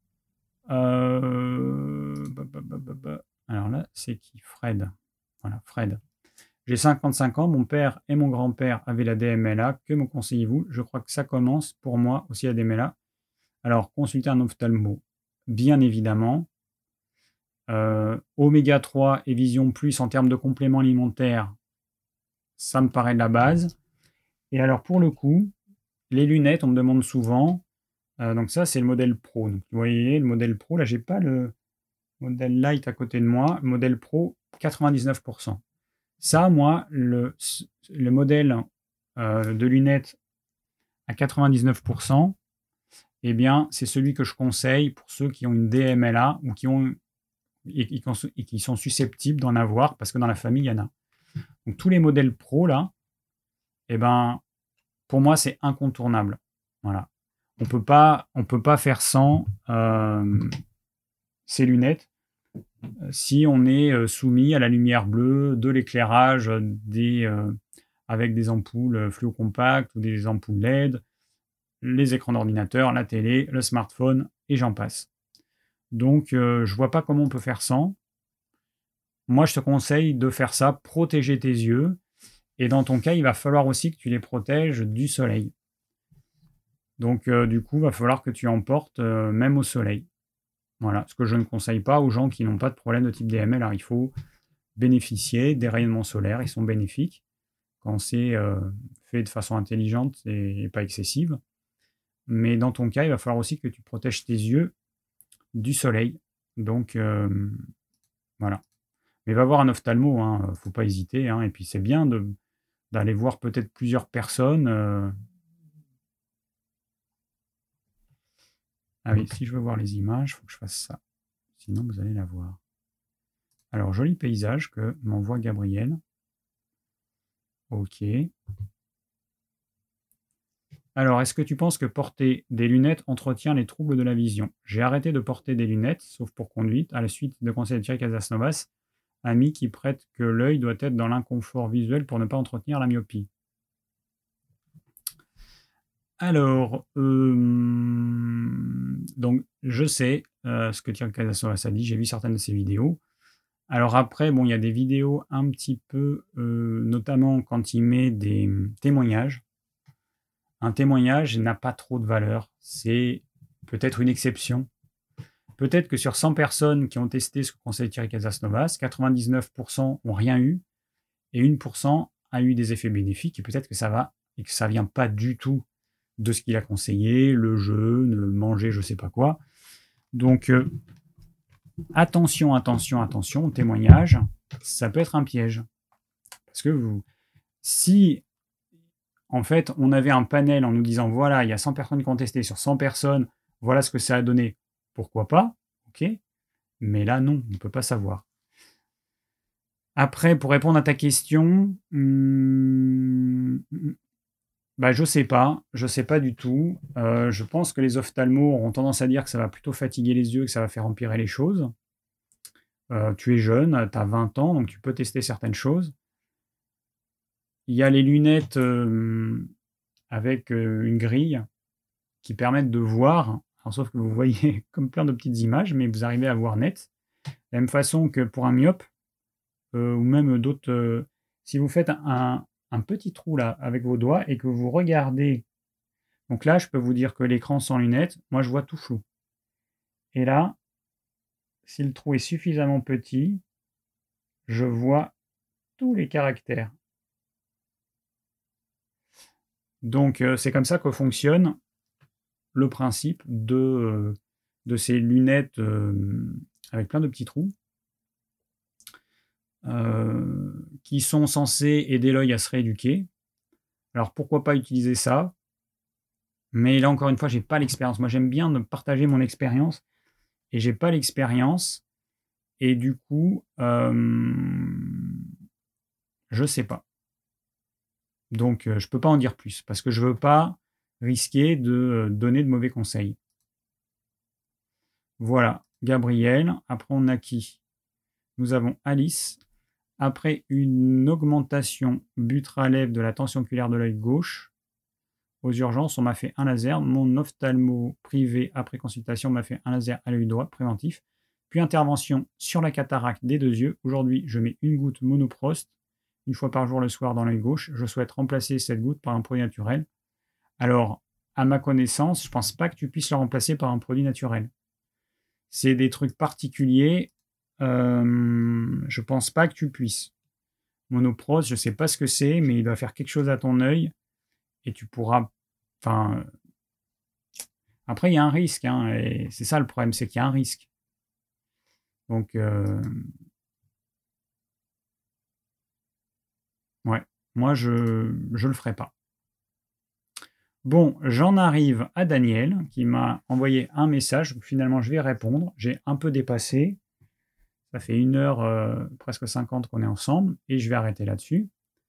heu, ba ba ba ba ba alors là, c'est qui? Fred. Voilà, Fred. J'ai cinquante-cinq ans, mon père et mon grand-père avaient la D M L A. Que me conseillez-vous? Je crois que ça commence pour moi aussi la D M L A. Alors, consulter un ophtalmo, bien évidemment. Heu, oméga trois et Vision Plus en termes de compléments alimentaires, ça me paraît de la base. Et alors pour le coup, les lunettes, on me demande souvent, heu, donc ça, c'est le modèle pro. Donc vous voyez, le modèle pro, là, j'ai pas le modèle light à côté de moi. Le modèle pro, quatre-vingt-dix-neuf. Ça, moi, le s le modèle, heu, de lunettes à quatre-vingt-dix-neuf, eh bien, c'est celui que je conseille pour ceux qui ont une D M L A ou qui ont et qui cons et qui sont susceptibles d'en avoir parce que dans la famille, il y en a. Donc tous les modèles pro là, eh ben, pour moi, c'est incontournable. Voilà. On peut pas on peut pas faire sans, hem, ces lunettes, heu, si on est, heu, soumis à la lumière bleue de l'éclairage, heu, des, heu, avec des ampoules, heu, fluo compactes ou des ampoules L E D, les écrans d'ordinateur, la télé, le smartphone et j'en passe. Donc heu, je vois pas comment on peut faire sans. Moi, je te conseille de faire ça, protéger tes yeux et dans ton cas, il va falloir aussi que tu les protèges du soleil. Donc heu, du coup, il va falloir que tu en portes, heu, même au soleil. Voilà, ce que je ne conseille pas aux gens qui n'ont pas de problème de type D M L. Alors il faut bénéficier des rayonnements solaires, ils sont bénéfiques quand c'est, heu, fait de façon intelligente et pas excessive. Mais dans ton cas, il va falloir aussi que tu protèges tes yeux du soleil. Donc hem, voilà. Mais va voir un ophtalmo, hein, faut pas hésiter, hein et puis c'est bien de d'aller voir peut-être plusieurs personnes, heu ah oui, si je veux voir les images, il faut que je fasse ça. Sinon vous allez la voir. Alors joli paysage que m'envoie Gabriel. OK. Alors, est-ce que tu penses que porter des lunettes entretient les troubles de la vision? J'ai arrêté de porter des lunettes, sauf pour conduite, à la suite de conseils de Thierry Casasnovas, ami qui prête que l'œil doit être dans l'inconfort visuel pour ne pas entretenir la myopie. Alors, hem, donc je sais, heu, ce que Thierry Casasnovas a dit, j'ai vu certaines de ses vidéos. Alors après, bon, il y a des vidéos un petit peu, heu, notamment quand il met des, mmh, témoignages. Un témoignage n'a pas trop de valeur, c'est peut-être une exception. Peut-être que sur cent personnes qui ont testé ce que conseille Thierry Casasnovas, quatre-vingt-dix-neuf ont rien eu et un pour cent a eu des effets bénéfiques et peut-être que ça va et que ça vient pas du tout de ce qu'il a conseillé, le jeûne, manger je sais pas quoi. Donc heu, attention, attention, attention au témoignage, ça peut être un piège. Parce que vous si en fait, on avait un panel en nous disant: «Voilà, il y a cent personnes qui ont testé, sur cent personnes, voilà ce que ça a donné», pourquoi pas, OK, mais là non, on ne peut pas savoir. Après, pour répondre à ta question, mmh, mmh, bah, je sais pas, je sais pas du tout. Heu, je pense que les ophtalmos auront tendance à dire que ça va plutôt fatiguer les yeux, que ça va faire empirer les choses. Heu, tu es jeune, tu as vingt ans, donc tu peux tester certaines choses. Il y a les lunettes, hem, avec, heu, une grille qui permettent de voir, alors sauf que vous voyez comme plein de petites images, mais vous arrivez à voir net. De la même façon que pour un myope, heu, ou même d'autres, heu, si vous faites un un petit trou là avec vos doigts et que vous regardez, donc là, je peux vous dire que l'écran sans lunettes, moi je vois tout flou et là, si le trou est suffisamment petit, je vois tous les caractères. Donc heu, c'est comme ça que fonctionne le principe de, heu, de ces lunettes, hem, avec plein de petits trous. Heu, qui sont censés aider l'œil à se rééduquer. Alors pourquoi pas utiliser ça? Mais là, encore une fois, j'ai pas l'expérience. Moi, j'aime bien de partager mon expérience et j'ai pas l'expérience. Et du coup, euh, je sais pas. Donc, euh, je peux pas en dire plus parce que je veux pas risquer de euh, donner de mauvais conseils. Voilà, Gabriel. Après, on a qui? Nous avons Alice. Après une augmentation butre-à-lèvres de la tension oculaire de l'œil gauche, aux urgences, on m'a fait un laser. Mon ophtalmo privé, après consultation, m'a fait un laser à l'œil droit préventif. Puis intervention sur la cataracte des deux yeux. Aujourd'hui, je mets une goutte monoprost une fois par jour le soir dans l'œil gauche. Je souhaite remplacer cette goutte par un produit naturel. Alors, à ma connaissance, je ne pense pas que tu puisses le remplacer par un produit naturel. C'est des trucs particuliers. Euh, je ne pense pas que tu puisses. Monoprost, je ne sais pas ce que c'est, mais il doit faire quelque chose à ton œil et tu pourras. Enfin, après, il y a un risque, hein, et c'est ça le problème, c'est qu'il y a un risque. Donc, euh, ouais, moi, je ne le ferai pas. Bon, j'en arrive à Daniel, qui m'a envoyé un message. Finalement, je vais répondre. J'ai un peu dépassé. Ça fait une heure, euh, presque cinquante qu'on est ensemble, et je vais arrêter là-dessus.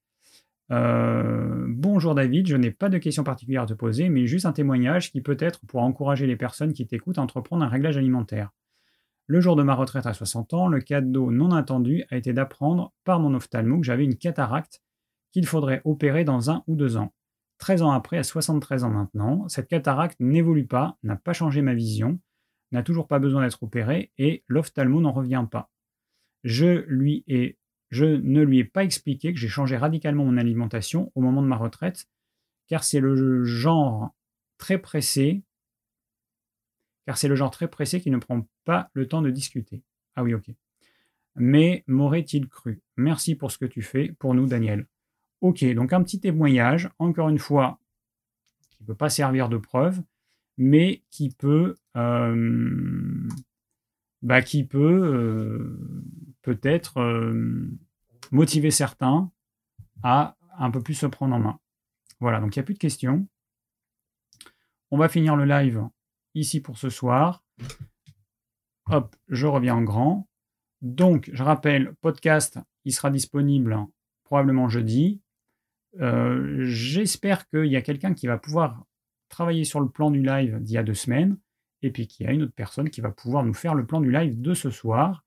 Euh, bonjour David, je n'ai pas de questions particulières à te poser, mais juste un témoignage qui peut-être pourra encourager les personnes qui t'écoutent à entreprendre un réglage alimentaire. Le jour de ma retraite à soixante ans, le cadeau non attendu a été d'apprendre par mon ophtalmo que j'avais une cataracte qu'il faudrait opérer dans un ou deux ans. treize ans après, à soixante-treize ans maintenant, cette cataracte n'évolue pas, n'a pas changé ma vision, n'a toujours pas besoin d'être opérée et l'ophtalmo n'en revient pas. Je, lui ai, je ne lui ai pas expliqué que j'ai changé radicalement mon alimentation au moment de ma retraite, car c'est le genre très pressé car c'est le genre très pressé qui ne prend pas le temps de discuter. Ah oui, ok. Mais m'aurait-il cru? Merci pour ce que tu fais pour nous, Daniel. Ok, donc un petit témoignage, encore une fois, qui ne peut pas servir de preuve, mais qui peut, euh, bah, qui peut euh, peut-être euh, motiver certains à un peu plus se prendre en main. Voilà, donc il n'y a plus de questions. On va finir le live ici pour ce soir. Hop, je reviens en grand. Donc, je rappelle, podcast, il sera disponible probablement jeudi. Euh, j'espère qu'il y a quelqu'un qui va pouvoir travailler sur le plan du live d'il y a deux semaines, et puis qu'il y a une autre personne qui va pouvoir nous faire le plan du live de ce soir.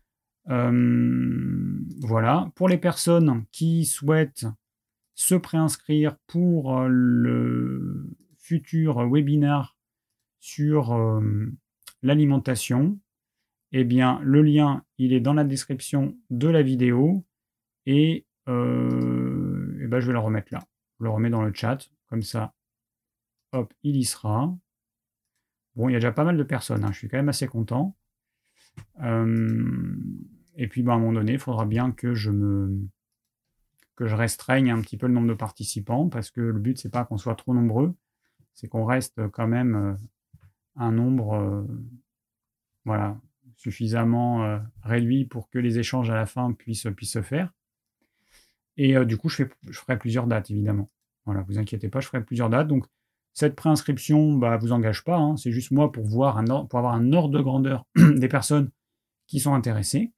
Euh, voilà. Pour les personnes qui souhaitent se préinscrire pour le futur webinaire sur euh, l'alimentation, eh bien, le lien, il est dans la description de la vidéo et, euh, et ben, je vais le remettre là. Je le remets dans le chat, comme ça, hop, il y sera. Bon, il y a déjà pas mal de personnes, hein, je suis quand même assez content. Euh, et puis, ben, à un moment donné, il faudra bien que je me que je restreigne un petit peu le nombre de participants, parce que le but, c'est pas qu'on soit trop nombreux, c'est qu'on reste quand même euh, un nombre euh, voilà, suffisamment euh, réduit pour que les échanges à la fin puissent, puissent se faire. Et euh, du coup, je, fais, je ferai plusieurs dates, évidemment. Voilà, vous inquiétez pas, je ferai plusieurs dates. Donc, cette préinscription, bah, vous engage pas. Hein, c'est juste moi pour, voir un or, pour avoir un ordre de grandeur des personnes qui sont intéressées.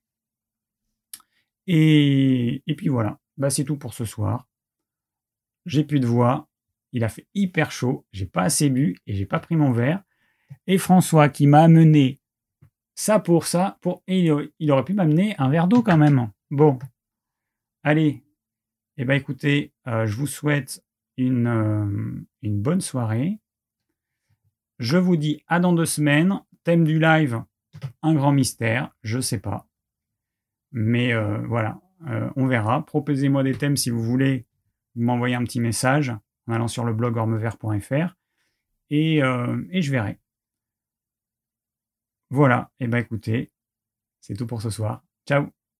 Et, et puis voilà, bah, c'est tout pour ce soir. J'ai plus de voix. Il a fait hyper chaud. J'ai pas assez bu et j'ai pas pris mon verre. Et François qui m'a amené ça pour ça, pour... Et il aurait pu m'amener un verre d'eau quand même. Bon, allez. Eh bien écoutez, euh, je vous souhaite une, euh, une bonne soirée. Je vous dis à dans deux semaines. Thème du live, un grand mystère, je sais pas. Mais euh, voilà, euh, on verra. Proposez-moi des thèmes si vous voulez. Vous m'envoyez un petit message en allant sur le blog ormevert point f r et, euh, et je verrai. Voilà, et eh bien écoutez, c'est tout pour ce soir. Ciao.